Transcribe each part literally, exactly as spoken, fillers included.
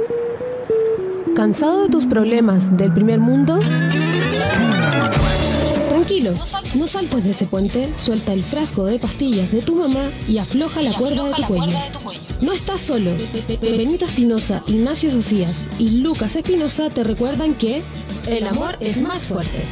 ¿Cansado de tus problemas del primer mundo? Tranquilo, no saltes de ese puente, suelta el frasco de pastillas de tu mamá y afloja la cuerda de tu cuello. No estás solo. Benito Espinosa, Ignacio Socias y Lucas Espinosa te recuerdan que el amor es más fuerte.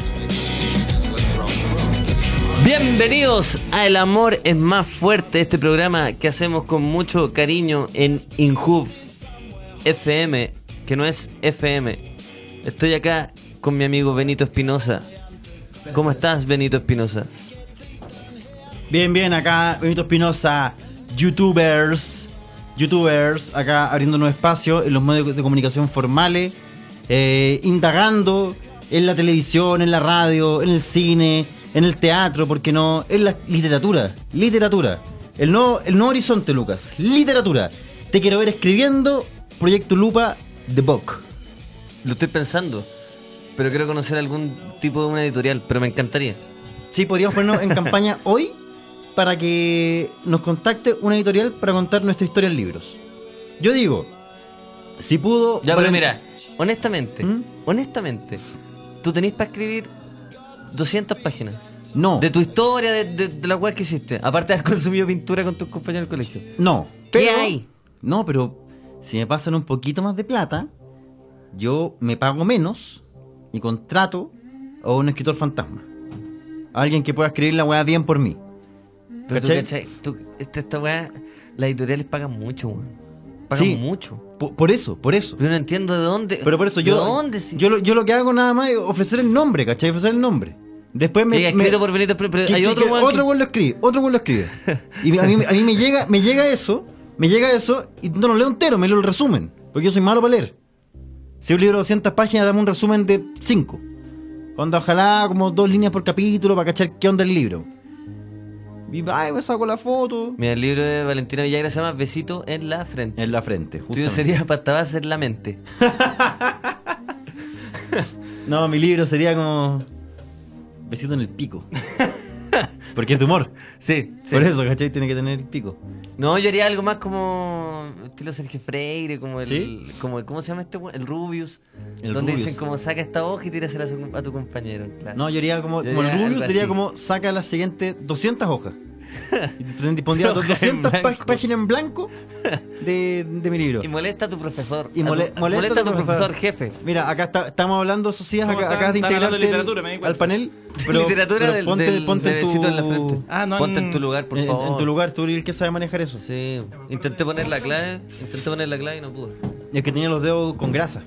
Bienvenidos a El Amor es Más Fuerte, este programa que hacemos con mucho cariño en Inhub F M, que no es F M. Estoy acá con mi amigo Benito Espinosa. ¿Cómo estás, Benito Espinosa? Bien, bien, acá Benito Espinosa, youtubers, youtubers, acá abriendo un nuevo espacio en los medios de comunicación formales, eh, indagando en la televisión, en la radio, en el cine, en el teatro, ¿por qué no? En la literatura, literatura. El nuevo, el nuevo horizonte, Lucas, literatura. Te quiero ver escribiendo Proyecto Lupa, The Book. Lo estoy pensando, pero quiero conocer algún tipo de una editorial, pero me encantaría. Sí, podríamos ponernos en campaña hoy para que nos contacte una editorial para contar nuestra historia en libros. Yo digo, si pudo... Ya, pero Valen- mira, honestamente, ¿Mm? honestamente, ¿tú tenés para escribir doscientas páginas? No, De tu historia, de, de, de la weá que hiciste. Aparte de haber consumido pintura con tus compañeros del colegio. no. ¿Qué pero- hay? No, pero si me pasan un poquito más de plata, yo me pago menos y contrato a un escritor fantasma. A alguien que pueda escribir la weá bien por mí. Pero tú, ¿Cachai? ¿cachai? Tú, esta, esta weá, las editoriales pagan mucho, weón. Pagan Sí. mucho. Por, por eso, por eso. Yo no entiendo de dónde. Pero por eso yo, ¿De dónde? Sí? yo, lo, yo lo que hago nada más es ofrecer el nombre, ¿cachai? Ofrecer el nombre. Después me... Que me- escrito por Benito, pero, pero que- hay que- otro que weón que- otro weón lo escribe, otro weón lo escribe. Y a mí, a mí me llega me llega eso, me llega eso y no lo leo entero, me leo el resumen, porque yo soy malo para leer. Si un libro de doscientas páginas, dame un resumen de cinco. Onda, ojalá como dos líneas por capítulo para cachar qué onda el libro. Y ay, me saco la foto. Mira, el libro de Valentina Villagra se llama Besito en la frente. En la frente, Tuyo justamente. sería Pastabas en la mente. No, mi libro sería como... Besito en el pico. Porque es de humor. Sí, sí. Por eso, ¿cachai? Tiene que tener el pico. No, yo haría algo más como estilo Sergio Freire, como el, ¿Sí? como el- ¿cómo se llama este weón? El Rubius, El donde Rubius. dicen como saca esta hoja y tírasela a, su- a tu compañero. Claro. No, yo haría como, Yo como el haría Rubius, algo sería así. como saca las siguientes doscientas hojas. Y te pondría Hoja en doscientas pá- blanco. páginas en blanco de, de mi libro. Y molesta a tu profesor. Y a tu- mole- molesta, a tu profesor, jefe. Mira, acá está- estamos hablando, Socias, ¿Cómo acá, están- acá de están hablando integrarte de literatura, me di cuenta? al panel. Literatura pero del, ponte, del ponte de en, tu, besito en la frente. Ah, no, ponte en- en tu lugar, por en, favor. en tu lugar, tú eres el que sabe manejar eso. Sí, intenté poner la clave, intenté poner la clave y no pude. Y es que tenía los dedos con grasa.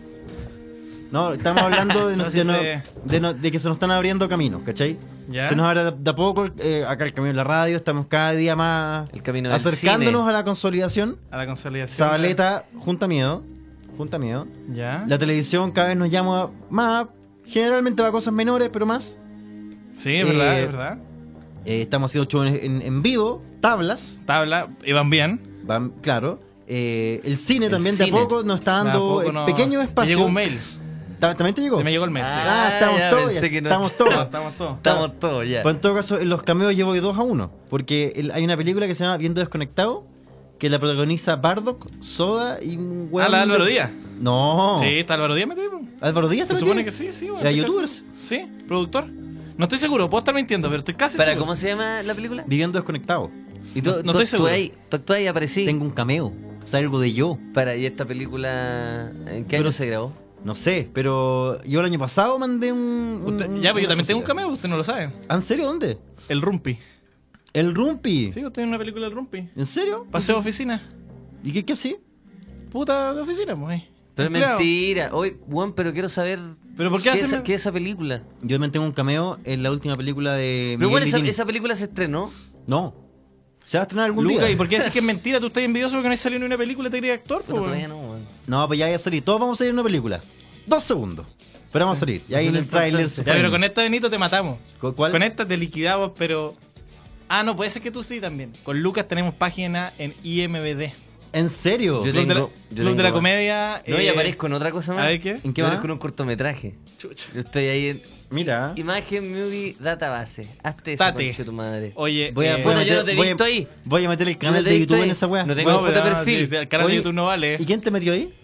No, estamos hablando de, no- Así de no- se- de no- de que se nos están abriendo caminos, ¿cachai? ¿Ya? Se nos abre de, de a poco eh, acá el camino de la radio, estamos cada día más El camino del acercándonos cine. a la consolidación. A la consolidación. Zabaleta, junta miedo, junta miedo. ¿Ya? La televisión cada vez nos llama más, generalmente va a cosas menores, pero más. Sí, es verdad, Eh, es verdad. Eh, estamos haciendo shows en, en- en vivo, tablas, Tabla, iban bien. van, claro. Eh, el cine El también cine. de a poco nos está De a dando poco eh, no- pequeños Me espacios. llegó un mail. Ta- ¿También te llegó? Me llegó el mail, sí. Ah, estamos ya, todos, pensé ya, que no. estamos todos. No, estamos todos. Estamos todos ya. Pues en todo caso, en los cameos yo voy dos a uno. Porque el- hay una película que se llama Viendo Desconectado, que la protagoniza Bardock, Soda y un Ah, la de Álvaro de- Díaz. No. Sí, está Álvaro Díaz metido. po. Álvaro Díaz Se también supone tiene? que sí, sí. bueno, ¿Era estoy youtubers? casi- Sí, productor. No estoy seguro, puedo estar mintiendo, pero estoy casi ¿Para seguro. cómo se llama la película? Viviendo Desconectado. Y tú, No- no tú estoy seguro. actúas ahí, tú actúas ahí y aparecí. Tengo un cameo. Salgo de yo. Para, ¿y esta película en qué Pero- año se grabó? No sé, pero yo el año pasado mandé un. un- Usted- un- ya, pero yo una también tengo un cosita. cameo, usted no lo sabe. ¿Ah, ¿En serio? ¿Dónde? El Rumpi. El Rumpi. Sí, usted tiene una película del Rumpi. ¿En serio? Paseo de oficina. ¿Y qué, qué así? Puta de oficina, pues. ahí. Pero es Empleado. mentira. Hoy, bueno, pero quiero saber. ¿Pero por qué ¿Qué, hacen- esa, qué es esa película? Yo también tengo un cameo en la última película de. Pero Miguel bueno, esa, Litín. esa película se estrenó. No. ¿Se va a estrenar algún Luca, día? ¿y por qué decís que es mentira? ¿Tú estás envidioso porque no hay salido ni una película y te querías actor? Pero po, todavía weón? no, weón. No, pues ya va a salir. Todos vamos a salir en una película. Dos segundos. Pero vamos a salir. Y ahí Eso en es el lo tráiler importante. se Ya, pero frena. con esta Benito te matamos. ¿Con cuál? Con esta te liquidamos, pero... Ah, no, puede ser que tú sí también. Con Lucas tenemos página en I M B D. ¿En serio? Yo Club de la, tengo- yo Club de tengo- la Comedia... No, y eh, aparezco en otra cosa más. a ver, ¿qué? ¿En qué Yo va? aparezco en un cortometraje. Chucha. Yo estoy ahí en Mira. Imagen Movie Database. Hazte esa, Tate. concha de tu madre. Oye, Voy a, eh, voy a bueno, yo meter, no te he voy a- visto ahí. Voy a meter el Yo canal no te he de visto YouTube ahí. en esa weá. No tengo bueno, foto de pero, perfil. sí, el canal Oye, de YouTube no vale. ¿Y quién te metió ahí?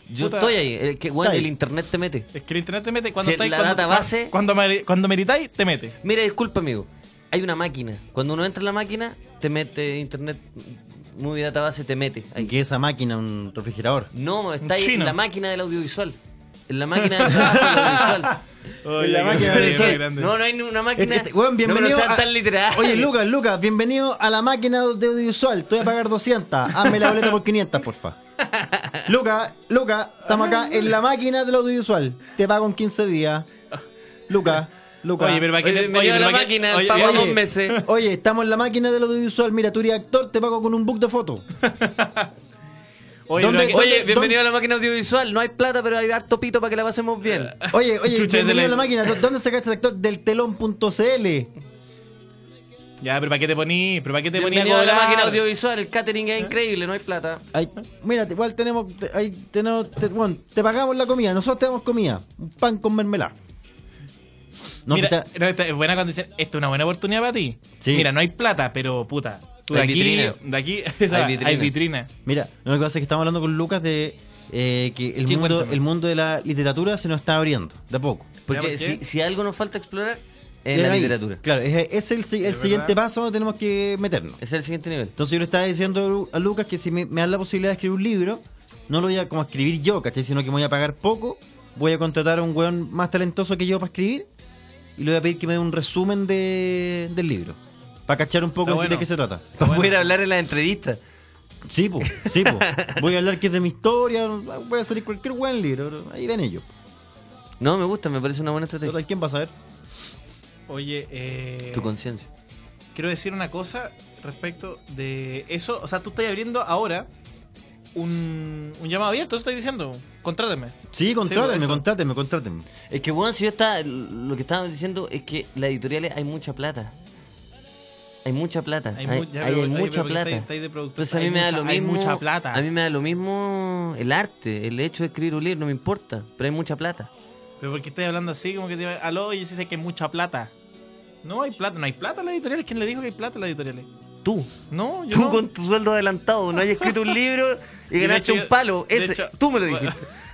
Yo Puta. estoy ahí. El, que, bueno, Está ahí. el internet te mete. Es que el internet te mete cuando Si estáis la cuando, data base- cuando, cuando, cuando meritáis, te mete. Mira, disculpa, amigo. Hay una máquina. Cuando uno entra en la máquina, te mete internet, movie database, te mete. Ahí. ¿Qué es esa máquina? ¿Un refrigerador? No, está ahí chino. en la máquina del audiovisual. En la máquina del trabajo del audiovisual. En la máquina del Sí, no, no hay una máquina. Este, este, weón, bienvenido no, pero sean a- tan literales. Oye, Lucas, Lucas, bienvenido a la máquina de audiovisual. Te voy a pagar doscientas. Hazme la boleta por quinientas, porfa. Lucas, Lucas, estamos acá en la máquina del audiovisual. Te pago en quince días. Lucas, Lucas. Oye, pero ¿para qué Oye, te me lleva pero la ¿para qué- máquina, oye, pago oye, dos meses. Oye, estamos en la máquina del audiovisual. Mira, tú eres actor, te pago con un book de fotos. Oye, ¿Dónde- pero ¿para qué- Oye, ¿dónde- bienvenido a la máquina audiovisual. No hay plata, pero hay harto pito para que la pasemos bien. Oye, oye, Chucha, bienvenido ese a la le- máquina. ¿Dó- ¿Dónde sacaste ese actor? Del telón punto c l. Ya, pero ¿para qué te ponís? ¿Pero para qué te ponís a Bienvenido a la cobrar? máquina audiovisual. El catering es increíble, no hay plata. Ay, mira, igual tenemos, te- ahí tenemos, te, bueno, te pagamos la comida, nosotros tenemos comida, un pan con mermelada. No, Mira, que está- no, esta es buena cuando dicen, esto es una buena oportunidad para ti. Sí. Mira, no hay plata, pero puta, tú de Hay aquí, vitrina. de aquí, esa, Hay hay, vitrina. vitrina. mira, lo que pasa es que estamos hablando con Lucas de eh, que el Sí, mundo, cuéntame. el mundo de la literatura se nos está abriendo, de a poco. Porque ¿por qué? si, si algo nos falta explorar, es Eh, la ahí, literatura. Claro, es, es el, si- el Es siguiente verdad. paso donde tenemos que meternos. Ese es el siguiente nivel. Entonces yo le estaba diciendo a Lucas que si me, me dan la posibilidad de escribir un libro, no lo voy a como escribir yo, ¿cachai? Sino que me voy a pagar poco, voy a contratar a un weón más talentoso que yo para escribir y le voy a pedir que me dé un resumen de, del libro. Para cachar un poco Está de bueno. qué se trata. Para poder hablar en la entrevista. Sí, po, sí, po. Voy a hablar que es de mi historia, voy a salir cualquier buen libro, ahí ven ellos. No, me gusta, me parece una buena estrategia. Total, ¿quién va a saber? Oye, eh, Tu conciencia. quiero decir una cosa respecto de eso. O sea, tú estás abriendo ahora un, un llamado abierto, eso estoy diciendo. Contráteme. Sí, Sí, contráteme, eso. contráteme, contráteme. Es que, bueno, si yo estaba. Lo que estábamos diciendo es que las editoriales hay mucha plata. Hay mucha plata. Hay, Hay mu- hay- ya, hay pero- oye, mucha pero que plata. estáis- estáis de productor. Entonces a mí Hay me da mucha- lo hay mismo. mucha plata. A mí me da lo mismo el arte, el hecho de escribir un libro, no me importa. Pero hay mucha plata. Pero ¿por qué estás hablando así? Como que te aló y dices que hay mucha plata. No hay plata, no hay plata en las editoriales. ¿Quién le dijo que hay plata en las editoriales? Tú. No, yo Tú no. con tu sueldo adelantado, no has escrito un libro y Y de ganaste hecho un yo- palo. de Ese, hecho- tú me lo dijiste.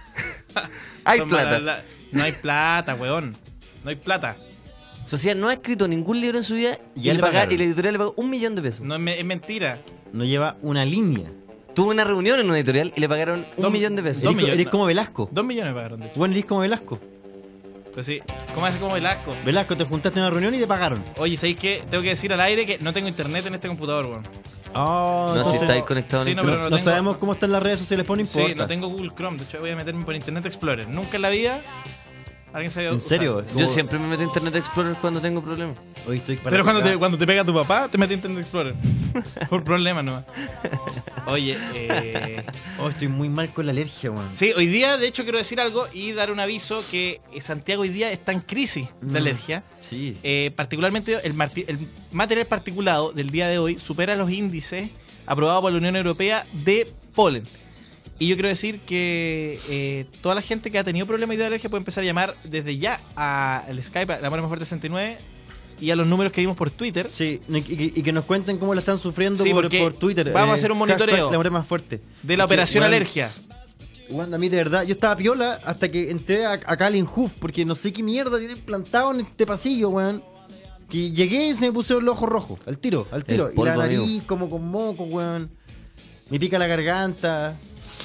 hay Son plata. malas la- No hay plata, weón. No hay plata. Sociedad no ha escrito ningún libro en su vida y, Ya le le paga- pagaron. y la editorial le pagó un millón de pesos. No es, me- es mentira. No lleva una línea. Tuvo una reunión en una editorial y le pagaron un Dos- millón de pesos. dos Eres, co- millones, eres no. como Velasco. Dos millones pagaron, de hecho. Bueno, eres como Velasco. Pues sí. ¿Cómo hace como el asco? Velasco, te juntaste en una reunión y te pagaron. Oye, ¿sabéis qué? Tengo que decir al aire que no tengo internet en este computador, weón. Oh, No, si entonces- estáis conectados Sí, en no, internet. pero no tengo- sabemos cómo están las redes sociales, pero no Sí, importa. no tengo Google Chrome. De hecho, voy a meterme por Internet Explorer. Nunca en la vida alguien se ¿En serio? Yo siempre me meto en Internet Explorer cuando tengo problemas. Hoy estoy para Pero cuando acá. te, cuando te pega tu papá, te metes en Internet Explorer. Por problemas nomás. Oye, eh... Oh, estoy muy mal con la alergia, weón. sí, hoy día, de hecho, quiero decir algo y dar un aviso que eh, Santiago hoy día está en crisis de Mm. alergia. Sí. Eh, particularmente el, marti- el material particulado del día de hoy supera los índices aprobados por la Unión Europea de polen. Y yo quiero decir que eh, toda la gente que ha tenido problemas de alergia puede empezar a llamar desde ya al Skype, a la Amor Más Fuerte sesenta y nueve y a los números que dimos por Twitter. Sí, y, y- y que nos cuenten cómo la están sufriendo Sí, por, porque por Twitter. vamos a hacer un monitoreo hashtag La hora más fuerte. De la Porque, operación weón, alergia. weón, a mí de verdad, yo estaba piola hasta que entré a, acá al Inhoof, porque no sé qué mierda tienen plantado en este pasillo, weón. Que llegué y se me pusieron los ojos rojos, al tiro, al tiro. El y la polvo, nariz amigo. como con moco, weón. Me pica la garganta.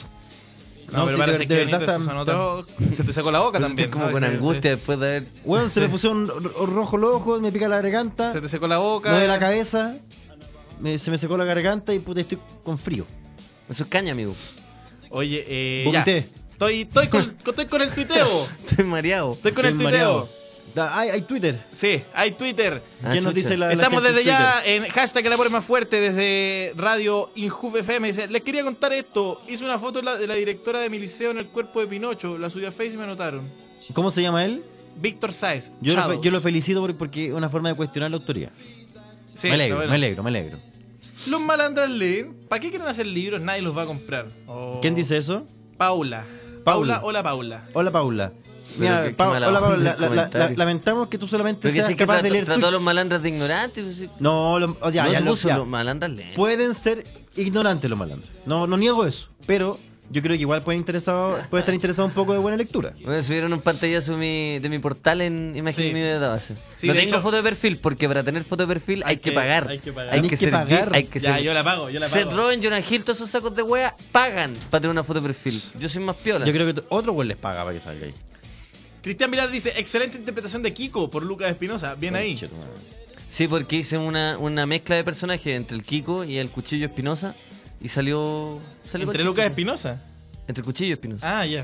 No, pero sí, para de, ser de que verdad Benito, esos están- son otros- se te secó la boca también. como ¿no? con Que- angustia después de haber. Weón, se me pusieron ro- rojo los ojos, me pica la garganta, Se te secó la boca. me duele la cabeza, me- se me secó la garganta y puta, estoy con frío. Eso es caña, amigo. Oye, eh. ya. Vomité. Estoy, estoy, con, estoy con el tuiteo. Estoy mareado. Estoy con el Estoy tuiteo. mareado. Da- Hay, hay Twitter. Sí, hay Twitter. Ah, ¿Quién nos chucha. dice la, la Estamos gente desde en ya Twitter? en hashtag el amor es más fuerte desde Radio Injuv F M. Dice, les quería contar esto. Hice una foto de la, de la directora de mi liceo en el cuerpo de Pinocho. La subí a Facebook y me anotaron. ¿Cómo se llama él? Víctor Sáez. Yo lo, fe- Shadows. yo lo felicito por- porque es una forma de cuestionar la autoría. Sí, me alegro, está bueno. me alegro, me alegro. Los malandras leen. ¿Para qué quieren hacer libros? Nadie los va a comprar. Oh. ¿Quién dice eso? Paula. Paula. Paula, hola Paula. Hola, Paula. Pero Mira, qué- qué Pa- mala hola, Paula. onda la- el la- la- comentario. lamentamos que tú solamente Pero que seas sí que capaz de trató, leer trató a los tweets. malandras de ignorantes. pues, sí. No, lo- o ya, no ya, se lo- puso ya. los malandras leen. Pueden ser ignorantes los malandros. No, no niego eso. Pero yo creo que igual puede, interesado, puede estar interesado un poco de buena lectura. Bueno, subieron un pantallazo de mi, de mi portal en imagen Sí. mi database. Sí, no de tengo hecho- foto de perfil porque para tener foto de perfil hay, Hay que, que- pagar. hay que pagar. Hay Hay que, que servir, pagar. hay que Ya, servir. yo la pago, yo la Seth pago. Rogen, Jonah Hill, todos esos sacos de wea pagan para tener una foto de perfil. Yo soy más piola. Yo creo que t- otro güey les paga para que salga ahí. Cristian Vilar dice, excelente interpretación de Kiko por Lucas Espinosa. Bien ahí. Conche tu madre. Sí, porque hice una, una mezcla de personajes entre el Kiko y el Cuchillo Espinosa y salió... salió Entre con Lucas chiste. Espinosa. Entre el Cuchillo Espinosa. Ah, ya.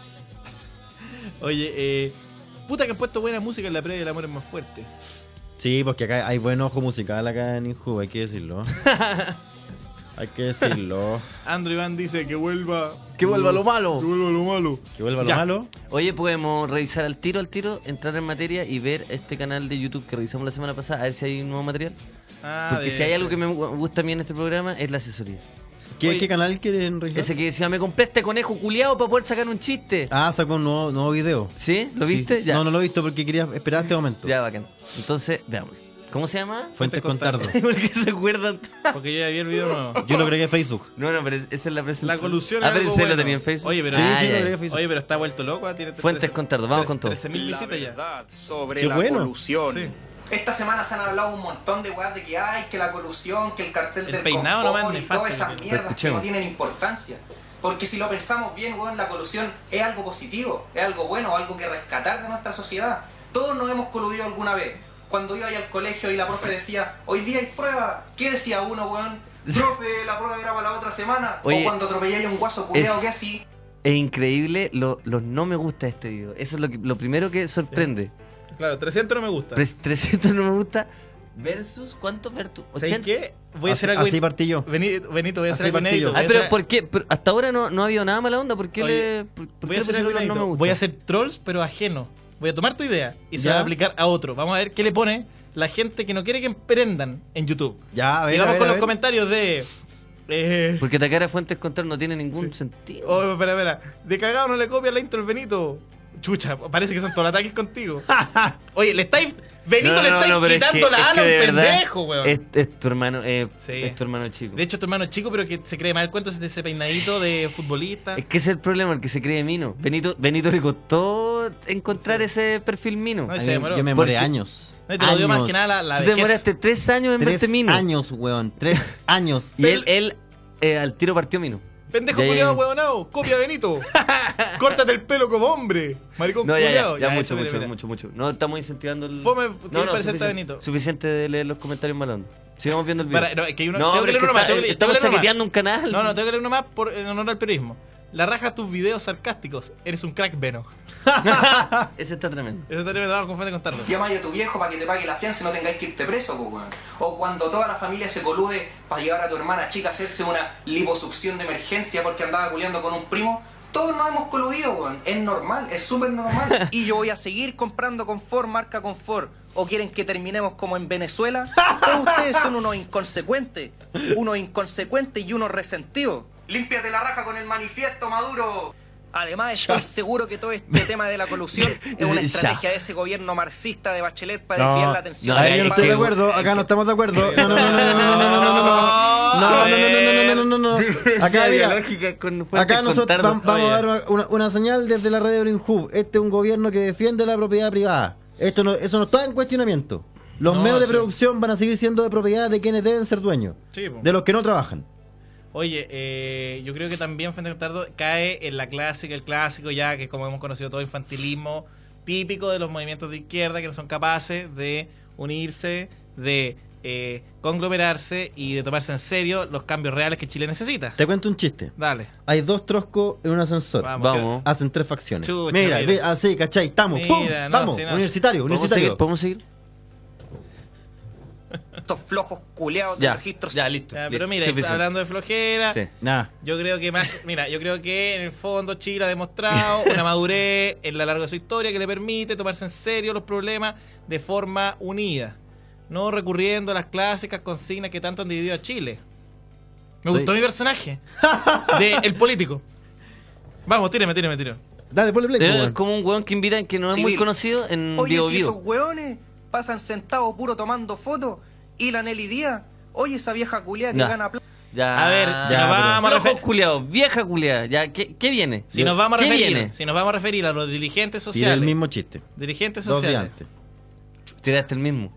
Oye, eh... puta que han puesto buena música en la previa del amor es más fuerte. Sí, porque acá hay buen ojo musical acá en Inju, hay que decirlo. Hay que decirlo. Andrew Iván dice que vuelva... ¡Que vuelva lo malo! Que vuelva lo malo. Que vuelva lo Ya. malo. Oye, podemos revisar al tiro, al tiro, entrar en materia y ver este canal de YouTube que revisamos la semana pasada, a ver si hay un nuevo material. Ah, Porque debe si hay algo ser. que me gu- gusta a mí en este programa es la asesoría. ¿Qué, Oye, ¿Qué canal quieren revisar? Ese que decía, me compré este conejo culiado para poder sacar un chiste. Ah, sacó un nuevo, nuevo video. ¿Sí? ¿Lo viste? Sí. Ya. No, no lo he visto porque quería esperar este momento. Ya, bacán. Entonces, veamos. ¿Cómo se llama? Fuentes con Fuentes Tardo. con ¿Por qué se acuerdan? Porque yo ya vi el video nuevo. Yo lo agregué a Facebook. No, no, pero es- esa es la presentación. La colusión Ah, es pero algo ¿en serio bueno. lo tenía en Facebook? Oye, pero, Sí, Ah, sí, ya, lo ya. agregué a Facebook. Oye, pero está vuelto loco. ¿ah? Tiene Fuentes trece- con Tardo, vamos con todo. trece mil visitas ya. verdad sobre Qué la bueno. colusión. Sí. Esta semana se han hablado un montón de weas de que hay, que la colusión, que el cartel El del peinado confort nomás y nefasto todas esas que tiene. mierdas que Escuchemos. no tienen importancia. Porque si lo pensamos bien, weón, la colusión es algo positivo, es algo bueno, algo que rescatar de nuestra sociedad. Todos nos hemos coludido alguna vez. Cuando iba ahí al colegio y la profe decía, hoy día hay prueba, ¿qué decía uno, weón? Profe, la prueba era para la otra semana. Oye, o cuando atropelláis a un guaso culeado, es- ¿qué así? Es increíble lo- los no me gusta de este video. Eso es lo, que, lo primero que sorprende. Claro, trescientos no me gusta. Pre- trescientos no me gusta versus ¿cuánto? Versus ¿Sabes ochenta. qué? Voy a Así- hacer algo. así partí yo. Benito, Benito, voy a hacer Así algo partí yo. inédito. Ah, Voy a pero hacer- ¿por qué? Pero hasta ahora no, no ha habido nada mala onda. ¿Por qué Oye, le, por, por voy qué a le hacer algo pusieron los no me inédito. gusta? Voy a hacer trolls, pero ajeno. Voy a tomar tu idea y se ¿Ya? la voy a aplicar a otro. Vamos a ver qué le pone la gente que no quiere que emprendan en YouTube. Ya, a ver, y a vamos ver, con a los ver. comentarios de. Eh, Porque atacar a Fuentes Contar no tiene ningún sentido. oh, espera, espera. De cagado no le copia la intro al Benito. Chucha, parece que son todos los ataques contigo. Oye, le estáis. Benito No, le no, estáis no, pero es quitando que- la es ala que a un de verdad pendejo, weón. Es, es tu hermano, eh, Sí. es tu hermano chico. De hecho, tu hermano es chico, pero que se cree más el cuento de ese peinadito de futbolista. Es que ese es el problema, el que se cree mino. Benito, Benito le costó encontrar ese perfil mino. No, A se mí- demoró. yo me demoré Porque- años. No, y te lo dio más Años. que nada la, la Tú te vejez. demoraste tres años en Tres verte mino. años, weón. Tres años. Y él, él eh, al tiro partió mino. Pendejo Ya, ya, culiado, ya. huevonao. Copia a Benito. Córtate el pelo como hombre. Maricón No, ya, ya, culiado. ya, mucho, eso, mira, mucho, mira. mucho, mucho. No estamos incentivando el. Fome, no, ¿qué le no, parece a suficiente, Benito? Suficiente de leer los comentarios malos. Sigamos viendo el video. Para- no, es que hay uno- No, tengo pero que leer es que uno más, está- tengo que leer- estamos tengo que leer uno más. chaqueteando un canal. No, no, tengo que leer uno más por, en honor al periodismo. La raja tus videos sarcásticos. Eres un crack, Veno. Ese está tremendo. Eso te vamos con fuente contarlo. Llamáis a tu viejo para que te pague la fianza y no tengáis que irte preso, pues, weón. O cuando toda la familia se colude para llevar a tu hermana chica a hacerse una liposucción de emergencia porque andaba culiando con un primo. Todos nos hemos coludido, weón. Es normal, es súper normal. Y yo voy a seguir comprando confort, marca confort. ¿O quieren que terminemos como en Venezuela? Todos ustedes son unos inconsecuentes. Unos inconsecuentes y unos resentidos. Límpiate la raja con el manifiesto, Maduro. Además, estoy seguro que todo este tema de la colusión es una Ya. estrategia de ese gobierno marxista de Bachelet para No, desviar la atención. no, Ahí del yo no estoy de país. acuerdo, acá no estamos de acuerdo. No, no, no, no, no, no, no, no, no, no, no, no, no, no, no, no, no, no. Acá, mira, acá nosotros vam- vamos a dar una, una señal desde la radio Brinhub. Este es un gobierno que defiende la propiedad privada. Esto no, eso no está en cuestionamiento. Los No, medios de sí. producción van a seguir siendo de propiedad de quienes deben ser dueños, Sí, po. de los que no trabajan. Oye, eh, yo creo que también Fuente Contardo cae en la clásica, el clásico ya, que como hemos conocido todo, infantilismo típico de los movimientos de izquierda que no son capaces de unirse, de eh, conglomerarse y de tomarse en serio los cambios reales que Chile necesita. Te cuento un chiste. Dale. Hay dos troscos en un ascensor. Vamos. Vamos. Hacen tres facciones. Chucha, mira, mira. ve, así, ¿cachai? Estamos. ¡Pum! Mira, no, Vamos. sí, no. Universitario, ¿Podemos universitario. seguir? ¿Podemos seguir? Estos flojos culeados de Ya, registros. ya, listo. Ya, listo. pero mira, Suficiente. hablando de flojera, Sí. Nah. yo creo que más, mira, yo creo que en el fondo Chile ha demostrado una madurez en la larga de su historia que le permite tomarse en serio los problemas de forma unida, no recurriendo a las clásicas consignas que tanto han dividido a Chile. Me gustó Oye. mi personaje de el político. Vamos, tírame, tírame, tírame. Dale, ponle play. Es po, weón. como un weón que invitan que no es muy Civil. conocido en Oye, Bio si Bio. esos hueones pasan sentados puro tomando fotos y la Nelly Díaz, oye, esa vieja culia que Ya. gana plata. Ya. A ver, si Ya, nos pero- vamos a Flojos referir... culiados, vieja culiada. Ya, ¿qué, qué viene? Si nos vamos a ¿Qué referir, viene? si nos vamos a referir a los dirigentes Tiré sociales. el mismo chiste. Dirigentes Dos días sociales. antes. Tiraste el mismo.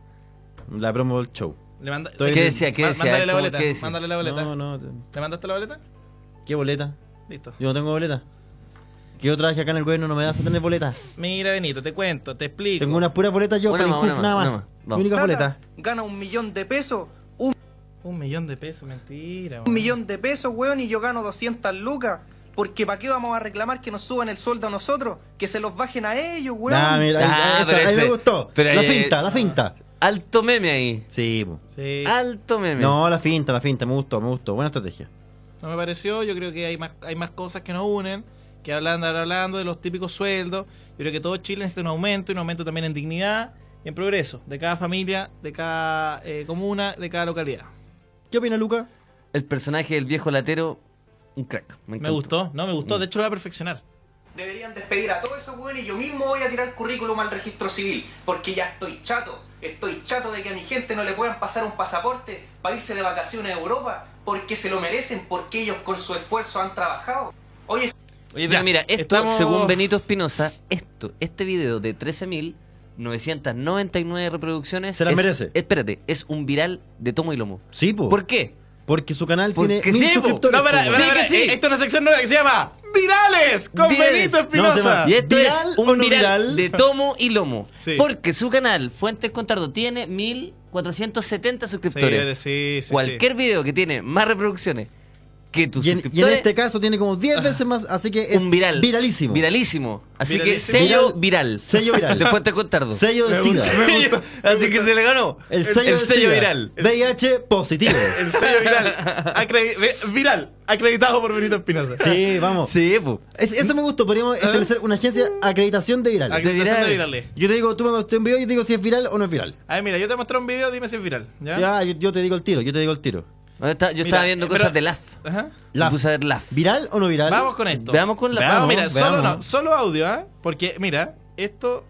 La promo del show. Le manda- Estoy- ¿Qué decía? ¿Qué Ma- decía? Mándale la ¿Cómo boleta. qué decía? Mándale la boleta. No, no. ¿Le mandaste la boleta? ¿Qué boleta? Listo. Yo no tengo boleta. Que yo trabajé acá en el gobierno no me das a tener boleta. Mira, Benito, te cuento, te explico. Tengo unas puras boletas yo Una para más, Injuf una nada más, más. una más. Mi Vamos. única boleta. Gana un millón de pesos, un, Un millón de pesos, mentira. un weón. millón de pesos, weón, y yo gano doscientas lucas. Porque ¿para qué vamos a reclamar que nos suban el sueldo a nosotros? Que se los bajen a ellos, weón. Ah, mira, ahí, Ah, esa- pero ahí ese- me gustó. pero la ahí- finta, la finta. Alto meme ahí. Sí, po. Sí. Alto meme. No, la finta, la finta, me gustó, me gustó. Buena estrategia. No me pareció, yo creo que hay más, hay más cosas que nos unen, que hablando, hablando de los típicos sueldos. Yo creo que todo Chile necesita un aumento, y un aumento también en dignidad y en progreso, de cada familia, de cada eh, comuna, de cada localidad. ¿Qué opina Luca? El personaje del viejo latero, un crack. Me, Me encantó. gustó, no, me gustó, de hecho lo voy a perfeccionar. Deberían despedir a todos esos weones y yo mismo voy a tirar currículum al registro civil, porque ya estoy chato. Estoy chato de que a mi gente no le puedan pasar un pasaporte para irse de vacaciones a Europa, porque se lo merecen, porque ellos con su esfuerzo han trabajado. Oye, Oye, pero Ya, mira, esto, estamos- según Benito Espinosa, esto, este video de trece mil novecientas noventa y nueve reproducciones. Se las es- merece. Espérate, es un viral de tomo y lomo. Sí, po. ¿Por qué? Porque su canal Porque tiene mil sí, po. suscriptores. No, espera, po. espera, Sí, espera, que sí. eh, Esto es una sección nueva que se llama Virales con Virales. Benito No, Espinosa. se llama- Y esto ¿Viral es o un no viral, viral? de tomo y lomo. Sí. Porque su canal, Fuentes Contardo, tiene mil cuatrocientos setenta suscriptores. Sí, sí, sí. Cualquier video que tiene más reproducciones que tus Y en, y en suscriptores, este caso tiene como diez veces más, así que es un viral. viralísimo. Viralísimo. Así Viralísimo. que sello Viral- viral. sello viral. De Fuentes Contardo. Sello de Me SIDA. gusta, me gusta. Así que se le ganó. El sello, de sello SIDA. viral. V I H positivo. El sello viral. Acredi- ve- viral. Acreditado por Benito Espinosa. Sí, vamos. Sí, pues. Es- eso me gustó. Podríamos establecer una agencia acreditación de viral. Acreditación viral. de virales. Yo te digo, tú me muestras un video y yo te digo si es viral o no es viral. A ver, mira, yo te mostré un video, dime si es viral. ¿Ya? Ya, yo, yo te digo el tiro, yo te digo el tiro. Yo estaba, yo Mira, estaba viendo eh, cosas pero- de L A F. Ajá. Me Laf. puse a ver L A F. ¿Viral o no viral? Vamos con esto. Veamos con la Vamos, mira, veamos. solo no, solo audio, ¿ah? Porque, mira, esto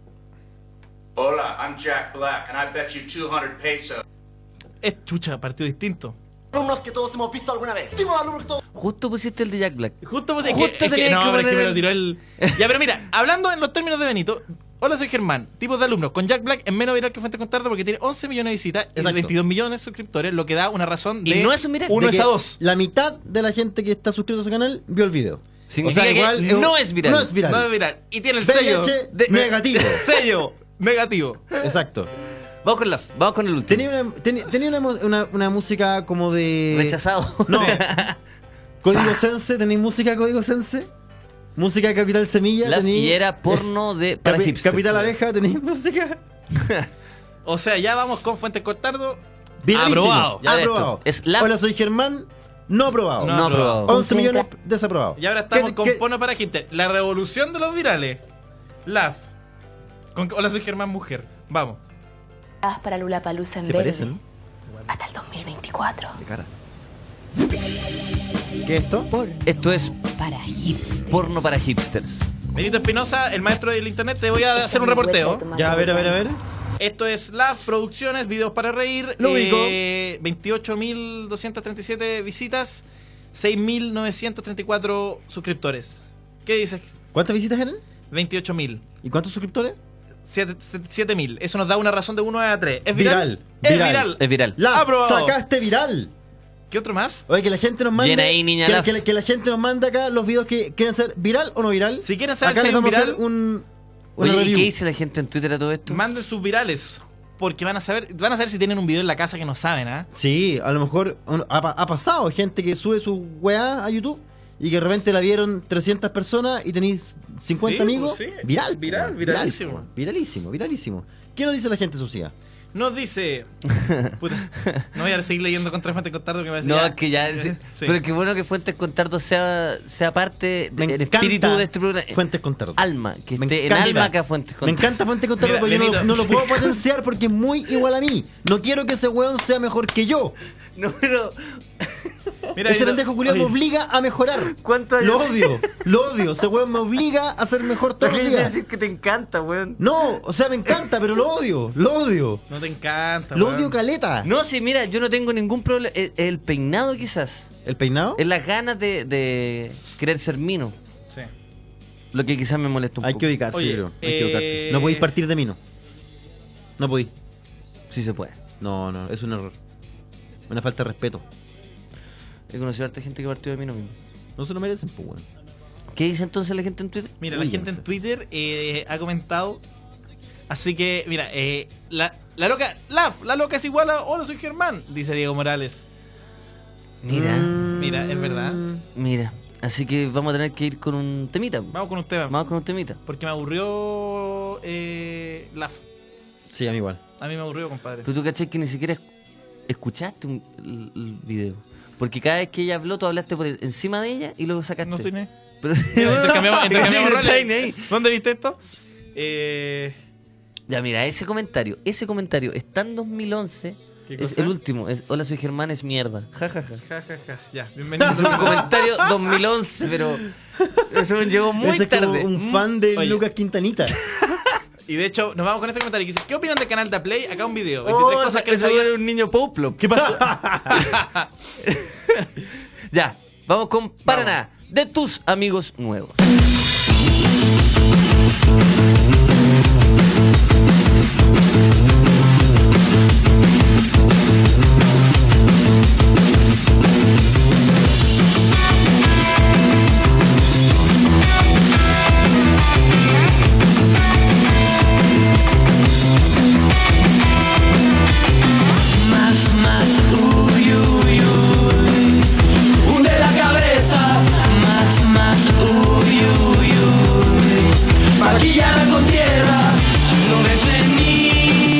Hola, I'm Jack Black, and I bet you two hundred pesos. es chucha, partido distinto. Alumnos que todos hemos visto alguna vez. Dimos alumnos que todos... Justo pusiste el de Jack Black. Justo, pues, es Justo que, es que- tenías no, que pero es que poner me lo el- tiró el... Ya, pero mira, hablando en los términos de Benito, hola, soy Germán, tipos de alumnos, con Jack Black es menos viral que Fuentes Contardo porque tiene once millones de visitas y Exacto. veintidós millones de suscriptores, lo que da una razón de Y no es un viral. uno De es que a dos. La mitad de la gente que está suscrito a su canal vio el video. Significa que un- no es viral. No es viral. No es viral. Y tiene el V I sello H de- negativo. sello negativo. Exacto. Vamos con L A F. Vamos con el último. Tenía una, tenía, tenía una, mu- una, una música como de... Rechazado. No. Código Sense, ¿tenéis música de Código Sense? Música de Capital Semilla, L A F tenéis... y era porno de para Capi- hipsters. Capital Abeja, ¿tenéis música? O sea, ya vamos con Fuentes Contardo. Viralísimo. Aprobado. Ya ves Aprobado. esto. Es la- Hola, soy Germán. No aprobado. No No aprobado. once millones desaprobados. Y ahora estamos ¿Qué- con qué- Porno para Hipster. La revolución de los virales. L A F. Con, hola, soy Germán Mujer. Vamos. Para Lollapalooza en Se verde. parecen, ¿no? Hasta el dos mil veinticuatro. De cara. ¿Qué es esto? Esto es Para hipster. porno para hipsters. Benito Espinosa, el maestro del internet, te voy a hacer un reporteo. Ya, a ver, a ver, a ver. Esto es L A F Producciones, videos para reír. Lo ubico. veintiocho mil doscientos treinta y siete visitas, seis mil novecientos treinta y cuatro suscriptores. ¿Qué dices? ¿Cuántas visitas eran? veintiocho mil. ¿Y cuántos suscriptores? siete mil. Eso nos da una razón de uno a tres. ¿Es viral? Viral. Es Viral. viral. Es viral. La Aprobado. sacaste viral. ¿Qué otro más? Oye, que la gente nos mande. Bien ahí, niña que, Laf. que la- que la gente nos manda acá los videos que quieren ser viral o no viral. Si quieren saber acá si les hay un vamos a viral, hacer un, una Oye, ¿y review. qué dice la gente en Twitter a todo esto? Manden sus virales. Porque van a saber, van a saber si tienen un video en la casa que no saben, ¿ah? Sí, a lo mejor un- ha, pa- ha pasado gente que sube su weá a YouTube y que de repente la vieron trescientas personas y tenéis cincuenta Sí, amigos. pues sí. Viral. Viral, po, viralísimo. po, Viralísimo, viralísimo. ¿Qué nos dice la gente, Sucia? Nos dice. Puta, no voy a seguir leyendo contra Fuentes Contardo que me No, decía. es que ya. sí. Sí. Pero qué bueno que Fuentes Contardo sea, sea parte Me del encanta espíritu de este programa. Fuentes Contardo. Alma, que Me esté en encanta. alma acá Fuentes Me Contardo. encanta Fuentes Contardo, Mira, pero yo no, Benito. no lo puedo potenciar porque es muy igual a mí. No quiero que ese weón sea mejor que yo. No, pero. Mira, Ese yo- pendejo culiao me oye. obliga a mejorar. ¿Cuántos años? Lo odio, lo odio. Ese weón me obliga a ser mejor todos los Deja de días. decir que te encanta, weón. No, o sea, me encanta, pero lo odio, lo odio. No te encanta, Lo weón. odio caleta. No, sí, mira, yo no tengo ningún problema. El, el peinado quizás. ¿El peinado? Es las ganas de, de querer ser mino. Sí. Lo que quizás me molesta un Hay poco. que ubicarse, Oye, creo. Hay eh, que ubicarse. No podéis partir de mí, no. No podéis. Sí se puede. No, no, es un error. Una falta de respeto. He conocido a harta gente que partió de mino mismo. No se lo merecen, pues, weón. ¿Qué dice entonces la gente en Twitter? Mira, la Uy, gente ya en sé. Twitter eh, ha comentado. Así que, mira, eh, la, la loca, la, la loca es igual a hola, soy Germán, dice Diego Morales. Mira, Mm. Mira, es verdad. mira. Así que vamos a tener que ir con un temita. Vamos con un tema. Vamos con un temita. Porque me aburrió eh, la. Sí, a mí igual. A mí me aburrió, compadre. Pero tú caché que ni siquiera es- escuchaste un- el, el video. Porque cada vez que ella habló, tú hablaste por encima de ella y luego sacaste. No estoy ni. Pero, Mira, intercambiamos, intercambiamos Sí, roles. no estáis ni ahí. ¿Dónde viste esto? Eh, Ya, mira, ese comentario, ese comentario está en dos mil once. ¿Qué Es cosa? el último. Es, hola, soy Germán, es mierda. Ja, ja, ja. ja, ja, ja. Ya, bienvenido. Es un comentario dos mil once, pero eso me llegó muy Ese es como tarde. un fan de Oye. Lucas Quintanita. Y de hecho, nos vamos con este comentario que dice: ¿qué opinan del canal de Play? Acá un video. Oh, veintitrés cosas que no eso sabía. era un niño Poplop. ¿Qué pasó? Ya, vamos con Paraná, de tus amigos nuevos. Más, más, uy, uy, uy. Hunde la cabeza. Más, más, uy, uy, uy. Maquillada con tierra. No ves venir.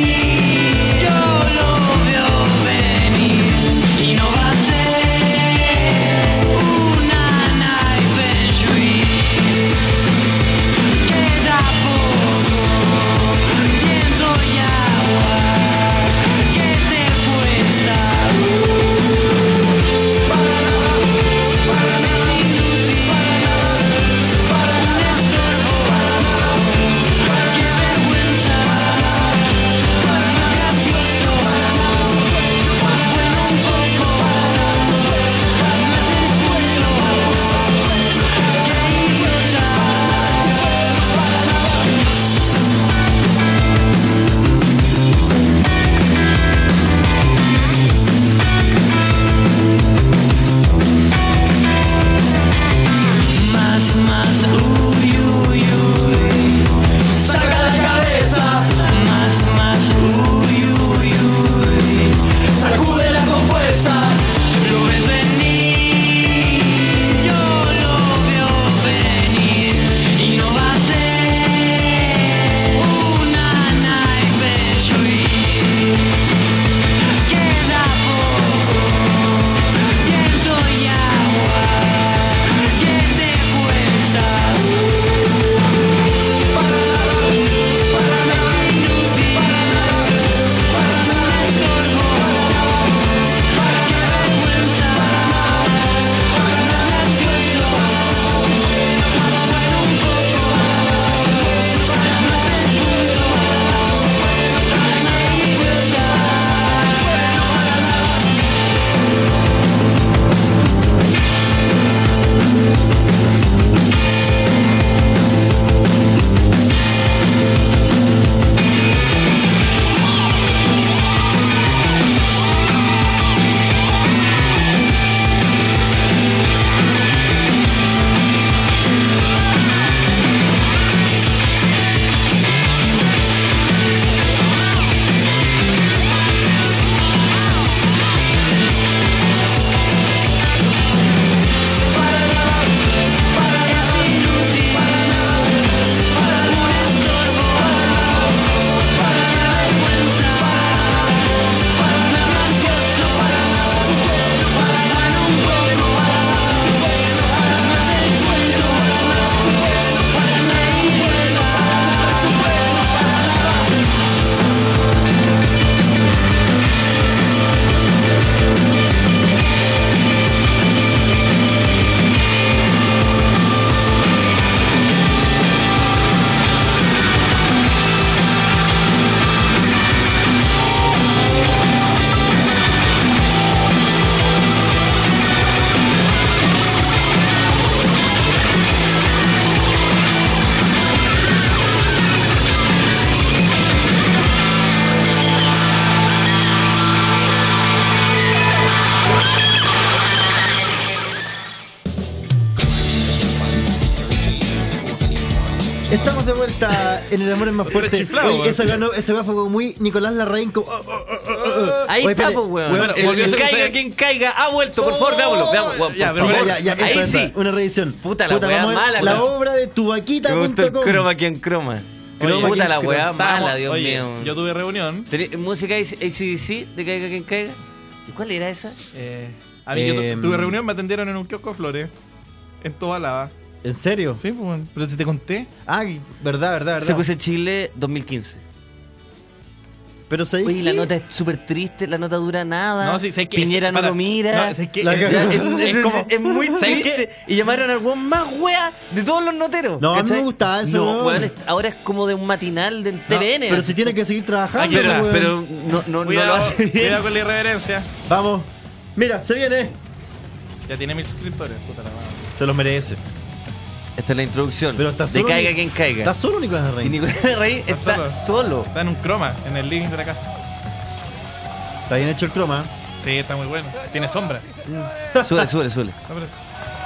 Estamos de vuelta en El Amor es Más Fuerte. chiflado, Oye, weón. esa weá no- esa weá fue como muy Nicolás Larraín. Como, oh, oh, oh, oh, oh. Ahí Oye, está, espérate, pues, weón. Bueno, El- volvió a el ser caiga usted. quien caiga. Ha vuelto, por favor, veámoslo. Veamos, weón, Ya, por pero Sí, favor. ya, ya, ya, Ahí eso sí. está, una revisión. Puta, la weá vamos a ver mala, La weón. obra de tubaquita Me gustó punto el com. croma quien croma. Oye, Puta la quien weá croma. mala, Estábamos- Dios oye, mío. Yo tuve reunión. Tenía- Música A C D C de Caiga quien caiga. ¿Y cuál era esa? Eh, a mí yo tu- Em. tuve reunión, me atendieron en un kiosco de flores. En toda lava. ¿En serio? Sí, pues, pero si te conté. Ay, verdad, verdad, Se verdad. puso en Chile dos mil quince. Pero ¿sabéis Oye, la qué? nota es súper triste, la nota dura nada. No, sí, sé que Piñera es- no para- lo mira. No, sé que La es, cagó. Ya, es, es como- es muy ¿sabes triste. Y llamaron al weón más wea de todos los noteros. No, a mí ¿cachai? me gustaba eso, No, weón. weón, es- ahora es como de un matinal de T V N. Pero si tiene que seguir trabajando, Aquí pero, está, weón. pero no, no, no Cuidado, lo hace bien. cuidado con la irreverencia. Vamos. Mira, se viene. Ya tiene mil suscriptores. Puta la madre. Se los merece. Esta es la introducción. Pero está de solo caiga Ni- quien caiga. ¿Está solo Nicolás Y Larraín? Nicolás Larraín Está está solo. solo. Está en un croma, en el living de la casa. Está bien hecho el croma. Sí, está muy bueno. Tiene sombra. Sube, sube, sube. No, pero-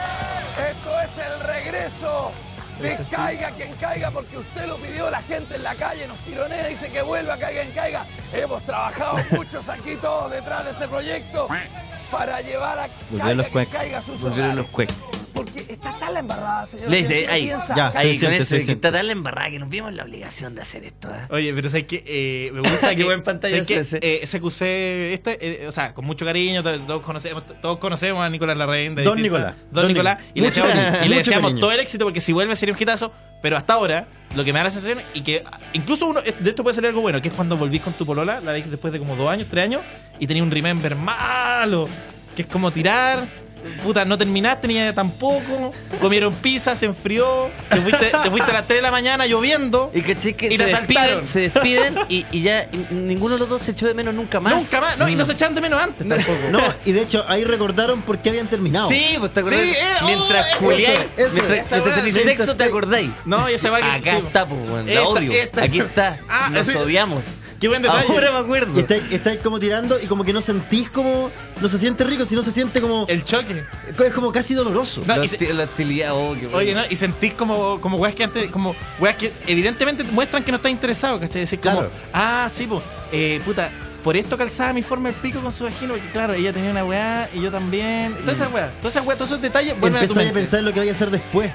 Esto es el regreso de Caiga quien caiga, porque usted lo pidió, la gente en la calle nos tironea, dice que vuelva Caiga quien caiga. Hemos trabajado muchos aquí todos detrás de este proyecto para llevar a Volvieron Caiga los quien cuecos. caiga a sus Volvieron hogares. los cuecos. Porque está tan la embarrada, señor. Le Si dice, usted ahí, piensa- ya. ahí con Suficiente, eso, que suficiente. está tan la embarrada que nos vimos la obligación de hacer esto. ¿eh? Oye, pero sabes que eh, me gusta Qué que buen pantallazo ¿sabes ese. qué? Eh, ese Q C, este, eh, o sea, con mucho cariño, to- todos conocemos, todos conocemos a Nicolás Larraín. de Don distintas- Nicolás. Don, Don Nicolás. Nicolás. Y le Mucho deseamos, cariño, y le mucho deseamos cariño. todo el éxito, porque si vuelve sería un hitazo. Pero hasta ahora, lo que me da la sensación y que incluso uno de esto puede salir algo bueno, que es cuando volvís con tu polola, la veis después de como dos años, tres años, y tenía un remember malo, que es como tirar. Puta, no terminaste ni tampoco. Comieron pizza, se enfrió. Te fuiste, te fuiste a las tres de la mañana lloviendo. Y que que Y se te despiden, asaltaron. se despiden y, y ya y ninguno de los dos se echó de menos nunca más. Nunca más. No, y no se echan de menos antes tampoco. No, y de hecho ahí recordaron por qué habían terminado. Sí, pues te acordás. Sí, eh, oh, mientras eso, culiáis, eso, mientras, esa mientras weá, tenéis sí, sexo, te está- acordáis. No, y ese va que. Acá sí. está, pues, weón. La Esta- odio. esta- Aquí está. Ah, Nos sí. odiamos. Qué buen detalle. Ahora me acuerdo. Y estáis, estáis como tirando y como que no sentís como. No se siente rico, sino se siente como. El choque. Es como casi doloroso. No, la, y se- hosti- la hostilidad, oh, qué bueno. Oye, ¿no? Y sentís como, como weas que antes, como weas que evidentemente te muestran que no estás interesado, ¿cachai? Decir como, Claro. ah, sí, pues, eh, puta, por esto calzaba mi forma el pico con su vagina, porque claro, ella tenía una weá y yo también. Todas esas weas, todas esas weas, todos esos detalles vuelven a tu Empezáis a mente. pensar en lo que vaya a hacer después.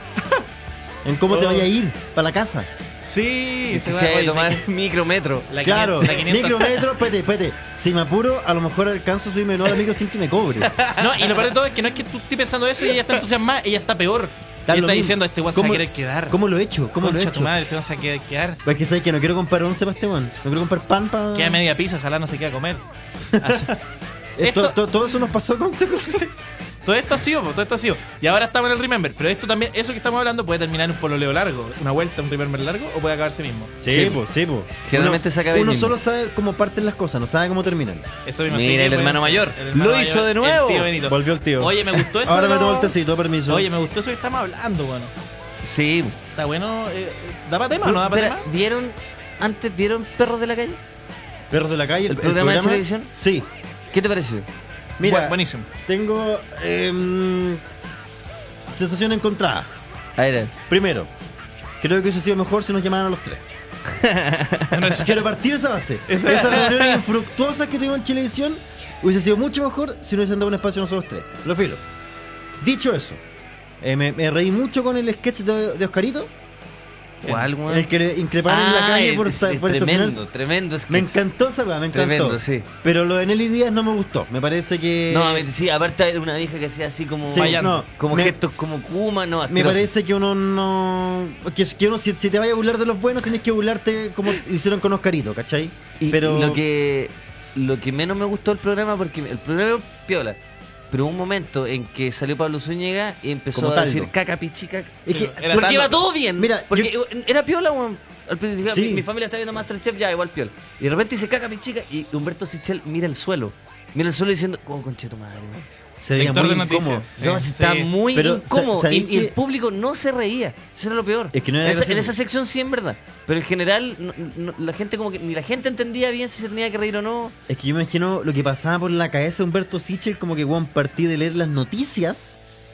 En cómo te Oh. vaya a ir para la casa. Sí, Que ese se wea, vaya a oye, tomar ¿sabes qué? micrometro. La Claro, quinientos, la quinientos. micrometro, espérate, espérate. Si me apuro, a lo mejor alcanzo a subirme no al micro sin que me cobre. No, y lo peor de todo es que no es que tú estés pensando eso y ella está entusiasmada, ella está peor. Está Ella lo está mismo. diciendo, este weón se va a ¿Cómo- querer quedar. ¿Cómo lo he hecho? ¿Cómo lo he Concha tu hecho? madre, este weón se va a querer quedar. Es que sabes que no quiero comprar once para este weón. No quiero comprar pan para. Queda media pizza, ojalá no se quede a comer. Así. Esto, Esto- to- todo eso nos pasó con C Q C. Todo esto ha sido, po, todo esto ha sido. Y ahora estamos en el Remember. Pero esto también, eso que estamos hablando puede terminar en un pololeo largo, una vuelta, un Remember largo, o puede acabarse mismo. Sí, pues, sí, pues. Generalmente uno, se acaba ahí Uno mismo. solo sabe cómo parten las cosas, no sabe cómo terminan. Eso mismo. Mira, así que el puede hermano ser. mayor. El hermano Lo hizo de nuevo. El tío Benito. Volvió el tío. Oye, me gustó eso. Ahora de me tomo los- el tecito, permiso. Oye, me gustó eso que estamos hablando, bueno. Sí. Está bueno. eh, eh, ¿Da para tema o no da para Espera, tema? ¿vieron? Antes vieron Perros de la Calle. Perros de la calle, ¿El programa de televisión? Sí. ¿Qué te pareció? Mira, Bu- buenísimo. tengo em, sensación encontrada. A ver, Primero, creo que hubiese sido mejor si nos llamaran a los tres. Quiero partir esa base. Esa- Esas reuniones infructuosas que tuvimos en Chilevisión hubiese sido mucho mejor si nos hubiesen dado un espacio a nosotros tres. Lo filo. Dicho eso, eh, me, me reí mucho con el sketch de, de Oscarito. ¿cuál, weón? En el que le increparon en la calle es- por, es- sa- es por tremendo, estacionarse. tremendo. Es que Me encantó esa weá, me encantó. Tremendo, sí. Pero lo de Nelly Díaz no me gustó. Me parece que. No, a mí- sí, aparte era una vieja que hacía así como. Sí, no, como me- gestos como Kuma, no, Me asqueroso. parece que uno no. Que, que uno, si, si te vayas a burlar de los buenos, tienes que burlarte como hicieron con Oscarito, ¿cachai? Y, Pero. y lo que lo que menos me gustó del programa, porque el programa era piola, pero hubo un momento en que salió Pablo Zúñiga y empezó Como a Taldo. decir caca, pichica. Es que- Era porque Taldo. iba todo bien. Mira, porque yo- era piola, weón. Al principio, Sí. mi, mi familia está viendo Masterchef, ya, igual piola. Y de repente dice caca, pichica, y Humberto Sichel mira el suelo. Mira el suelo diciendo, oh, conche tu madre, weón. Se veía Lector muy de noticias. incómodo. Sí, No, sí. está muy Pero, incómodo. sa- Y, ¿sabéis y el que- público no se reía. Eso era lo peor. Es que no era en, esa, gracioso. en esa sección sí, en verdad. Pero en general, no- no- la gente como que ni la gente entendía bien si se tenía que reír o no. Es que yo me imagino lo que pasaba por la cabeza de Humberto Sichel, como que Juan partí de leer las noticias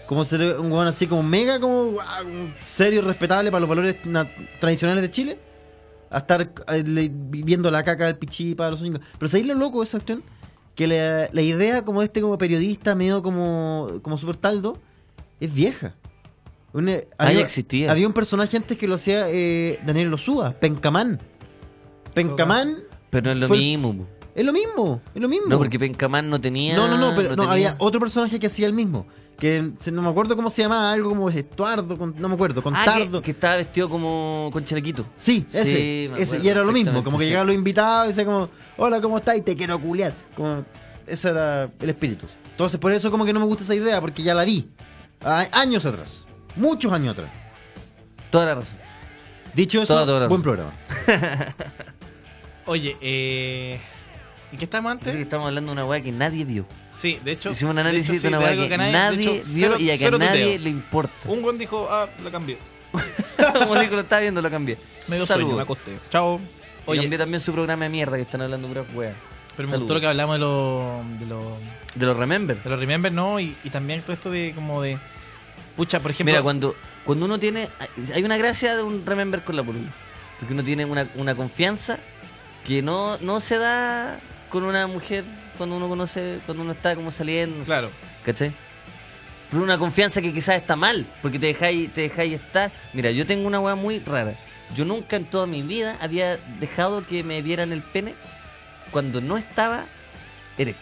como ser un weón así como mega, como ah, serio, respetable para los valores na- tradicionales de Chile, a estar eh, le- viendo la caca del pichí para los niños. Pero ¿sabéis lo loco de esa cuestión? Que la, la idea como este como periodista medio como, como super taldo es vieja. Una, Ah, había, ya existía. había un personaje antes que lo hacía eh, Daniel Lozúa, Pencamán. Pencamán Pero no es lo fue el- mismo. po. es lo mismo, es lo mismo. No, porque Pencamán no tenía. No, no, no, pero no, tenía- había otro personaje que hacía el mismo. Que se- no me acuerdo cómo se llamaba, algo como Estuardo, con- no me acuerdo, con Ah, que, Tardo. que estaba vestido como con chalequito. Sí, ese, Sí, me ese, acuerdo y era lo mismo, perfectamente, como que sí. llegaban los invitados y decía como, hola, ¿cómo estás? Y te quiero culiar. Como, ese era el espíritu. Entonces por eso como que no me gusta esa idea, porque ya la vi. a- Años atrás. Muchos años atrás. Toda la razón. Dicho eso, Toda, toda la buen razón. programa. Oye, eh... ¿y qué estamos Creo que antes? estamos hablando de una weá que nadie vio. Sí, de hecho... Hicimos un de análisis hecho, sí, de una weá algo que, de nadie hecho, vio cero- y a que a cero nadie tuteo. le importa. Un buen dijo, ah, lo cambié. Como dijo, lo estaba viendo, lo cambié. Me dio sueño, Saludos. me acosté. Chao. Y Oye, cambié también su programa de mierda que están hablando puras weas. pero me Saludos. gustó lo que hablamos de los... De los De los Remember. de los Remember, ¿no? Y, y también todo esto de como de... Pucha, por ejemplo... Mira, cuando, cuando uno tiene... Hay una gracia de un Remember con la polola. Porque uno tiene una, una confianza que no, no se da con una mujer cuando uno conoce, cuando uno está como saliendo. Claro. ¿Cachai? Pero una confianza que quizás está mal, porque te dejáis, te dejáis estar. Mira, yo tengo una weá muy rara. Yo nunca en toda mi vida había dejado que me vieran el pene cuando no estaba erecto.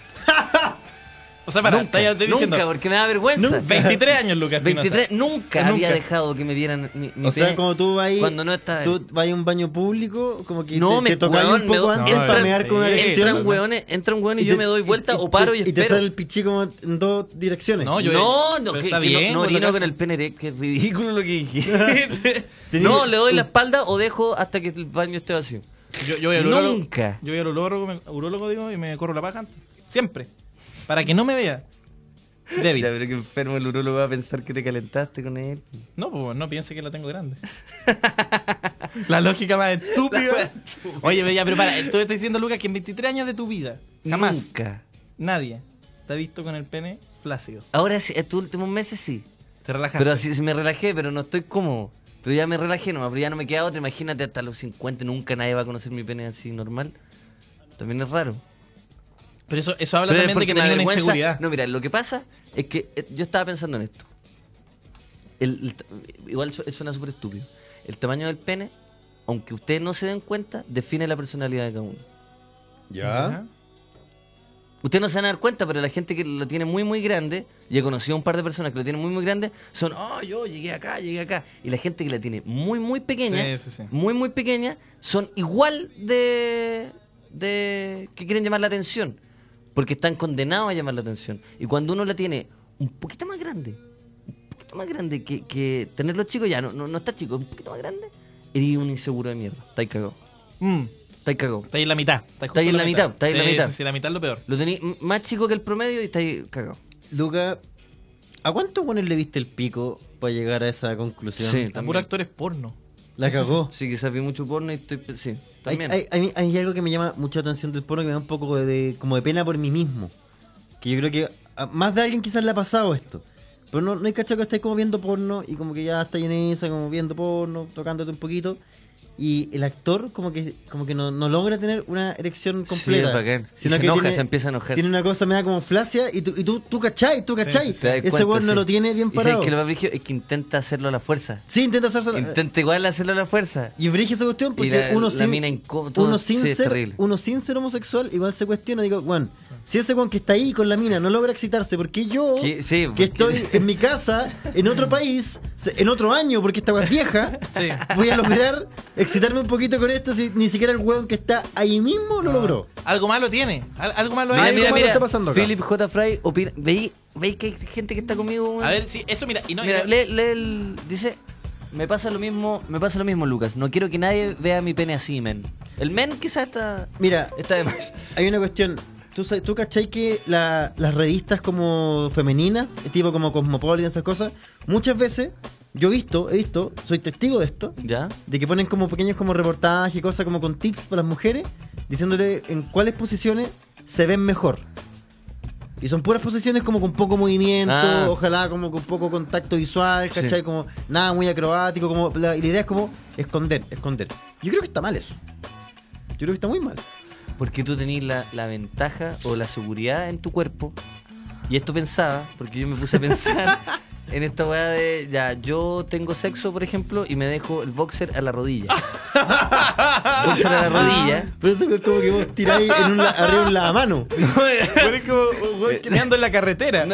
O sea, para, nunca, está ya te diciendo... nunca, porque me da vergüenza. veintitrés años, Lucas Espinosa. veintitrés, nunca, Nunca. había dejado que me vieran mi, mi O sea, pene como tú vas ahí, cuando no estaba tú vas a un baño público, como que No, te, me te tocas weón, un me poco do- antes no, para sí, mear con una sí, erección. Entran hueones, entran hueones y, te- yo me doy vuelta o paro y, y espero. te sale el pichí como en dos direcciones. No, yo- no, no, pero que, está que bien, no, no por lo orino que con hace. el pene erecto, que es ridículo lo que dije. Tenía- No, le doy la espalda o dejo hasta que el baño esté vacío. Yo, yo voy al urólogo, Nunca. yo voy al urólogo, me- urólogo, digo, y me corro la paja antes. Siempre. Para que no me vea. Débil. Ya, pero que enfermo el urólogo va a pensar que te calentaste con él. No, pues no piense que la tengo grande. La lógica más estúpida. Oye, ya, pero para, tú estás diciendo, Lucas, que en veintitrés años de tu vida, jamás, Nunca. nadie te ha visto con el pene flácido. Ahora, sí, estos últimos meses sí. Te relajaste. Pero así sí me relajé, pero no estoy cómodo. Pero ya me relajé nomás, pero ya no me queda otra. Imagínate, hasta los cincuenta nunca nadie va a conocer mi pene así normal. También es raro. Pero eso, eso habla Pero es también de que porque me tenía una avergüenza- inseguridad. No, mira, lo que pasa es que eh, yo estaba pensando en esto. El, el ta- igual su- suena súper estúpido. El tamaño del pene, aunque ustedes no se den cuenta, define la personalidad de cada uno. Ya. Ustedes no se van a dar cuenta, pero la gente que lo tiene muy, muy grande, y he conocido a un par de personas que lo tienen muy, muy grande, son, oh, yo llegué acá, llegué acá. Y la gente que la tiene muy, muy pequeña, Sí, sí, sí. muy, muy pequeña, son igual de, de... que quieren llamar la atención. Porque están condenados a llamar la atención. Y cuando uno la tiene un poquito más grande, un poquito más grande que, que tenerlo chico, ya no, no, no está chico, un poquito más grande, eres un inseguro de mierda. Está ahí cagado. Mm, Está ahí cagado. está ahí en la mitad. Está, Está ahí en la mitad, está ahí en la Sí, mitad. Sí, sí, la mitad es lo peor. Lo tenéis m- más chico que el promedio y está ahí cagado. Luca, ¿a cuántos buenos le viste el pico para llegar a esa conclusión? Sí. A También. puro actores porno. La cagó. Sí, quizás vi mucho porno y estoy... Sí, Hay, también. hay, hay- hay algo que me llama mucha atención del porno que me da un poco de, de- como de pena por mí mismo. Que yo creo que a más de alguien quizás le ha pasado esto. Pero no, no hay cachado que estáis como viendo porno y como que ya estáis en esa, como viendo porno, tocándote un poquito. Y el actor como que como que no, no logra tener una erección completa. Sí, es bacán. Y Sino se que enoja, tiene- se empieza a enojar. Tiene una cosa media como flacia y tú, y tú, tú cachai, tú cachai. Sí, sí, te das Ese cuenta, weón no sí. lo tiene bien Y sabes parado. que lo más brígido es que intenta hacerlo a la fuerza. Sí, intenta hacerlo. Intenta igual hacerlo a la fuerza. Y brige esa cuestión porque Y la- uno, la sin, mina incó- todo- uno, sin sí, es ser, terrible. uno sin ser homosexual igual se cuestiona. Digo, Juan, si ese Juan que está ahí con la mina no logra excitarse, ¿por qué yo, ¿Qué? Sí, que porque- estoy en mi casa, en otro país, se- en otro año, porque esta weá es vieja, Sí. voy a lograr excitarme un poquito con esto si ni siquiera el weón que está ahí mismo lo logró? Algo malo tiene. Al- algo malo Mira, hay. mira, algo malo mira. está está pasando acá? Philip J. Fry opina... ¿Veis, ¿Veis que hay gente que está conmigo? weón? A ver, sí, eso mira. Y no, y Mira, no- lee, lee el... Dice... Me pasa lo mismo, me pasa lo mismo, Lucas. No quiero que nadie vea mi pene así, men. El men quizás está... Mira, Está de más. hay una cuestión. ¿Tú, sabes- tú cachai que la- las revistas como femeninas, tipo como Cosmopolitan y esas cosas, muchas veces, yo he visto, he visto, soy testigo de esto, ¿Ya? de que ponen como pequeños como reportajes y cosas como con tips para las mujeres, diciéndole en cuáles posiciones se ven mejor. Y son puras posiciones como con poco movimiento, Ah. ojalá como con poco contacto visual, ¿cachai? Sí. Como nada muy acrobático, como la, y la idea es como esconder, esconder. Yo creo que está mal eso. Yo creo que está muy mal. Porque tú tenés la, la ventaja o la seguridad en tu cuerpo. Y esto pensaba, porque yo me puse a pensar en esta weá de, ya, yo tengo sexo, por ejemplo, y me dejo el boxer a la rodilla. El boxer a la rodilla. Pero eso es como que vos tiráis en un la- arriba de un lavamano. Pero es como un weón que meando en la carretera.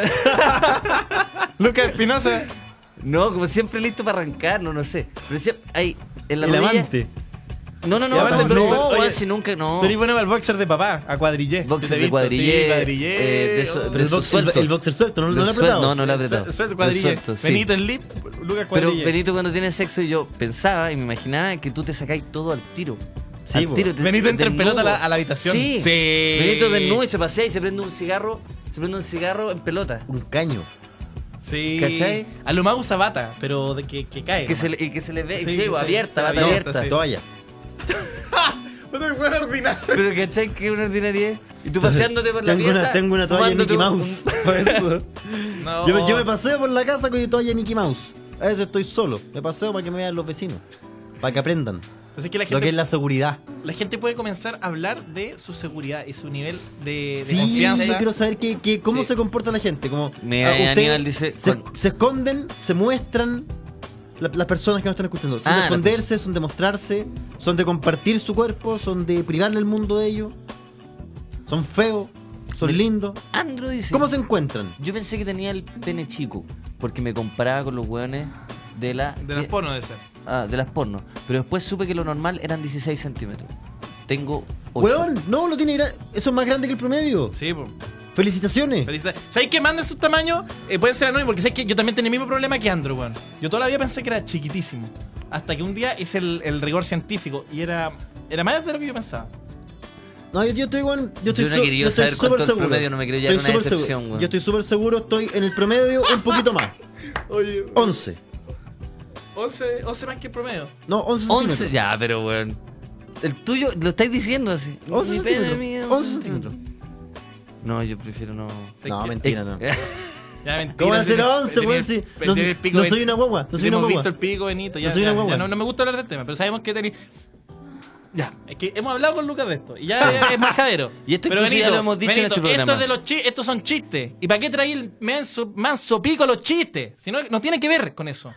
Lucas Espinosa. No, como siempre listo para arrancar, no, no sé. Pero siempre hay en la El rodilla. amante. No, no, no, Y aparte no, tú- no, tú- oye, weón, si nunca, no. Tú eres bueno para el boxer de papá, a cuadrillé. Boxer Yo te he de visto, cuadrillé, sí, cuadrillé. eh, de eso- oh, pero El, eso box- suelto. el boxer suelto, no, no lo he Suel- apretado. No, no lo he apretado. Suelto, suelto Lo cuadrillé. suelto, sí. Benito Slip, Lucas Pero cuadrillé. Benito cuando tiene sexo y yo pensaba y me imaginaba que tú te sacáis todo al tiro. Sí, al po. tiro, te- Benito entra en desnudo. pelota a la, a la habitación. Sí. sí. Benito desnudo y se pasea y se prende un cigarro, se prende un cigarro en pelota. Un caño. Sí. ¿Cachai? A lo más usa bata, pero de que, que cae. Que se nomás. le, y que se le ve, Sí, sí, que se- abierta, se- bata no, abierta. sí. Toalla. Puta, qué buena ordinaria. Pero ¿cachai que es una ordinaria? Y tú paseándote por la Tengo pieza. una, tengo una toalla de tomándote Mickey un- Mouse. Por eso. No. Yo, yo me paseo por la casa con mi toalla de Mickey Mouse. A veces estoy solo. Me paseo para que me vean los vecinos. Para que aprendan Así que la lo que gente, es la seguridad. la gente puede comenzar a habar de su seguridad y su nivel de, de Sí, confianza. yo quiero saber que, que- cómo Sí. se comporta la gente. Como, Me- ah, ustedes Aníbal dice, se, cuando- se esconden, se muestran la- las personas que nos están escuchando. Son Ah, de la esconderse, son de mostrarse, son de compartir su cuerpo, son de privarle el mundo de ellos. Son feos, son Me- lindos. Andro dice. ¿Cómo se encuentran? Yo pensé que tenía el pene chico, porque me comparaba con los hueones de la. De las porno de ser. Ah, de las porno. Pero después supe que lo normal eran dieciséis centímetros. Tengo ocho. Weón, no, lo tiene gra- eso es más grande que el promedio. Sí, pues. Felicitaciones. Felicidades. ¿Sabéis que manden sus tamaños? Eh, pueden ser anónimos, porque sé que yo también tenía el mismo problema que Andrew, weón. Yo toda la vida pensé que era chiquitísimo. Hasta que un día hice el, el rigor científico y era, era más de lo que yo pensaba. No, yo, yo estoy, weón, yo estoy Yo no su- he querido yo estoy saber cuánto súper es el seguro. promedio, no me quiero llevar Estoy una súper decepción, seguro. weón. Yo estoy súper seguro, estoy en el promedio un poquito más. Oye, once. once, once más que el promedio. No, once once, centímetros. ya, pero weón. El tuyo, lo estáis diciendo así. once Mi pene centímetros. mide once centímetros. No, yo prefiero no. No, que- mentira, no. Ya, mentira. ¿Cómo van a ser tiene- once, tiene- weón? Si tiene no, el pico no Ben- soy una guagua, no soy una hemos guagua. visto el pico, Benito. Ya, No soy ya, una ya, guagua. no, no me gusta hablar del tema, pero sabemos que tenéis. Ya, es que hemos hablado con Lucas de esto y ya es, es majadero. Y esto pero incluso ya Benito, lo hemos dicho en Benito, este programa. Esto es de los chi- estos son chistes. ¿Y para qué traí el manso, manso pico a los chistes? Si no, no tiene que ver con eso.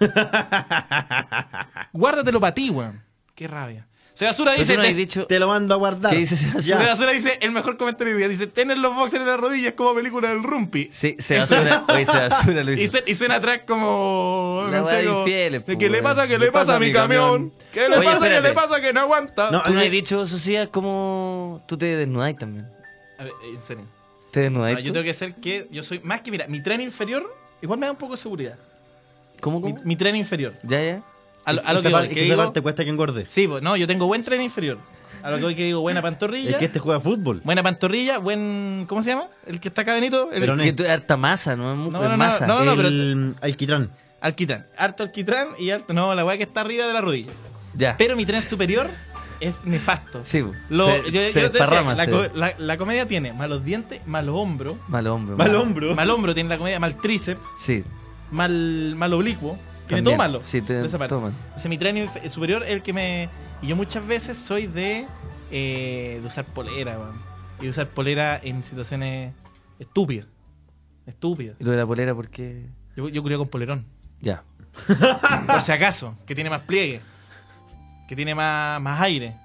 Guárdatelo para ti, weón. Qué rabia. Sebasura Pero dice. tú no has te- dicho. Te lo mando a guardar. ¿Qué dice Sebasura? Ya. Sebasura dice el mejor comentario del día. Dice: tener los boxers en las rodillas como película del Rumpi. Sí, se basura. Oye, se basura lo Y, hizo. su- y suena atrás como. La no weá sé, de como, infieles, de po, ¿Qué le weón. pasa? ¿Qué le pasa a mi camión? ¿Qué le Oye, pasa? ¿Qué espérate. le pasa? Que no aguanta. No, Tú no a has mí- dicho, Sociedad, cómo tú te desnudáis también. A ver, en serio. ¿Te desnudáis? No, yo tú? tengo que ser que. Yo soy. Más que, mira, mi tren inferior. Igual me da un poco de seguridad. ¿Cómo, Mi, cómo? mi tren inferior. Ya, ya. A lo, a lo Esa que par- voy. es Que que esa digo, parte cuesta que engorde. sí, pues, no, yo tengo buen tren inferior. A lo que voy que digo, buena pantorrilla. Es que este juega fútbol. Buena pantorrilla, buen. ¿Cómo se llama? El que está acá, Benito. El, Pero no. Que tú harta masa, no es mu- No, es no, no, masa. no, no, pero- el alquitrán. Alquitrán. Harto alquitrán y harto. No, la weá que está arriba de la rodilla. Ya. Pero mi tren superior es nefasto. Sí, po. Lo, se, yo, se yo decía, desparrama, la, se- co- la- la comedia tiene malos dientes, malos hombros. Mal hombre. Mal hombro. Mal hombro tiene la comedia, mal tríceps, Sí. mal, mal oblicuo. Tiene También. todo malo. Sí, tiene de esa parte. todo malo. Entonces mi tren inf- superior es el que me. Y yo muchas veces soy de. eh, de usar polera, weón. Y de usar polera en situaciones estúpidas. Estúpidas. ¿Y lo de la polera por qué? Yo, yo curio con polerón. Ya. Por si acaso. Que tiene más pliegue. Que tiene más, más aire.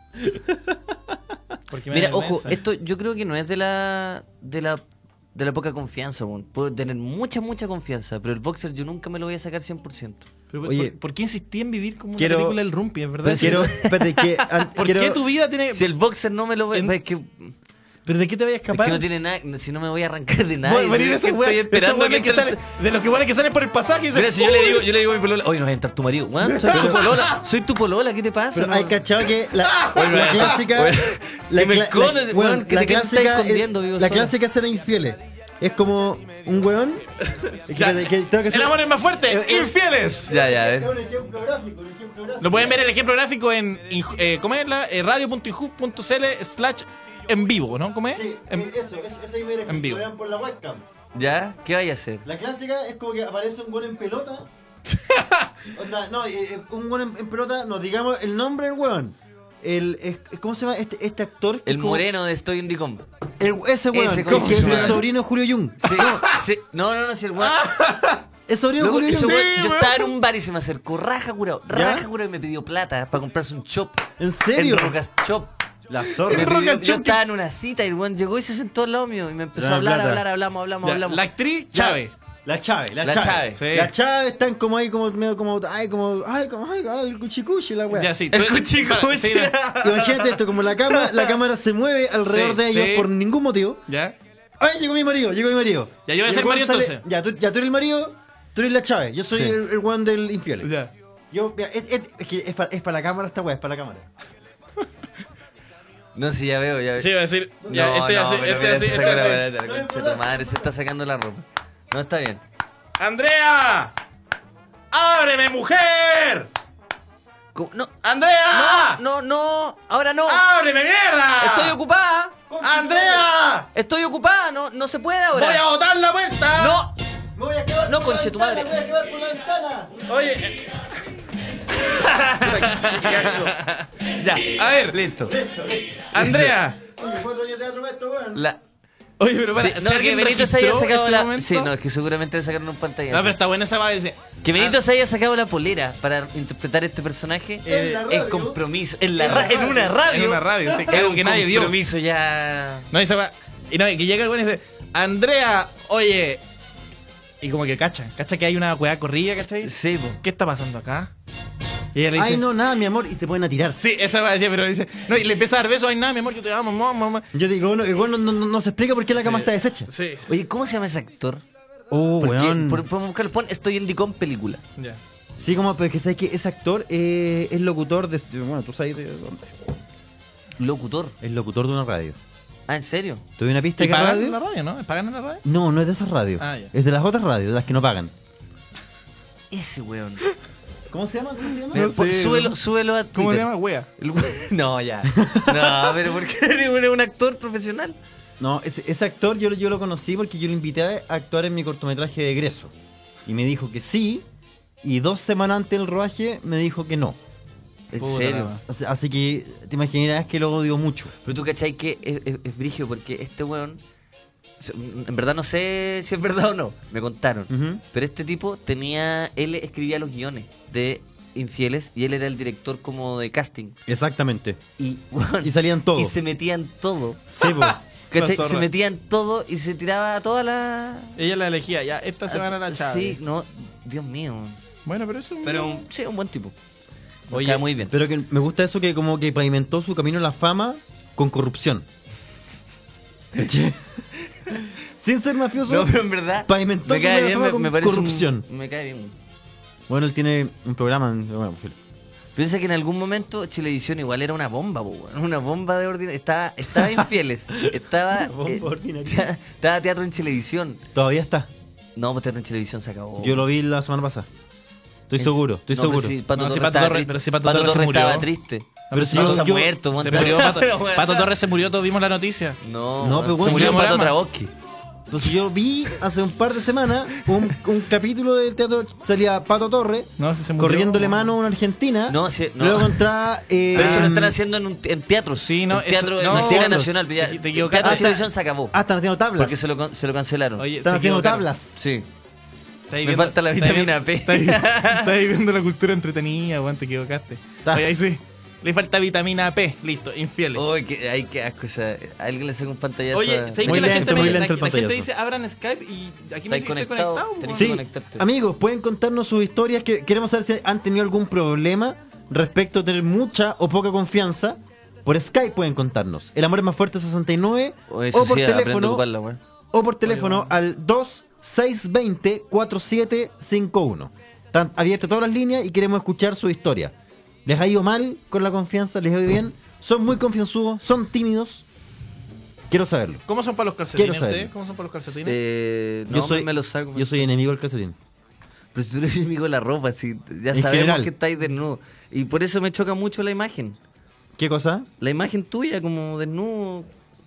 Porque me da Mira, ojo, vergüenza. esto yo creo que no es de la de la de la poca confianza, weón. Puedo tener mucha, mucha confianza, pero el boxer yo nunca me lo voy a sacar cien por ciento. Pero, Oye, ¿por, por qué insistí en vivir como quiero- una película del Rumpi? Es verdad. Quiero, espérate, que, an- ¿Por quiero- qué tu vida tiene.? Si el boxer no me lo ve, En- es que, ¿Pero de qué te voy a es escapar? que no tiene nada, si no me voy a arrancar de nada. Voy a venir esa estoy weá- esperando esa weá que que entre sale, el- de los que bueno que salen por el pasaje y dicen, Mira, si yo le "Uy". digo, yo le digo a mi polola, oye, no va a entrar tu marido. Weón, soy tu polola, soy tu polola, ¿qué te pasa? Pero No. hay cachado que la, la clásica. Oye, la, que me cla- escondes, la- weón, weón, que la te quedas clásica. escondiendo, vivo La sola. clásica es ser infieles. Es como un weón. que- Ya. que- que tengo que El ser- amor es más fuerte. Eh, eh, ¡Infieles! Ya, ya, a Es ver. un ejemplo gráfico, un ejemplo gráfico. Lo pueden ver el ejemplo gráfico en inju- eh, ¿cómo es la? Eh, radio punto injub punto cl slash en vivo, ¿no? ¿Cómo es? Sí, En- eso, es, esa imagen en vivo. que vean por la webcam. ¿Ya? ¿Qué vaya a hacer? La clásica es como que aparece un weón en pelota. Onda, no, eh, eh, un weón en, en pelota, no digamos el nombre del weón. El, es- ¿Cómo se llama este, este actor? que El es como- moreno de Estoy en Dicom. El, ese weón, Ese que- que concha es su el madre. sobrino de Julio Jung. Sí, sí. No, no, no, si el weón. Es sobrino de Luego, Julio ese Jung. weón- Sí, yo weón. estaba en un bar y se me acercó raja curado. ¿Ya? Raja curado y me pidió plata para comprarse un chop. ¿En serio? En Rocas Chop. La Me zorra. pidió- yo estaba en una cita y el weón llegó y se sentó al lado mío y me empezó Dame a hablar, plata. hablar, hablamos, hablamos, Ya, hablamos. la actriz Ya. Chávez. La Chávez, la, La Chávez. Chávez. Sí. La Chávez están como ahí, como medio como, ay, como, ay, como, ay, ay, el cuchicuchi, la weá. Ya, sí. El tú- cuchicuchi. Sí, no. Imagínate esto, como la cámara, la cámara se mueve alrededor Sí, de ellos sí. por ningún motivo. ¿Ya? Ay, llegó mi marido, llegó mi marido. Ya, yo voy a Y ser el weón marido, sale- entonces. Ya tú, ya tú eres el marido, tú eres la Chávez. Yo soy Sí. el, el weón del infiel. Ya. Yo, mira, es, es, es que es para es pa la cámara esta weá, es para la cámara. No, si ya veo, ya veo. Sí, iba a decir. Ya, No, este no, así, pero este mira, así, se este saca la- así. la- la concha de tu madre, se está sacando la ropa. No, está bien. ¡Andrea! ¡Ábreme, mujer! ¿Cómo? No, ¡Andrea! no, no, ahora no. ¡Ábreme, mierda! Estoy ocupada. ¡Andrea! Estoy ocupada, no, no se puede ahora. ¡Voy a botar la puerta! No, Me voy a quedar No, por la conche tu ventana, madre. Me voy a quedar por la ventana. Oye. eh. ya. A ver, Listo. Listo, listo. Andrea. Oye, cuatro años de teatro para esto, weón. La... Oye, pero para, Sí, ¿si no, que alguien Benito se haya registró sacado ese la... momento? Sí, no, es que seguramente le sacaron un pantallazo. No, pero está buena esa va dice. Que Benito se haya sacado la polera para interpretar este personaje En la es radio. compromiso. En, la En ra- la en una radio. En una radio, sí, Es algo un que nadie vio. compromiso ya. No, esa va. Y no, y que llega el güey y dice, Andrea, oye. Y como que cacha, cacha que hay una weá corrida, ¿cachai? Sí, po. ¿Qué está pasando acá? Y ella le dice, Ay, no, nada, mi amor, y se pueden a tirar. sí, esa va a decir, pero dice, no, y le empieza a dar besos, ay, nada, mi amor, yo te amo, mamá, mamá. Yo digo, bueno, igual no, no, no, no se explica por qué la cama Sí. está deshecha. Sí, Oye, ¿cómo se llama ese actor? Oh, Porque, weón. por- podemos buscarlo. Pon Estoy en Dicom película. ya. Sí, como, pero es que sabes que ese actor eh, es locutor de. Bueno, tú sabes de dónde. Locutor. Es locutor de una radio. Ah, ¿en serio? ¿Te doy una pista ¿Y de qué pagan radio? en la radio, no? ¿Pagan en la radio? No, no es de esas radios. Ah, ya. Es de las otras radios, de las que no pagan. Ese weón. ¿Cómo se llama? ¿Cómo se llama? Mira, No pon- sé, súbelo, weón. súbelo a ¿Cómo se Twitter. llama, wea? El we- No, ya. No, pero ¿por qué eres un actor profesional? No, ese, ese actor yo, lo- yo lo conocí porque yo lo invité a actuar en mi cortometraje de egreso. Y me dijo que sí. Y dos semanas antes del rodaje me dijo que no. ¿En Puta serio? la- Así, así que te imaginarás que lo odio mucho. Pero tú cachai que es, es, es brigio porque este weón, o sea, en verdad no sé si es verdad o no, me contaron. Ujú. Pero este tipo tenía, él escribía los guiones de Infieles y él era el director como de casting. Exactamente. Y, weón, Y salían todos. y se metían todo. Sí, po. ¿Cachai? zorra. Se metían todo y se tiraba toda la... Ella la elegía, ya, esta semana la chave. Sí, no, Dios mío. Bueno, pero eso es un- Pero un- sí, un buen tipo. Me Oye, cae muy bien. Pero que me gusta eso que como que pavimentó su camino a la fama con corrupción. ¿Cachai? Sin ser mafioso. No, pero en verdad pavimentó me su cae camino a la bien, fama me, con me parece un- corrupción. me cae bien. Bueno, él tiene un programa en... Bueno, filo. Piensa que en algún momento Chilevisión igual era una bomba, po, weón. Una bomba de ordinaria. Estaba, estaba Infieles. Estaba. bomba eh, ordinaria. estaba Teatro en Chilevisión. Todavía está. No, pues Teatro en Chilevisión se acabó. Yo lo vi la semana pasada. Estoy Es- seguro, estoy no, seguro. Pero si Pato No, si Torres Pato estaba Torres- triste. pero si Pato Pato Torres se Torres murió. estaba triste. Pero si Pato yo- se ha yo- muerto, Se monta- murió Pato, Pero, weón. Pato Torres se murió, todos vimos la noticia. No, No, weón, pero se weón, murió se Pato murió Traboski. Entonces yo vi hace un par de semanas un, un capítulo del teatro, salía Pato Torres No, si se murió. corriéndole mano a una argentina. No, sí, no. Luego contra... Eh, Pero eso lo están haciendo en, un, en teatros. Sí, no, en teatro, eso- en no, la Antena otros. Nacional. pero ya- Te- te el equivocaste. Teatro de Ah, Chilevisión se acabó. Ah, están haciendo tablas. Porque se lo, con- se lo cancelaron. Oye, están se haciendo equivocaron. tablas. Sí. Estáis Me falta la estáis vitamina viendo- P. Estáis, estáis viendo la cultura entretenida, weón, te equivocaste. Está. Oye, ahí sí. Le falta vitamina P, listo, infieles. Uy, que, ay, qué asco. O sea, alguien le saca un pantallazo. Oye, a- ¿sabes Muy que la lento, gente, muy me, la, lento el la gente pantallazo. dice abran Skype y aquí me ¿Estáis dice que estoy conectado? conectado? Tenés weón? Sí, que conectarte. amigos, pueden contarnos sus historias. Que queremos saber si han tenido algún problema respecto a tener mucha o poca confianza. Por Skype pueden contarnos. El amor es más fuerte sesenta y nueve. Oye, O eso por sí, aprende a teléfono. ocuparla, weón. O por teléfono al dos seis dos cero cuatro siete cinco uno. Están abiertas todas las líneas y queremos escuchar su historia. ¿Les ha ido mal con la confianza? ¿Les ha ido bien? ¿Son muy confianzudos? ¿Son tímidos? Quiero saberlo. ¿Cómo son para los calcetines Quiero saberlo. ustedes? ¿Cómo son para los calcetines? Eh, no, yo soy, me, me lo saco. yo soy enemigo del calcetín. Pero si tú eres enemigo de la ropa, si ya En sabemos general. que estáis desnudo. Y por eso me choca mucho la imagen. ¿Qué cosa? La imagen tuya como desnudo.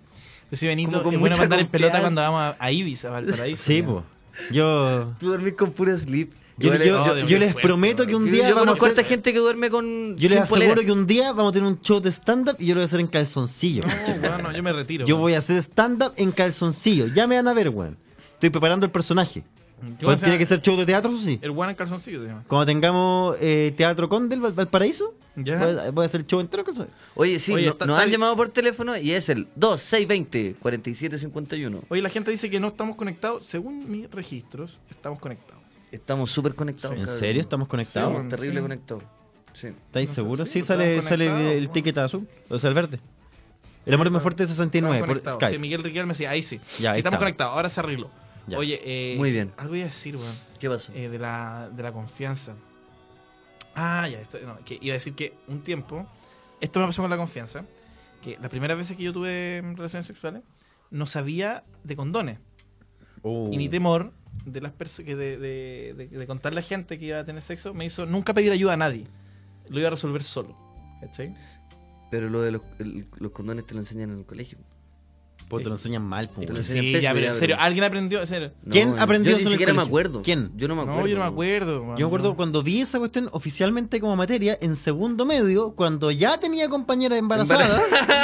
Sí, Benito, como con es bueno mucha mandar en pelota confianza. cuando vamos a, a Ibiza, a Valparaíso. Sí, ya. pues. Yo, Tú dormís con pura sleep. yo, Igual yo, es- yo- de yo muy les fuerte, prometo que un yo, día yo vamos a conozco a hacer- harta gente que duerme con. Yo les sin aseguro polera. que un día vamos a tener un show de stand-up y yo lo voy a hacer en calzoncillo. No, weón, no, yo me retiro. Yo weón. voy a hacer stand-up en calzoncillo. Ya me van a ver, weón. Estoy preparando el personaje. ¿Qué va a Tiene ser? que ser show de teatro, eso sí. El Juan en calzoncillo se llama. Cuando tengamos eh, Teatro Condel, Val- Valparaíso, Ya. voy a, voy a hacer el show entero en calzoncillo. Oye, sí, Oye, no- está- nos está han bien. llamado por teléfono y es el dos seis dos cero, cuatro siete cinco uno. Oye, la gente dice que no estamos conectados. Según mis registros, estamos conectados. Estamos súper conectados. ¿En cabrón. serio? ¿Estamos conectados? Sí, Estamos terrible Sí. conectados. Sí. ¿Estáis No sé, seguros? sí, Sí, sale, estamos sale conectados, el po. ticket azul, o sea, el verde. El amor es más fuerte de sesenta y nueve Estamos por conectados. Skype. Sí, Miguel Riquelme decía, ahí sí. Ya, Sí, ahí estamos está. conectados, ahora se arregló. Ya. Oye, eh, Muy bien. algo iba a decir, weón. ¿Qué pasó? Eh, de, la, de la confianza. Ah, ya, esto, no, que iba a decir que un tiempo, esto me pasó con la confianza, que las primeras veces que yo tuve relaciones sexuales, no sabía de condones. Oh. Y mi temor de las perso- que de, de, de, de contarle a gente que iba a tener sexo me hizo nunca pedir ayuda a nadie. Lo iba a resolver solo. ¿Cachai? Pero lo de los, el- los condones te lo enseñan en el colegio. Pues te lo enseñan mal, po, Y te lo weón. enseñan Sí, peso, ya, pero ya, en serio, pero- ¿alguien aprendió? En serio. No, ¿Quién aprendió yo eso en ni el siquiera me colegio? acuerdo. ¿Quién? Yo no me acuerdo. No, yo no me acuerdo. man, Yo me acuerdo no. cuando vi esa cuestión oficialmente como materia en segundo medio, cuando ya tenía compañeras embarazadas.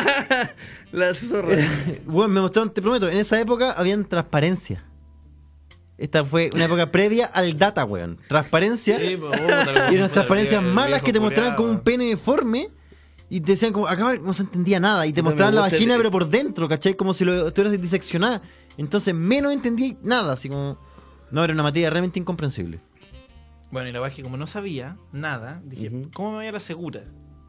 La zorra. Bueno, me mostraron, te prometo, en esa época habían transparencia. Esta fue una época previa al data, weón. Transparencia. Sí, pues, puta, Y unas transparencias el malas viejo que te mostraban culiao. como un pene deforme y te decían como, acá no se entendía nada. Y te No me mostraban la gusta vagina el- pero por dentro, ¿cachai? Como si lo estuvieras diseccionada. Entonces menos entendí nada, así como... No, era una materia realmente incomprensible. Bueno, y la verdad es que como no sabía nada, dije, Ujú. ¿cómo me voy a la segura?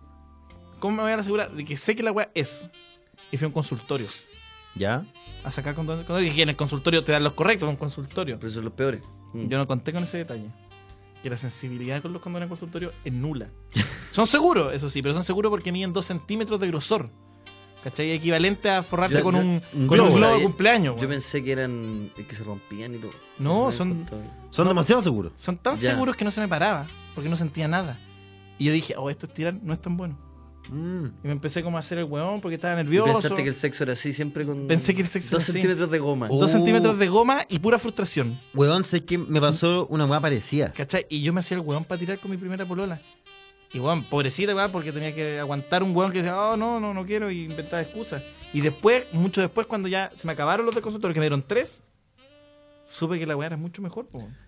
¿Cómo me voy a la segura de que sé que la weá es? Y fui a un consultorio ¿Ya? a sacar condones. Y dije, en el consultorio te dan los correctos, en un consultorio. Pero son los peores. Mm. Yo no conté con ese detalle. Que la sensibilidad con los condones en consultorio es nula. Son seguros, eso sí, pero son seguros porque miden dos centímetros de grosor. ¿Cachai? Equivalente a forrarte Yo- con yo- un, un con un globo, globo de ¿sabes? cumpleaños. Yo weón. pensé que eran que se rompían y todo. No, me son- contaba. Son demasiado seguros. Son tan Ya. seguros que no se me paraba, porque no sentía nada. Y yo dije, oh, esto estirar no es tan bueno. Mm. Y me empecé como a hacer el huevón porque estaba ¿Y nervioso. pensaste que el sexo era así siempre con Pensé que el sexo dos era así. centímetros de goma? Oh. Dos centímetros de goma y pura frustración. Weón, sé que me pasó una weá parecida. ¿Cachai? Y yo me hacía el huevón para tirar con mi primera polola. Y weón, pobrecita, weón, porque tenía que aguantar un huevón que decía, oh, no, no, no quiero, y inventaba excusas. Y después, mucho después, cuando ya se me acabaron los de consultorio, que me dieron tres, supe que la weá era mucho mejor, po, weón.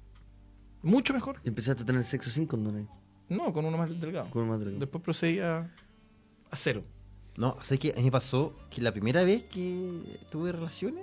Mucho mejor. Y empezaste a tener sexo sin condones. No, con uno más delgado. Con más delgado. Después procedí a, a cero. No, sé que a mí me pasó que la primera vez que tuve relaciones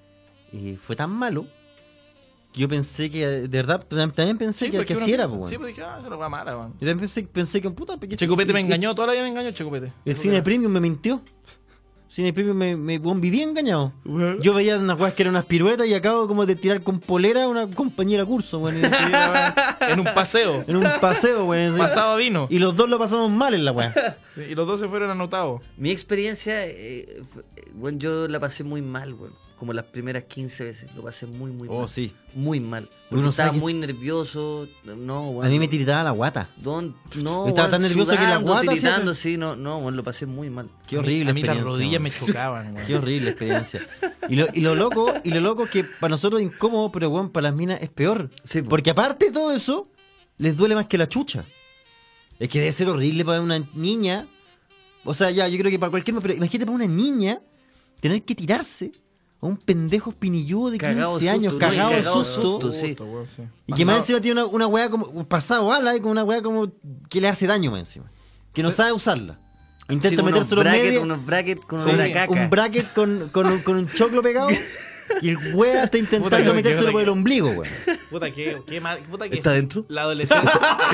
eh, fue tan malo que yo pensé que, de verdad, también pensé Sí, que, pues, que uno así era, piensa- po, weón. Sí, pues dije, ah, se lo va a mala, weón. Yo también pensé, pensé que, puta, porque Checopete me el- engañó, toda la vida me engañó Checopete. El cine premium me mintió. Cine premium me, me weón, vivía engañado. Yo veía unas weas que eran unas piruetas y acabo como de tirar con polera a una compañera curso, weón. y decidí, En un paseo. En un paseo, weón. así. Pasado vino. Y los dos lo pasamos mal en la wea. Sí, y los dos se fueron anotados. Mi experiencia, eh, fue- eh, bueno, yo la pasé muy mal, bueno. Como las primeras quince veces. Lo pasé muy, muy Oh, mal. sí. Muy mal. Porque Uno estaba sabe que- muy nervioso. No, bueno. A mí me tiritaba la guata. Don, no, Estaba weón, tan nervioso que la sudando, guata hacía- tiritando, sí, no, no, bueno, lo pasé muy mal. Qué A mí- horrible A mí, las experiencia, rodillas me weón. chocaban, weón. Qué horrible experiencia. Y lo, y lo loco, y lo loco es que para nosotros es incómodo, pero bueno, para las minas es peor. Sí, po. Porque aparte de todo eso, les duele más que la chucha. Es que debe ser horrible para una niña. O sea, ya, yo creo que para cualquier... Pero imagínate para una niña tener que tirarse a un pendejo espinilludo de quince Cagado de años, susto, no, y cagado de cagado de susto. susto, sí. Puta, weón, sí. Y que más Pasado- encima tiene una, una weá como pasado ala y con una weá como que le hace daño más encima. Que no sabe usarla. Intenta Sí, unos metérselo en brackets, medio. unos brackets con Sí, una caca. un bracket con, con, un- con un choclo pegado. Y el weá está Puta intentando que- metérselo que- por el ombligo, weón. Puta, qué, qué mal. Puta, que ¿Está dentro? La adolescencia.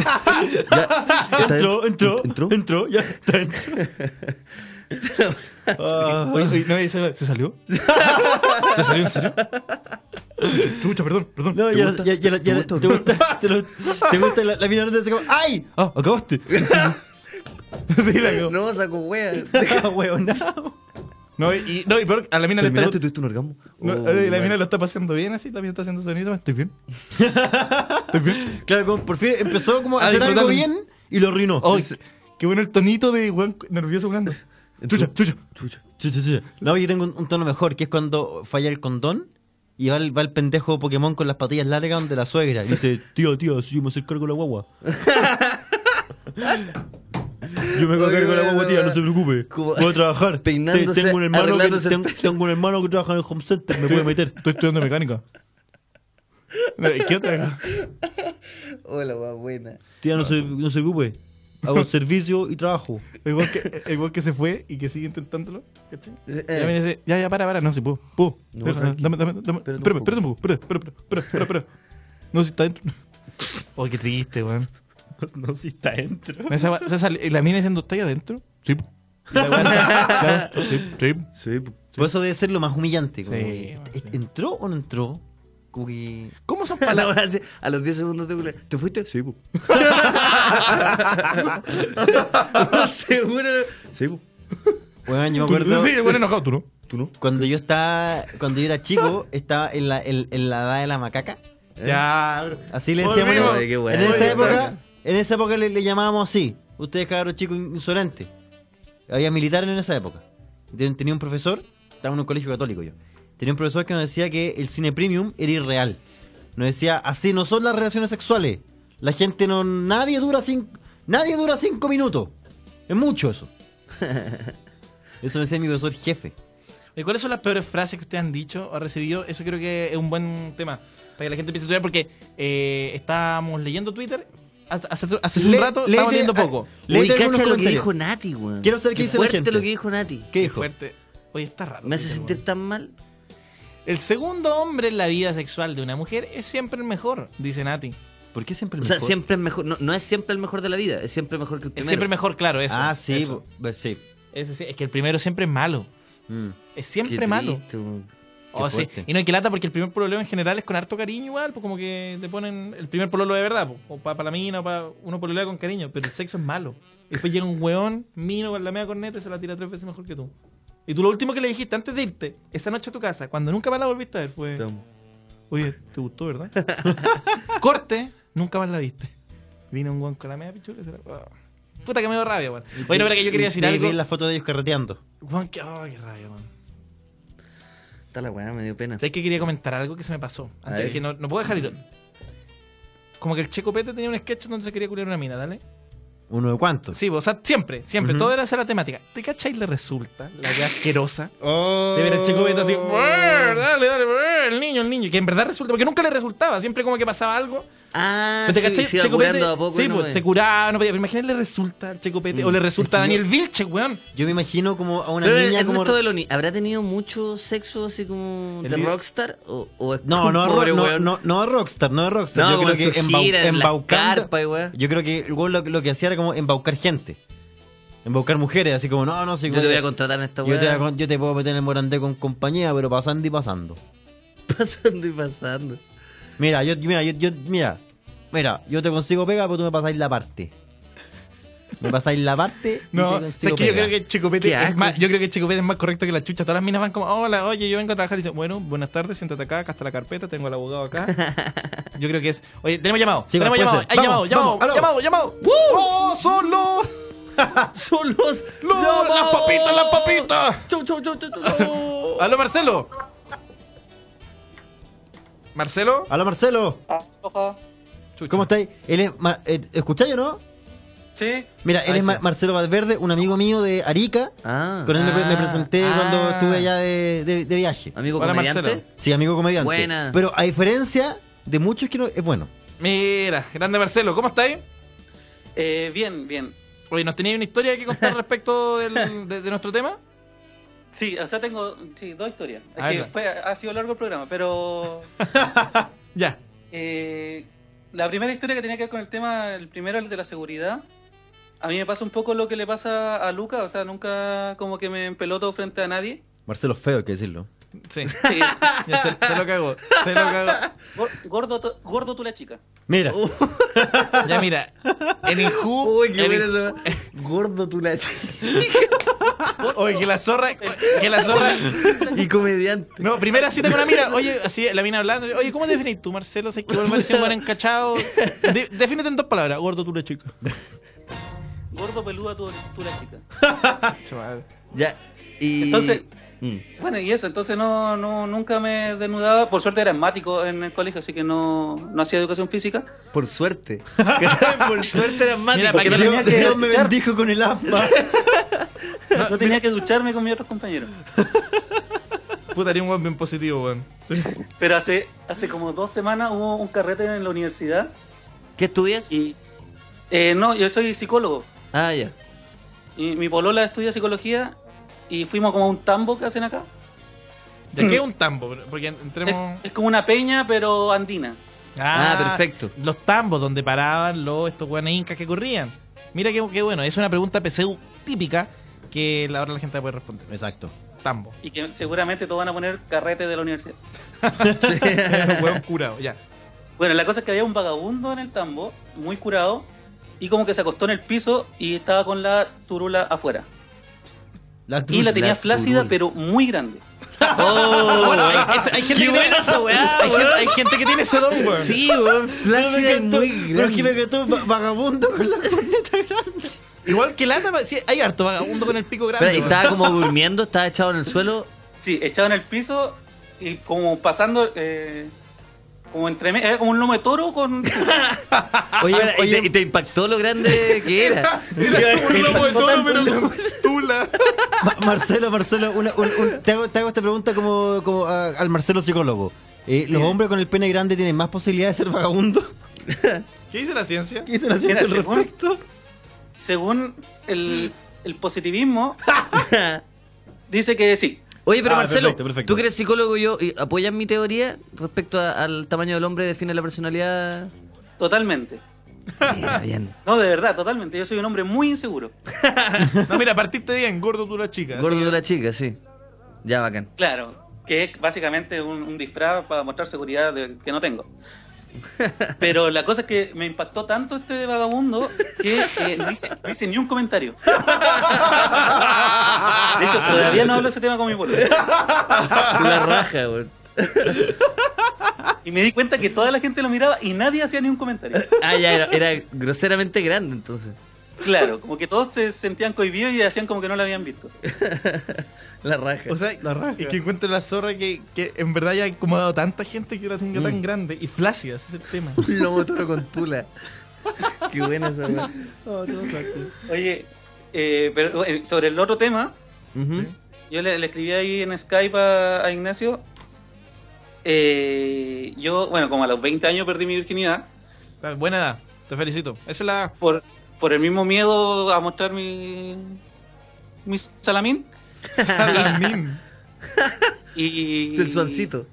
Entró, entró, ¿Entró? entró, ya está dentro. Ah. Oye, oye, no, ¿se, ¿se salió? ¿Se salió en serio? Chucha, perdón, perdón. No, ¿Te ya, gusta? ya, ya, ya, ¿Te ¿te gusta? gusta? ¿Te, lo- te gusta la, la mina de como, ¡ay! ¡Ah, acabaste! Sí, la cagó. No, saco wea. Ah, weón, no. No, y, no, y peor, a la mina le está. ¿Terminaste? ¿Tuviste un orgasmo? No, Oh, eh, la mal. mina lo está pasando bien así, también está haciendo sonido. Estoy bien. Estoy bien. Claro, como por fin empezó como a A hacer algo disfrutarlo. bien y lo arruinó. Oh, qué bueno el tonito de weón nervioso hablando. Chucha, chucha. Chucha, chucha, chucha. No, yo tengo un, un tono mejor, que es cuando falla el condón y va el, va el pendejo Pokémon con las patillas largas donde la suegra y dice, tío, tío, si yo me hacer cargo de la guagua. Yo me hago cargo de la guagua, tía, no se preocupe. Voy a trabajar. Peinándose, tengo, un hermano que, arreglándose el tengo, tengo un hermano que trabaja en el home center, me puede meter. Estoy estudiando mecánica. ¿Qué otra? Hola, guau, buena. Tía, no se, no se preocupe. Hago servicio y trabajo. Igual que, igual que se fue y que sigue intentándolo. ¿Cachai? Eh. Ya me dice, ya, ya, para, para. No, si puedo. Puedo. No, Deja, tranqui. dame, dame, dame. Espérate un Espérame, poco. espérate un poco. Espera, espera, espera, espera, espera, espera. No, si está dentro. Oh, qué triste, weón. No, si está dentro. Esa, esa, la mina diciendo, ¿está ahí adentro? Sí. po. Y la weá, claro, sí, sí. Sí, Por eso debe ser lo más humillante. Como Sí, que, bueno, sí. ¿entró o no entró? Como que... ¿Cómo son A, la palabras? hora así, a los diez segundos te culé. ¿Te fuiste? Sí, pu. Seguro. Sí, pu. Bueno, yo me Tú- acuerdo... Sí, el weón enojado, tú no. Tú no. Cuando yo estaba... Cuando yo era chico, estaba en la, en, en la edad de la macaca. Ya, bro. Así le Volvimos. decíamos. Oye, qué bueno. En esa Oye, época, en esa época le, le llamábamos así. Ustedes cabros chicos insolentes. Había militares en esa época. Ten- Tenía un profesor, estaba en un colegio católico yo. Tenía un profesor que nos decía que el cine premium era irreal. Nos decía, así no son las relaciones sexuales. La gente no, nadie dura cinco, nadie dura cinco minutos. Es mucho eso. Eso me decía mi profesor jefe. ¿Y cuáles son las peores frases que ustedes han dicho o recibido? Eso creo que es un buen tema para que la gente empiece a estudiar, porque eh, estábamos leyendo Twitter hace, hace- hace Le- un rato, léete- estábamos leyendo ah, poco. léete Oye, algunos cacha lo que comentarios. dijo Nati, weón. Quiero saber qué dice la fuerte gente. lo que dijo Nati. ¿Qué Qué dijo? fuerte. Oye, está raro. Me hace Twitter, sentir weón. tan mal. El segundo hombre en la vida sexual de una mujer es siempre el mejor, dice Nati. ¿Por qué siempre el O sea, mejor? siempre es mejor. No, no es siempre el mejor de la vida, es siempre mejor que el Es primero. siempre mejor, claro, eso. Ah, sí, eso. bo- sí. Eso sí, es que el primero siempre es malo. Mm. Es Qué siempre malo. triste, weón. Oh, sí. fuerte. Y no hay que lata porque el primer pololeo en general es con harto cariño igual, pues como que te ponen el primer pololo de verdad, pues, o para la mina, o para uno pololea con cariño, pero el sexo es malo. Y después llega un weón, mino con la media corneta y se la tira tres veces mejor que tú. Y tú lo último que le dijiste antes de irte, esa noche a tu casa, cuando nunca más la volviste a ver, fue... Te amo. Oye, ¿te gustó, verdad? Corte, nunca más la viste. Vino un weón con la media pichula y se la... oh. Puta que me dio rabia, weón. Oye, no, pero que yo quería decir Y- y algo. vi la foto de ellos carreteando. Weón, que... oh, qué rabia, weón. Está la weá, me dio pena. ¿Sabes que quería comentar algo que se me pasó? A Antes ver. que no, no puedo dejar ir. Como que el Checo Pete tenía un sketch donde se quería culiar una mina, ¿dale? ¿Uno de cuántos? Sí, o sea, siempre, siempre. Ujú. Todo era esa la temática. ¿Te cachai? Le resulta la wea asquerosa Oh. de ver al Checo Pete así. "Brr, Dale, dale, brr, el niño, el niño. Que en verdad resulta, porque nunca le resultaba. Siempre como que pasaba algo. Ah, Pero ¿te sí, cachai? se iba Checo Pete. curando a poco. Sí, y no pues, me- se curaba, no podía. Pero imagínate, le resulta al Checo Pete. Mm. O le resulta a Es que Daniel Vilche, weón. Yo me imagino como a una Pero niña el como... resto de los ni- ¿habrá tenido mucho sexo así como El de video- rockstar? ¿O, o es No, no, pobre ro- no, weón? no, no de Rockstar, no de Rockstar. No, yo como creo en que su embau- gira, en la embaucando. carpa y weá. Yo creo que el güey lo, lo que hacía era como embaucar gente. Embaucar mujeres, así como, no, no, sí, Yo güey, te voy a contratar en esta yo te, weá. voy a con- yo te puedo meter en el morandé con compañía, pero pasando y pasando. Pasando y pasando. Mira, yo, mira, yo, yo, mira, mira, yo te consigo pega, pero tú me pasáis la parte. Me pasáis la parte y No, te es consigo que yo pega. creo que Checo Pete Qué es asco. más, yo creo que Checo Pete es más correcto que la chucha. Todas las minas van como, hola, oye, yo vengo a trabajar y dicen, bueno, buenas tardes, siéntate acá, acá está la carpeta, tengo al abogado acá. Yo creo que es. Oye, tenemos llamado. Sí, tenemos puede llamado, ser. hay Vamos, llamado, llamado, vamos, aló. llamado, llamado. ¡Oh, son los! Son los. los- ¡Las papitas, las papitas! Chau, chau, chau, chau, chau. ¡Aló, Marcelo! ¿Marcelo? Hola, Marcelo. Chucha. ¿Cómo estáis? Él es Mar- eh, ¿Escucháis o no? Sí. Mira, él Ahí es Ma- sí. Marcelo Valverde, un amigo mío de Arica. Ah, Con él me, pre- me Ah, presenté ah. cuando estuve allá de, de- de viaje. amigo Hola, comediante. Marcelo. Sí, amigo comediante. Buena. Pero a diferencia de muchos que no, es bueno. Mira, grande Marcelo, ¿cómo estáis? Eh, bien, bien. Oye, ¿nos teníais una historia que contar respecto del- de, de nuestro tema? Sí, o sea, tengo sí, dos historias. Es A que ver. fue, ha sido largo el programa, pero Ya. eh, la primera historia que tenía que ver con el tema, el primero, el de la seguridad. A mí me pasa un poco lo que le pasa a Luca, o sea, nunca como que me empeloto frente a nadie. Marcelo es feo, hay que decirlo. Sí. Sí. Ya se, se lo cago. Se lo cago. Gor- Gordo, tú- gordo tú la chica. Mira, Ya mira, en el Who. Uy, qué en el- buena esa- Gordo tú la. Oye, que la zorra. Que la zorra. Y comediante. No, primera cita con una mina. Oye, así la mina hablando. Oye, ¿cómo te definís tú, Marcelo? ¿Sabes que vuelve a decir un buen encachado? De, defínete en dos palabras. Gordo tú la chica. gordo, peluda, tú, tú la chica. Ya, y... Entonces, Mm. bueno, y eso, entonces no, no nunca me desnudaba. Por suerte era asmático en el colegio, así que no, no hacía educación física. Por suerte. Por suerte era más. Mira, Porque no Dios, tenía que Dios me duchar. bendijo con el asma. No, no tenía que ducharme con mis otros compañeros. Puta, haría un buen bien positivo, weón. Pero hace, hace como dos semanas hubo un carrete en la universidad. ¿Qué estudias? Y eh, no, yo soy psicólogo. Ah, ya. Y mi polola estudia psicología. Y fuimos como a un tambo que hacen acá. ¿De qué es un tambo? Porque entremos... Es, es como una peña, pero andina. Ah, perfecto. Los tambos donde paraban los estos guanes incas que corrían. Mira qué, qué bueno, es una pregunta P C U típica que ahora la gente puede responder. Exacto. Tambo. Y que seguramente todos van a poner carrete de la universidad. Hueón curado, ya. Bueno, la cosa es que había un vagabundo en el tambo, muy curado, y como que se acostó en el piso y estaba con la turula afuera. La Y la tenía la flácida, turul. pero muy grande. Oh, Bueno, hay, es- hay gente qué que buena tiene, esa weá, hay, gente, weón. hay gente que tiene ese don, weón. Sí, weón, Pero me flácida y encantó, muy pero es que me grande. encantó va- vagabundo con la corneta grande. Igual que lata, sí, hay harto vagabundo con el pico grande. Espera, ¿y weón. estaba como durmiendo? ¿Estaba echado en el suelo? Sí, echado en el piso y como pasando, eh, como entre me- era como un lomo de toro con... Oye, Espera, ¿y, oye, te, y te impactó lo grande que era? Era como un lomo de toro, pero con tula. Ma- Marcelo, Marcelo, una- un- un- te, hago, te hago esta pregunta como, como a- al Marcelo psicólogo. Eh, ¿Los hombres con el pene grande tienen más posibilidades de ser vagabundos? ¿Qué dice la ciencia? ¿Qué dice la ciencia Mira, al según, respecto? según el, el positivismo, dice que sí. Oye, pero Ah, Marcelo, perfecto, perfecto. tú que eres psicólogo y yo, ¿y ¿apoyas mi teoría respecto a- al tamaño del hombre define la personalidad? Totalmente. Mira, bien. No, de verdad, totalmente. Yo soy un hombre muy inseguro. No, mira, partiste bien, gordo tú la chica. Gordo así de que- la chica, sí. Ya, bacán. Claro, que es básicamente un, un disfraz para mostrar seguridad de- que no tengo. Pero la cosa es que me impactó tanto este vagabundo que eh, no, hice, no hice ni un comentario. De hecho, todavía no hablo ese tema con mi pueblo. La raja, weón. Y me di cuenta que toda la gente lo miraba y nadie hacía ni un comentario. Ah, ya, era, era groseramente grande entonces. Claro, como que todos se sentían cohibidos y hacían como que no lo habían visto. La raja. O sea, La raja. es que encuentro la zorra que, que en verdad ya ha incomodado tanta gente que la tenga tan grande y flácida, ese es el tema. Un lomo toro con tula. Qué buena esa weón. Oye, eh, pero eh, sobre el otro tema, Ujú. yo le, le escribí ahí en Skype a, a Ignacio. Eh, yo, bueno, como a los veinte años perdí mi virginidad Buena edad, te felicito. Esa es la edad. por, por el mismo miedo a mostrar mi, mi salamín. Salamín. Y, El suancito.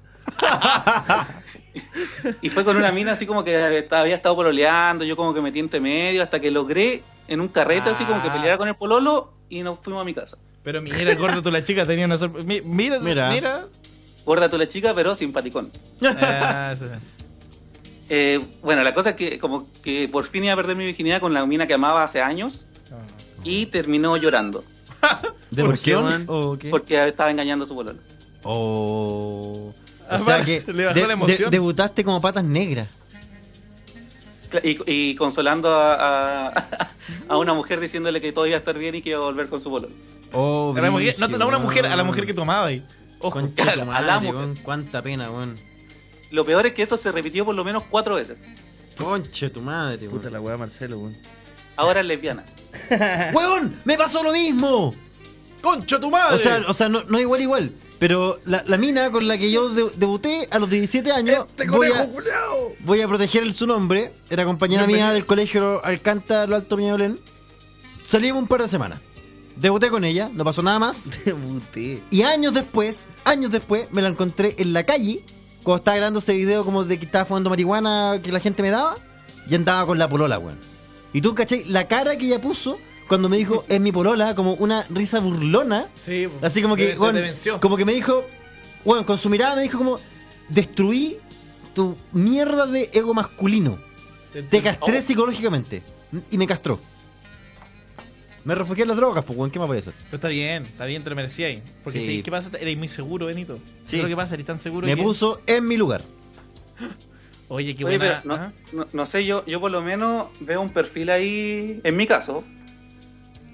y fue con una mina así como que había estado pololeando, yo como que metí entre medio hasta que logré en un carrete así como que Ah. peleara con el pololo y nos fuimos a mi casa. Pero mira, gordo tú la chica tenía una sorpresa. Mi- Mira, Mira. mira. Gorda tú la chica, pero simpaticón. Ah, sí. Eh, bueno, la cosa es que como que por fin iba a perder mi virginidad con la mina que amaba hace años y terminó llorando ¿De ¿Por qué, emoción man? o qué? porque estaba engañando a su pololo. O... Ah, O sea que le bajó de- la emoción. de- debutaste como patas negras. Cla- Y, y consolando a, a, a una mujer diciéndole que todo iba a estar bien y que iba a volver con su pololo. Oh, A la mujer, no, brígido, no a una mujer, a la weón. mujer que tomaba ahí. Ojo. Concha Claro, tu a la madre, mujer. weón, cuánta pena, weón. Lo peor es que eso se repitió por lo menos cuatro veces. Concha tu madre, weón. Puta la weá, Marcelo, weón. Ahora es lesbiana. ¡Weón! ¡Me pasó lo mismo! ¡Concha tu madre! O sea, o sea no, no igual igual. Pero la, la mina con la que yo de- debuté a los diecisiete años, ¡Este voy, conejo a, culiao! voy a proteger el- su nombre. Era compañera Bienvenido. mía del colegio Alcántara, Lo Alto Peñalolén. Salimos un par de semanas. Debuté con ella, no pasó nada más. Debuté. Y años después, años después, me la encontré en la calle. Cuando estaba grabando ese video como de que estaba fumando marihuana que la gente me daba. Y andaba con la polola, weón. Y tú, ¿cachai? La cara que ella puso cuando me dijo, es mi polola, como una risa burlona. Sí, Así como de- que, de- weón, te venció. como que me dijo, bueno, con su mirada me dijo como, destruí tu mierda de ego masculino. Te castré Oh. psicológicamente. Y me castró. Me refugié en las drogas, pues, weón, ¿qué más voy a hacer? Pero está bien, está bien, te lo merecía ahí. Porque Sí. sí, ¿qué pasa? Eres muy seguro, Benito. Sí. Eso es lo que pasa, eres tan seguro Me que... puso en mi lugar. Oye, qué Oye, buena... pero no, ¿ah? no, no sé, yo, yo por lo menos veo un perfil ahí, en mi caso,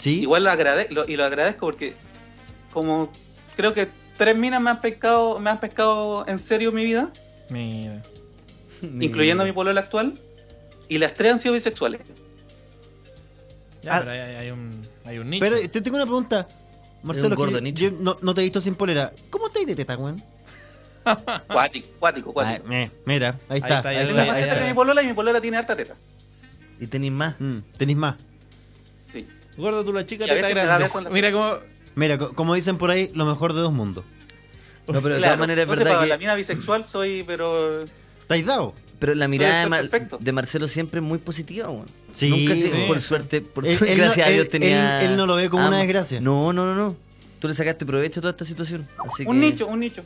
Sí. igual lo agrade lo, y lo agradezco porque como creo que tres minas me han pescado, me han pescado en serio mi vida, Mira. incluyendo a mi polola actual, y las tres han sido bisexuales. Ya, Ah. pero hay, hay un, hay un nicho. Pero te tengo una pregunta. Marcelo, un gordo que nicho. yo no, no te he visto sin polera. ¿Cómo te has de teta, weón? Cuático, cuático, Ah, cuático. eh, mira, ahí Ahí está. está, ya ahí Tengo está, más ahí teta está. que mi polola y mi polola tiene harta teta. Y tenéis más. Mm, tenéis más. Sí. Gordo, tú la chica Y a te está veces me da grande. besos en la- Mira cómo... Mira, co- como dicen por ahí, lo mejor de dos mundos. No, pero de Claro, todas maneras es entonces, verdad para que... la mina bisexual soy, pero... ¿Estáis dado? Pero la mirada Puede de, ser Mar- perfecto. de Marcelo siempre es muy positiva, weón. Sí, Nunca se, sí. por suerte, por Él- suerte, él no- gracias a Dios él- tenía... él- él no lo ve como una desgracia. No, no, no, no. Tú le sacaste provecho a toda esta situación. Así Un que- nicho, un nicho.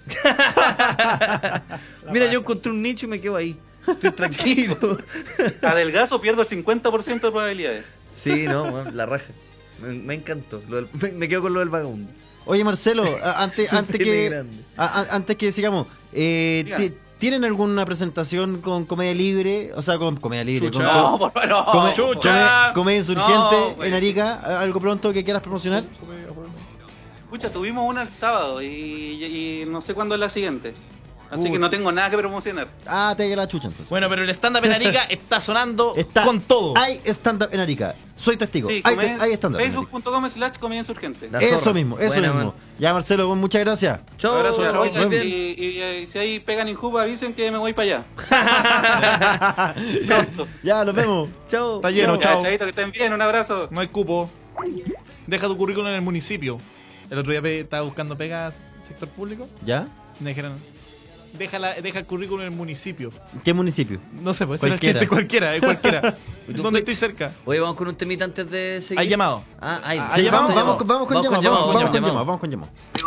Mira, yo encontré un nicho y me quedo ahí. Estoy tranquilo. Adelgazo, pierdo el cincuenta por ciento de probabilidades. Sí, no, weón, la raja. Me, me encantó. Lo del- me, me quedo con lo del vagabundo. Oye, Marcelo, a- antes, Súper antes, que, grande. a- a- antes que sigamos, eh, Dígame. ti- ¿tienen alguna presentación con comedia libre? O sea, con comedia libre. Chucha. Con, No, por favor, no. come- Chucha. come- comedia insurgente No, güey. en Arica. ¿Algo pronto que quieras promocionar? Escucha, tuvimos una el sábado y, y- y no sé cuándo es la siguiente. Así Uy. que no tengo nada que promocionar. Ah, te llega la chucha entonces. Bueno, pero el stand-up en Arica está sonando Está- con todo. Hay stand-up en Arica. Soy testigo. Sí, hay, comedia- hay stand-up. en Arica. Facebook.com slash comedia insurgente. La Eso zorra. mismo, eso Buena, mismo. weón. Ya, Marcelo, bueno, muchas gracias. Chau, Abrazo, Ya, chau. oigan, Muy y, bien. y- y si ahí pegan en Juba, avisen que me voy para allá. Pronto. Ya, nos vemos. Chau. Está lleno, Ya, chao. chavito, que estén bien, un abrazo. No hay cupo. Deja tu currículum en el municipio. El otro día pe- estaba buscando pegas sector público. ¿Ya? Y me dijeron, deja, la- deja el currículum en el municipio. ¿Qué municipio? No sé, puede ser el Cualquiera. chiste cualquiera, es cualquiera. ¿Y tú ¿Dónde fuiste? estoy cerca? Oye, vamos con un temita antes de seguir. Hay llamado. Ah, hay. Ah, Sí, ¿hay vamos, llamado? vamos, vamos con llama, llamado, vamos, vamos con llamado. llama, vamos con llama.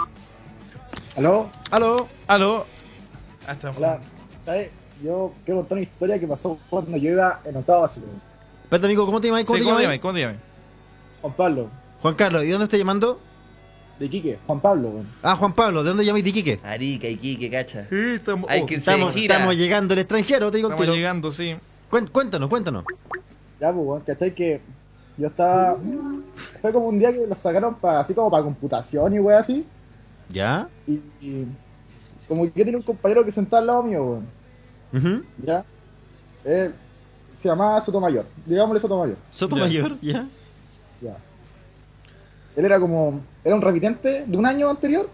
¿Aló? Aló. Aló. Hasta Hola. ¿Sabes? Yo quiero contar una historia que pasó cuando yo iba en octavo básico. Espérate, amigo, ¿cómo te llamas? ¿Cómo Sí, te ¿cómo te llamas? llamas? ¿Cómo te llamas? Juan Pablo, Juan Carlos, ¿y dónde estás llamando? de Iquique. Juan Pablo, weón. Ah, Juan Pablo, ¿de dónde llamáis de Iquique? Arica, Iquique, cacha. Sí, estamos, Hay oh, que irse Estamos, de gira. estamos llegando al extranjero, te digo el estamos tiro. llegando, sí. Cuen- Cuéntanos, cuéntanos. Ya, pues, weón, ¿cachai? Que yo estaba. Fue como un día que lo sacaron para así como para computación y weón así. ¿Ya? Y, y como que yo tenía un compañero que sentaba al lado mío, weón. Ujú. Ya. Él se llamaba Sotomayor. Digámosle Sotomayor. Sotomayor, ¿ya? Ya. Él era como. Era un repitente de un año anterior,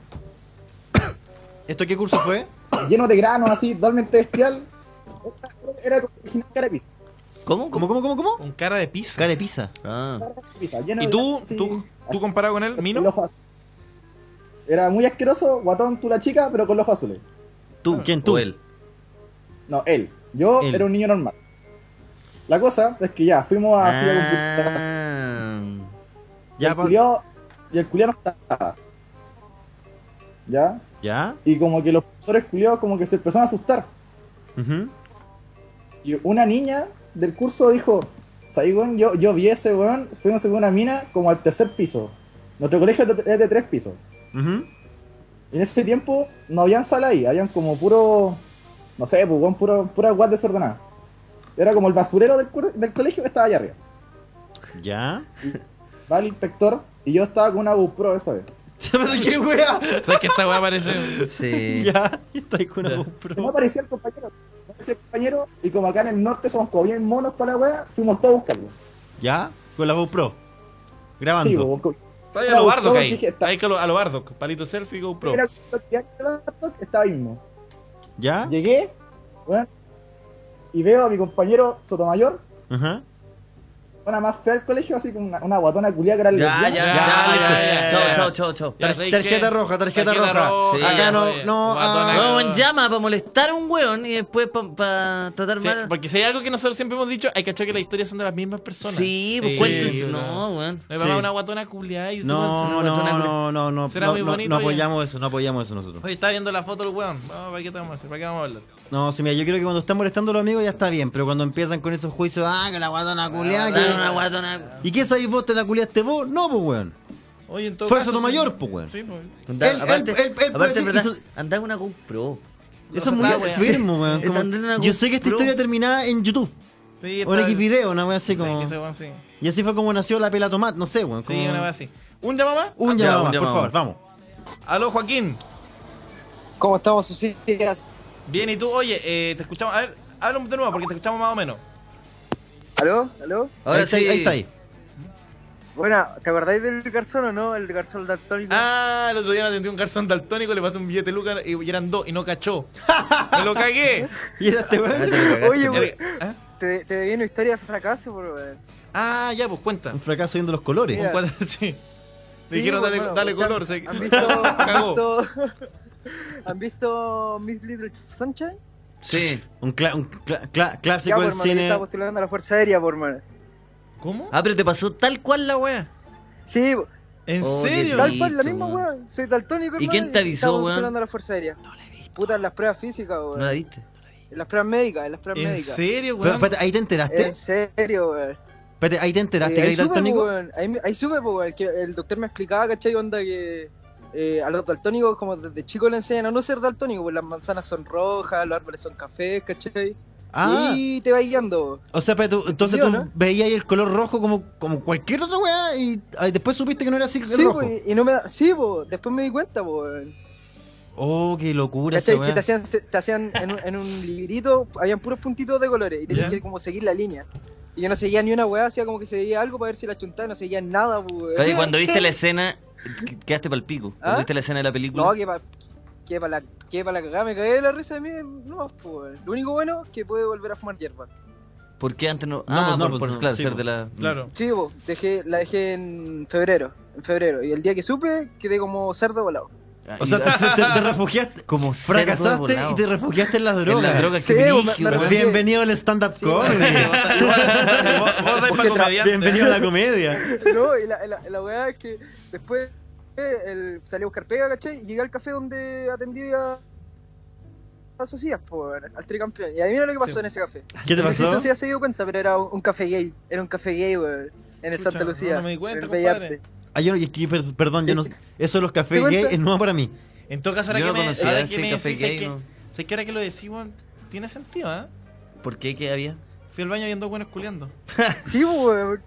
¿Esto qué curso fue? lleno de granos así, totalmente bestial. Era, era como original Carepis. ¿Cómo? ¿Cómo, cómo, cómo, cómo? Con cara de pizza. Cara de pizza. Ah. Pizza, lleno ¿Y de tú, granos así, tú, tú comparado con él, con Mino? los ojos azules. Era muy asqueroso, guatón tú la chica, pero con los ojos azules. ¿Tú? ¿Quién, tú? ¿O él? No, él. Yo Él. era un niño normal. La cosa es que ya, fuimos a hacer computación. Ah. Y Ya, el pa- culiao- y el culiao no estaba. ¿Ya? ¿Ya? Y como que los profesores culiados como que se empezaron a asustar. Ujú. Y una niña del curso dijo, ¿sabes, weón? Yo, yo vi ese weón, fuimos con una mina como al tercer piso. Nuestro colegio es de, es de tres pisos. Ujú. Y en ese tiempo no habían sala ahí, habían como puro, no sé, pues, weón, puro, pura guas desordenada. Era como el basurero del, cur- del colegio que estaba allá arriba. ¿Ya? Va el inspector y yo estaba con una GoPro esa vez. ¿Pero qué wea? ¿Sabes que esta weá parece? Sí. Ya, y está ahí con una Ya. No GoPro. aparecía el compañero, no aparecía el compañero, y como acá en el norte somos como bien monos para la wea, fuimos todos a buscarlo. ¿Ya? Con la GoPro. Sí, Grabando. pues, con- Está ahí a lo bardo todos que hay. dije, Está está- ahí que a lo- a lo bardo. Palito selfie, GoPro. Era lo que antes de la laptop, estaba ahí mismo. ¿Ya? Llegué, weón, y veo a mi compañero Sotomayor, Ajá. una más fea del colegio, así con una, una guatona culiada que era Ya, ya, lesbiana. ya, Ya, listo. ya, ya, Chao, ya. chao, chao, chao. Ya Tar- sabéis tarjeta que- roja, tarjeta tarjeta roja. roja, Acá no, oye, no, guatona ah, que- No, llama para molestar a un weón y después para tratar Sí, mal. porque si hay algo que nosotros siempre hemos dicho, hay que achar que las historias son de las mismas personas. Sí, pues Sí, cuéntenos. sí, No, weón. Me Sí. va una guatona culiada y No, una no, guatona no, no, no, Será no, muy no, bonito, no oye. apoyamos eso, no apoyamos eso nosotros. Oye, está viendo la foto del weón. Vamos, ¿para qué te vamos a hacer? ¿Para qué vamos a hablar? No, sí, mira, yo creo que cuando están molestando a los amigos ya está bien, pero cuando empiezan con esos juicios, ah, que la guatona culiada, Ah, una que... guatona. ¿Y qué sabéis vos, te la culiaste vos? No, pues, weón. Oye, en todo Fue caso, Sotomayor, sí. pues, weón. Sí, pues. Anda- Él- aparte, él- él- él puede aparte, decir- ¿verdad? hizo- Anda con una GoPro. Eso es muy está, weón. enfermo, weón. Sí. Como- Andar en una Yo sé que esta GoPro. historia terminada en YouTube. Sí, un X video, una wea así como. Sí, sí, sí. Y así fue como nació la pela tomate, no sé, weón. Sí, como... una vez así. ¿Un llamado más? Un Ya, llamado un más, por llamado favor, más. vamos. Aló, Joaquín. ¿Cómo estamos, sus días? Bien, ¿y tú? Oye, eh, te escuchamos. A ver, habla de nuevo porque te escuchamos más o menos. ¿Aló? ¿Aló? Ahora ahí, sí. está, ahí está ahí. Bueno, ¿te acordáis del garzón o no? El garzón daltónico. Ah, el otro día me atendió un garzón daltónico, le pasé un billete de lucas y eran dos y no cachó. ¡Me lo cagué! Y era este weón. Oye, güey, ¿Ah? te, te debí una historia de fracaso, por weón. ah, ya, pues cuenta. Un fracaso viendo los colores. Mira. Un cuadro- sí. Sí, Dijeron, bueno, dale, dale ¿han- color. Se... ¿Han visto, han Cagó. visto, ¿Han visto Miss Little Sunshine? Sí. Un, cla- un cla- cla- Ya, clásico por del hermano, yo cine. estaba postulando a la Fuerza Aérea, por mano. ¿Cómo? Ah, pero te pasó tal cual la wea. Sí, ¿En Oh, serio? qué tal cual, la Listo, misma weón. weón. Soy daltónico, ¿Y hermano. quién te avisó, estaba weón? postulando a la Fuerza Aérea. No la he visto. Puta, en las pruebas físicas, weón. ¿No la viste? En las pruebas médicas, en las pruebas ¿En médicas. serio, Pero, weón? espérate, ¿ahí te enteraste? En serio, weón. Espérate, ¿ahí te enteraste Eh, que ahí eres supe, daltónico? po, weón. Ahí, ahí supe, po, weón, que el doctor me explicaba, ¿cachai? Onda que eh, a los daltónicos, como desde chicos le enseñan a no ser daltónicos, pues las manzanas son rojas, los árboles son cafés, ¿cachai? Ah, Y te va guiando. o sea, pero tú- entonces tú ¿Entendió, no? veías ahí el color rojo como, como cualquier otra weá y ah, después supiste que no era así el Sí, rojo. pues, y no me da... Sí, pues, después me di cuenta, pues. Oh, qué locura esa ¿Cachai? Que weá. te hacían, te hacían en, un, en un librito, habían puros puntitos de colores y tenías Ya. que como seguir la línea. Y yo no seguía ni una weá, hacía como que seguía algo para ver si la chuntaba, no seguía nada, pues. Oye, cuando viste la escena, qu- quedaste pa'l pico. Cuando ¿Ah? viste la escena de la película. No, que para que pa la, que pa la cagada me cagué de la risa de mí, no, pues. Lo único bueno es que puede volver a fumar hierba. ¿Por qué antes no? No, Ah, pues no, por, pues por- no, claro, sí, ser pues. de la. Claro. Sí, pues, dejé, la dejé en febrero, en febrero. Y el día que supe, quedé como cerdo volado. Ah, O y- sea, te, te- te refugiaste, como cerdo fracasaste volado. y te refugiaste en las drogas. En la droga, Sí, que me- brígido, me weón. refiero- Bienvenido al stand-up Sí, comedy. Vos, vos dais pa' comediante. Bienvenido a la comedia. No, y la, la, la weá es que después eh, el, salí a buscar pega, ¿cachai? Y llegué al café donde atendía a Socias, pues, al tricampeón. Y adivina lo que pasó Sí. en ese café. ¿Qué te No sé si pasó? Socias se dio cuenta, pero era un, un café gay. Era un café gay, weón. En el Chucha, Santa Lucía. no, no me di cuenta, en el compadre. Bellarte. Ah, yo, y es que yo, per- perdón, yo no, eso de los cafés ¿Te cuenta? gay es nuevo para mí. En todo caso, ahora Yo que no me, conocía ahora ese que me café decís, gay, sé que, no. sé que ahora que lo decís, weón, tiene sentido, ¿ah? ¿Por qué? ¿Qué había? Fui al baño viendo buenos culiando. Sí, weón.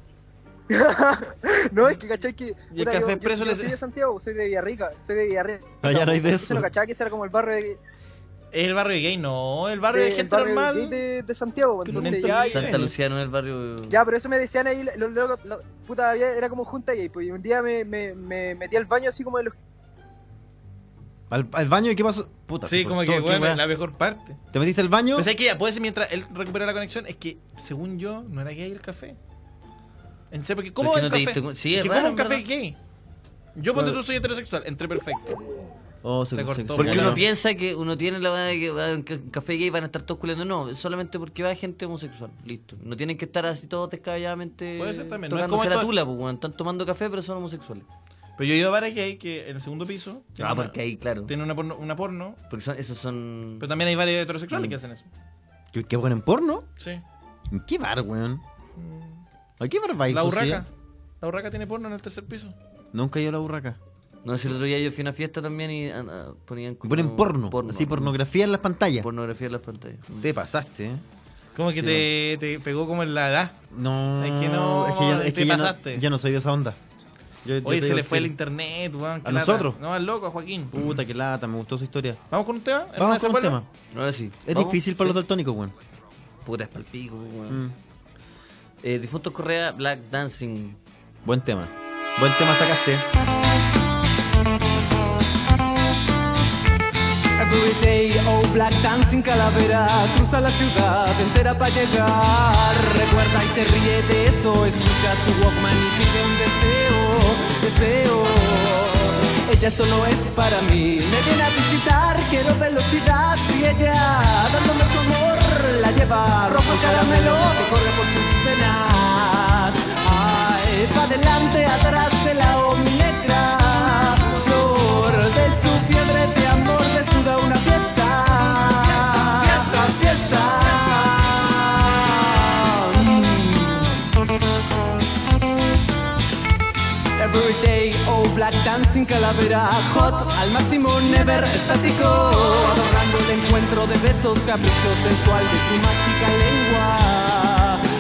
No, es que cachai que. Y el puta, café yo, expreso yo, le- yo soy de Santiago, soy de Villarrica. Soy de Villarrica. Ah, ya no hay de Entonces eso. no cachaba que ese era como el barrio de. ¿Es el barrio gay? No, el barrio de, de- gente el barrio normal. gay de, de Santiago. Que no Entonces, entiendo. ya, Santa Lucía no es el barrio. ya, pero eso me decían ahí, los locos, lo- puta, había- era como junta gay, pues, y un día me, me, me metí al baño así como de los... Al, al baño, ¿y qué pasó? Puta, Sí, se como cortó, que, qué bueno, weá. es la mejor parte. ¿Te metiste al baño? Pues es que ya, puede ser mientras él recupera la conexión, es que, según yo, no era gay el café. En serio, porque ¿cómo ¿Por es qué un no te café? diste cu- sí, Es es que raro, ¿cómo un en café verdad. gay? Yo, ponte Bueno. tú, soy heterosexual, entré perfecto. Oh, se, Se se- cortó. se- Porque se- uno no. piensa que uno tiene la verdad de que va a un ca- café gay y van a estar todos culiando. No, es solamente porque va gente homosexual. Listo. No tienen que estar así todos descabelladamente Puede ser también, no es tocándose como la esto- tula, pues, weón. Están tomando café, pero son homosexuales. Pero yo he ido a bares gay que en el segundo piso tiene Ah, una- porque ahí, claro. tiene una porno, una porno, Porque son, esos son. pero también hay bares heterosexuales Mm. que hacen eso. ¿Qué, qué bueno en porno? Sí. ¿En qué bar, weón? ¿A qué bar vais? La Socia? urraca. La urraca tiene porno en el tercer piso. Nunca he ido a la urraca. No sé, el otro día yo fui a una fiesta también y ah, ah, ponían. como Ponen porno, así pornografía en las pantallas. Pornografía en las pantallas. Te pasaste, ¿eh? Como que Sí, te, te pegó como en la edad. No, Es que no, es que ya, es te que ya no, pasaste. ya no soy de esa onda. Yo- yo Oye, te se digo le fue el que- internet, weón. qué ¿A lata. nosotros? No, al loco, a Joaquín. Puta, qué lata, me gustó su historia. ¿Vamos con un tema? ¿En una Vamos se con un vuelve? tema. Ahora sí. Es ¿Vamos? difícil para Sí. los daltónicos, weón. Puta, es palpico, weón. Mm. Eh, Difuntos Correa, Black Dancing. Buen tema. Buen tema sacaste. Everyday, oh black dancing calavera, cruza la ciudad entera para llegar. Recuerda y se ríe de eso, escucha su Walkman y pide un deseo, deseo. Ella solo es para mí, me viene a visitar, quiero velocidad. Si ella dándome su amor la lleva rojo el caramelo que corre por sus venas. Ay, pa' adelante, atrás de la O negra, flor de su fiebre de amor, desnuda una fiesta, fiesta, fiesta, fiesta. Everyday, oh black dancing calavera, hot al máximo, never estático, adornando el encuentro de besos, capricho sensual de su mágica lengua.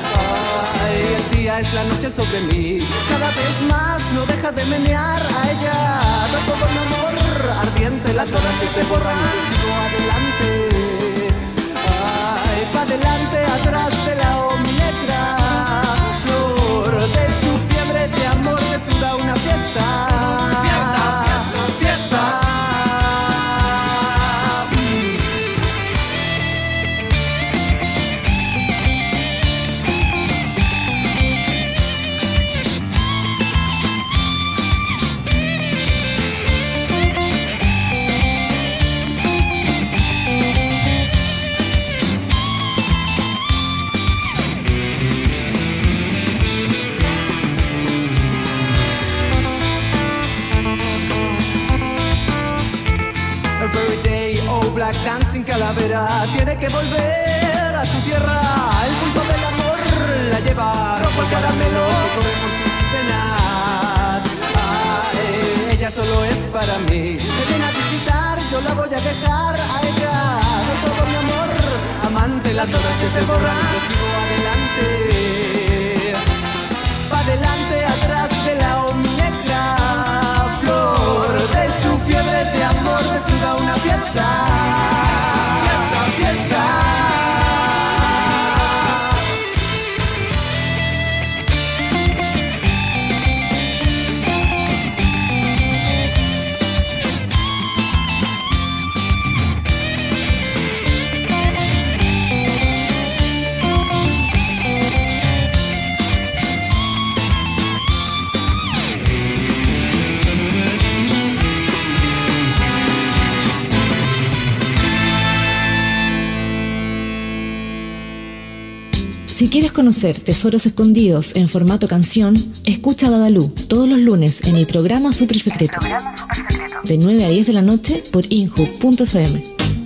Ay, el día es la noche sobre mí. Cada vez más no deja de menear a ella. Da todo el amor ardiente, las horas que se borran y yo sigo adelante. Ay, pa' adelante, atrás de la omnegra. Flor de su fiebre de amor es toda una fiesta. Fiesta, fiesta, fiesta. Black Dancing Calavera tiene que volver a su tierra. El pulso del amor la lleva rojo el caramelo que corre por sus penas. Ay, ella solo es para mí. Me viene a visitar, yo la voy a dejar a ella. De todo mi amor, amante, las horas que se borran, yo sigo adelante. Pa' adelante, atrás de la omnegra. Flor de su fiebre de amor, desnuda una fiesta. Si quieres conocer tesoros escondidos en formato canción, escucha a Dadalú todos los lunes en el programa Super Secreto, de nueve a diez de la noche por inhub punto f m.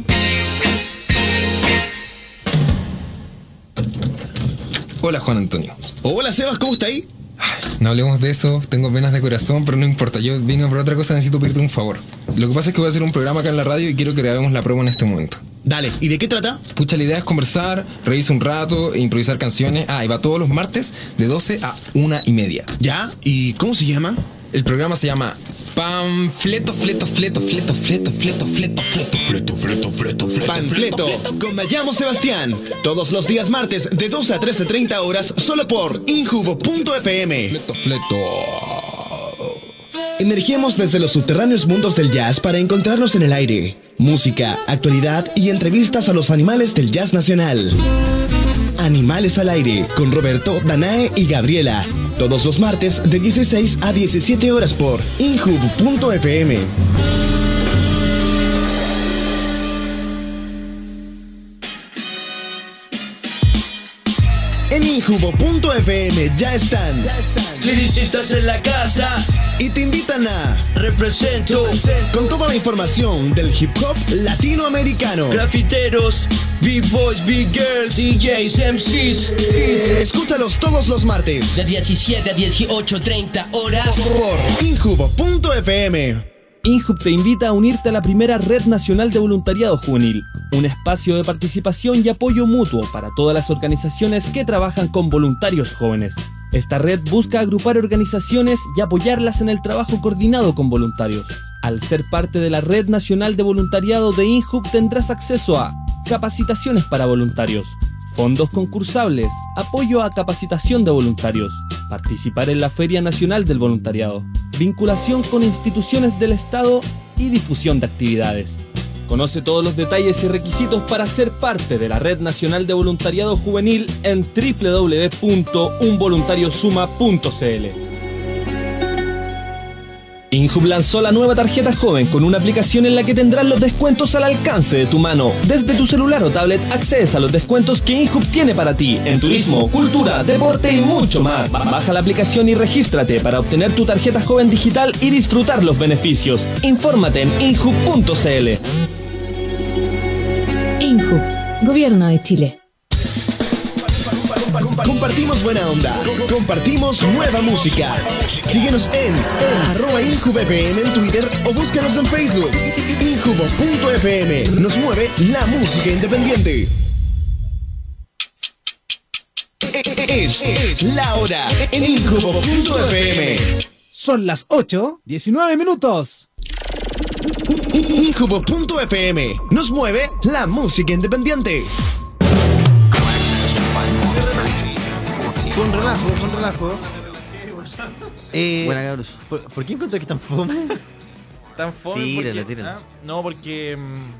Hola Juan Antonio. Hola Sebas, ¿cómo está ahí? No hablemos de eso, tengo penas de corazón, pero no importa, yo vine por otra cosa, necesito pedirte un favor. Lo que pasa es que voy a hacer un programa acá en la radio y quiero que grabemos la promo en este momento. Dale, ¿y de qué trata? Pucha, la idea es conversar, reírse un rato e improvisar canciones. Ah, y va todos los martes de doce a una y media. ¿Ya? ¿Y cómo se llama? El programa se llama Panfleto, fleto, fleto, fleto, fleto, fleto, fleto, fleto, fleto, fleto, fleto, fleto. Panfleto, con Me llamo Sebastián. Todos los días martes de doce a trece treinta horas, solo por inhub punto f m. Fleto, fleto. Emergemos desde los subterráneos mundos del jazz para encontrarnos en el aire. Música, actualidad y entrevistas a los animales del jazz nacional. Animales al aire, con Roberto, Danae y Gabriela. Todos los martes de dieciséis a diecisiete horas por inhub punto f m. En inhub punto f m ya están lyricistas en la casa y te invitan a Represento, con toda la información del hip hop latinoamericano. Grafiteros, B-boys, B-girls, D Js, M Cs. Escúchalos todos los martes de diecisiete a dieciocho treinta horas por inhub punto f m. INHUB te invita a unirte a la primera Red Nacional de Voluntariado Juvenil, un espacio de participación y apoyo mutuo para todas las organizaciones que trabajan con voluntarios jóvenes. Esta red busca agrupar organizaciones y apoyarlas en el trabajo coordinado con voluntarios. Al ser parte de la Red Nacional de Voluntariado de INHUB tendrás acceso a capacitaciones para voluntarios, fondos concursables, apoyo a capacitación de voluntarios, participar en la Feria Nacional del Voluntariado, vinculación con instituciones del Estado y difusión de actividades. Conoce todos los detalles y requisitos para ser parte de la Red Nacional de Voluntariado Juvenil en doble u doble u doble u punto un voluntario suma punto c l. INHUB lanzó la nueva tarjeta joven con una aplicación en la que tendrás los descuentos al alcance de tu mano. Desde tu celular o tablet accedes a los descuentos que INHUB tiene para ti en turismo, cultura, deporte y mucho más. Baja la aplicación y regístrate para obtener tu tarjeta joven digital y disfrutar los beneficios. Infórmate en inhub punto c l. INHUB, Gobierno de Chile. Compartimos buena onda, compartimos nueva música. Síguenos en arroba inhub f m en Twitter o búscanos en Facebook. inhub punto f m, nos mueve la música independiente. Es, es la hora en Incubo punto F M. Son las ocho, diecinueve minutos. Incubo punto F M nos mueve la música independiente. Con relajo, con relajo. Eh, Buena, cabros. ¿por, ¿Por qué encontré que están fome? Tan fome Tírala, porque, tírala. ah, no, porque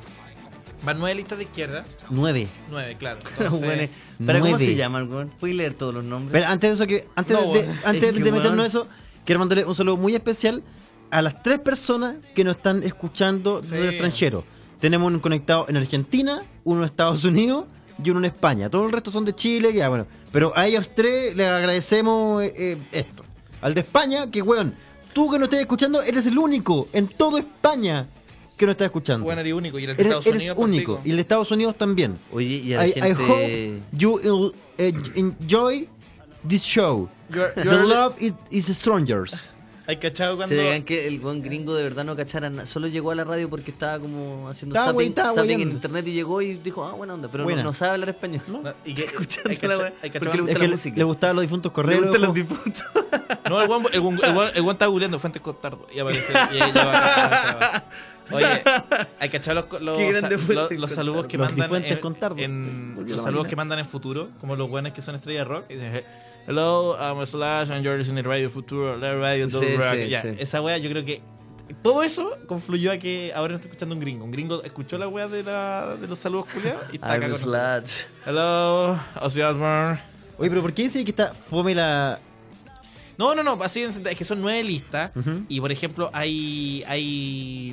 mmm, van nueve listas de izquierda. Nueve. Nueve, claro. Pero, Entonces, bueno, ¿pero cómo nueve. se llama el weón? ¿Puedes leer todos los nombres? Pero antes de eso, que antes No, de, bueno. antes Es que, de meternos weón. en eso, quiero mandarle un saludo muy especial a las tres personas que nos están escuchando desde el Sí. extranjero. Tenemos un conectado en Argentina, uno en Estados Unidos y uno en España. Todo el resto son de Chile, que ya bueno. Pero a ellos tres les agradecemos eh, eh, esto. Al de España, que weón, tú que nos estás escuchando, eres el único en toda España que nos está escuchando. bueno, eres único y el de Eres, Estados eres Unidos. único. por pico. Y el de Estados Unidos también. Oye, y a la I, I gente... hope you will, eh, enjoy this show. You're- The you're- love is, is strangers. ¿Hay cachado Se cuando.? vean que el buen gringo de verdad no cachara nada. Solo llegó a la radio porque estaba como haciendo Estaba zapping, wey, estaba zapping en weyando. internet y llegó y dijo, ah, buena onda. Pero no, Buena. no sabe hablar español. ¿no? No, y que, Escuchando hay la cacha- wea, hay porque cachado- le gusta Es la que música. le gustaban los difuntos Le correos. gustan los loco. difuntos. No, el guan, el guan, el guan, el guan estaba googleando Fuentes Costardo y aparece. Y ahí ya va a cachar. Oye, hay que echar los, los, Qué grande los- Fuentes los saludos que Los mandan difuentes en, Costardo. en- Volvió los la saludos máquina. que mandan en futuro, como los buenos que son estrellas rock. Y dicen, hello, I'm Slash and you're listening to Radio Futuro, la radio Sí, Double Rock. sí, Ya, sí. esa wea yo creo que todo eso confluyó a que ahora nos está escuchando un gringo. Un gringo escuchó la wea de, la, de los saludos culiados y está acá I'm con nosotros. Slash. Hello, Ozzy Osbourne. Oye, pero ¿por qué dice que está fome la. No, no, no, así es que son nueve listas. Ujú. Y por ejemplo, hay. Hay.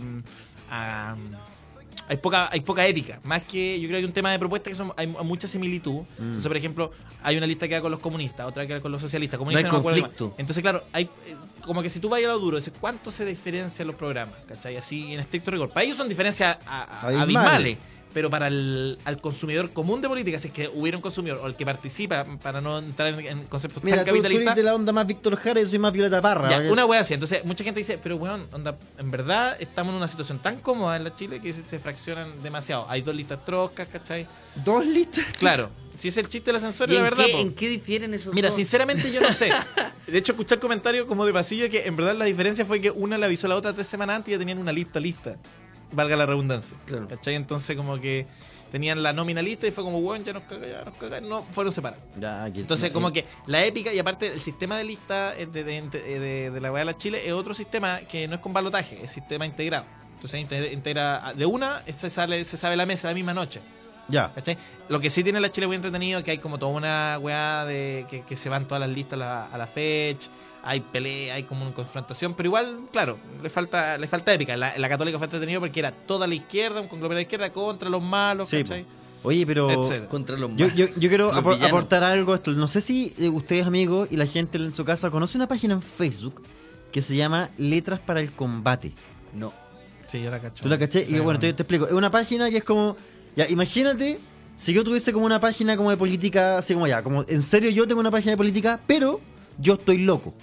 ah, hay poca, hay poca épica. Más que yo creo que hay un tema de propuesta que son, hay mucha similitud. Mm. Entonces, por ejemplo, hay una lista que va con los comunistas, otra que va con los socialistas. No hay Comunistas me acuerdo conflicto. más. Entonces, claro, hay eh, como que si tú vas a lo duro, dices, ¿cuánto se diferencian los programas? ¿Cachai? Así en estricto rigor. Para ellos son diferencias a- a- Abismales. abismales. Pero para el al consumidor común de política, si es que hubiera un consumidor o el que participa, para no entrar en, en conceptos Mira, tan tú, tú capitalistas. eres de la onda más Víctor Jara y yo soy más Violeta Parra. Ya, ¿vale? una wea así. Entonces, mucha gente dice, pero weón, onda, en verdad estamos en una situación tan cómoda en la Chile que se, se fraccionan demasiado. Hay dos listas troscas, ¿cachai? ¿Dos listas? Claro. Si es el chiste del ascensor, ¿Y la en, verdad. qué, po. en qué difieren esos Mira, dos? sinceramente yo no sé. De hecho, escuché el comentario como de pasillo que en verdad la diferencia fue que una le avisó a la otra tres semanas antes y ya tenían una lista lista. Valga la redundancia. Claro. ¿Cachai? Entonces, como que tenían la nómina lista y fue como, weón, ya nos caga, ya nos caga. No, fueron separados. Ya, aquí- Entonces, eh, como que la épica y aparte el sistema de lista eh, de, de, de, de- de la weá de la Chile es otro sistema que no es con balotaje, es sistema integrado. Entonces, integra, integra- de una se sale, se sabe la mesa la misma noche. Ya. ¿Cachai? Lo que sí tiene la Chile muy entretenido que hay como toda una weá de que, que se van todas las listas a la, a la fecha, hay pelea, hay como una confrontación, pero igual, claro, le falta le falta épica. La, la Católica fue entretenido porque era toda la izquierda, un conglomerado de izquierda contra los malos, Sí, ¿cachai? po. Oye, pero Etcétera. Contra los yo, malos. yo, yo quiero Los apor- villanos. aportar algo a esto. No sé si eh, ustedes, amigos, y la gente en su casa conoce una página en Facebook que se llama Letras para el Combate. No. Sí, yo la cacho. ¿Tú la caché? Sí, Y bueno, te, te explico. Es una página que es como... Ya, imagínate si yo tuviese como una página como de política, así como ya, como en serio yo tengo una página de política, pero yo estoy loco.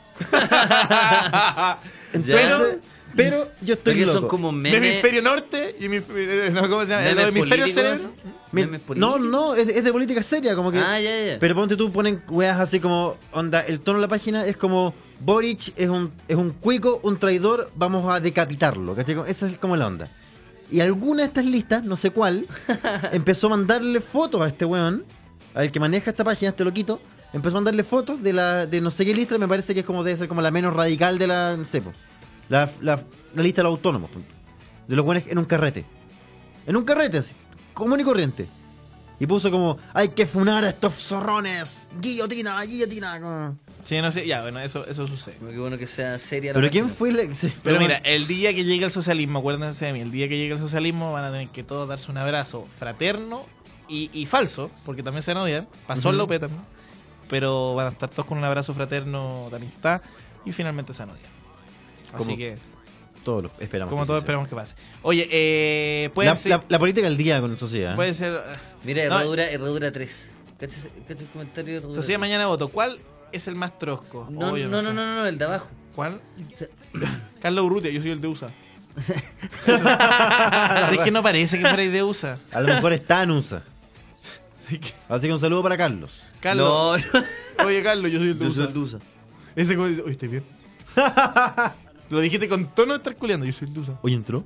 Entonces, pero yo estoy Porque loco. son como De memes. hemisferio norte y hemisferio, no, ¿cómo se llama? memes Los hemisferios políticos, cerebro. eso. Mi- Memes no, políticos. no, es, es de política seria, como que... Ah, ya, ya. Pero ponte tú, ponen weas así como, onda, el tono de la página es como, Boric es un, es un cuico, un traidor, vamos a decapitarlo, ¿cachai? Esa es como la onda. Y alguna de estas listas, no sé cuál, empezó a mandarle fotos a este weón, al que maneja esta página, este loquito, empezó a mandarle fotos de la de no sé qué lista, me parece que es como debe ser como la menos radical de la, no sé, po, la, la, la lista de los autónomos, punto. De los weones en un carrete. En un carrete así, común y corriente. Y puso como, hay que funar a estos zorrones, guillotina, guillotina. como- Sí, no sé, ya, bueno, eso, eso sucede. Qué bueno que sea seria la Pero ¿quién página. fue la... sí, Pero mira, bueno, el día que llegue el socialismo, acuérdense de mí, el día que llegue el socialismo van a tener que todos darse un abrazo fraterno y, y falso, porque también se van a odiar. Pasó Ujú. en la U P también. Pero van a estar todos con un abrazo fraterno de amistad y finalmente se van a odiar. Así Como que, todos lo esperamos. como que todos suceda. esperamos que pase. Oye, eh, pueden La, ser- la- la política del día con sociedad. puede ser... Mira, No, Herradura, Herradura tres. ¿Cachas cachas el comentario de Herradura? Sociedad Mañana Voto, ¿cuál es el más trosco? No, Oh, yo no, no, sé. no, no, no, el de abajo. ¿Cuál? O sea, Carlos Urrutia, yo soy el de U S A. Es que no parece que fuera el de U S A. A lo mejor está en U S A. Así que un saludo para Carlos. Carlos. Oye, Carlos, yo soy el Yo soy Dusa. el Dusa. Ese como dice, oye, ¿estás bien? Lo dijiste con tono de estar culeando. Yo soy el Dusa. Oye, entró.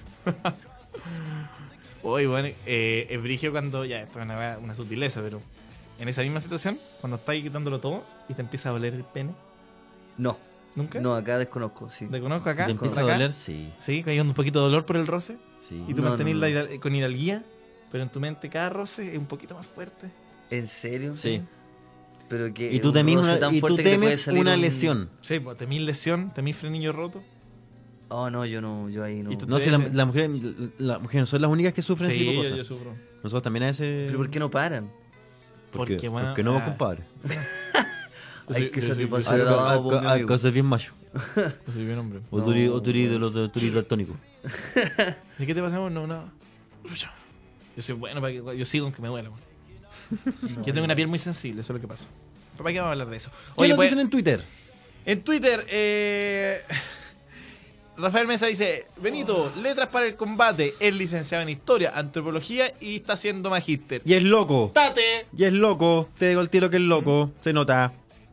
Oye, bueno, eh, es brigio cuando. Ya, esto es una, una sutileza, pero. En esa misma situación, cuando estás quitándolo todo y te empieza a doler el pene. No. ¿Nunca? No, acá desconozco, sí. ¿Te conozco acá? ¿Te empieza acá? a doler? Sí. Sí, que hay un poquito de dolor por el roce. Sí. Y tú No, mantenís no, la no. hidal- con hidalguía, pero en tu mente cada roce es un poquito más fuerte. ¿En serio? Sí. Pero que Y tú un temes roce una, tan y tú fuerte que te puede temes salir una un- lesión. Sí, pues temís lesión, temís frenillo roto. Oh, no, yo no, yo ahí no. ¿Y tú No, te- si las la mujeres la mujeres no son las únicas que sufren ese Sí, tipo de yo, cosas. yo sufro. Nosotros también a veces. ¿Pero por qué no paran? Porque, Porque, bueno, porque no, ah. compadre. Hay que Yo soy- satisfacer Hay a la hay- voz, mi hay amigo. cosas bien macho. Yo soy bien hombre. O tú eres- o tú eres de los de tú eres daltónico. ¿Y qué te pasa? No, no. Yo soy bueno, para que, yo sigo aunque me duela. No, yo tengo una piel muy sensible, eso es lo que pasa. ¿Pero ¿Para qué vamos a hablar de eso? ¿Qué nos pues, dicen en Twitter? en Twitter, eh, Rafael Mesa dice: Benito, letras para el combate. Es licenciado en Historia, Antropología y está haciendo magíster. Y es loco. ¡Tate! Y es loco. Te digo el tiro que es loco. Se nota.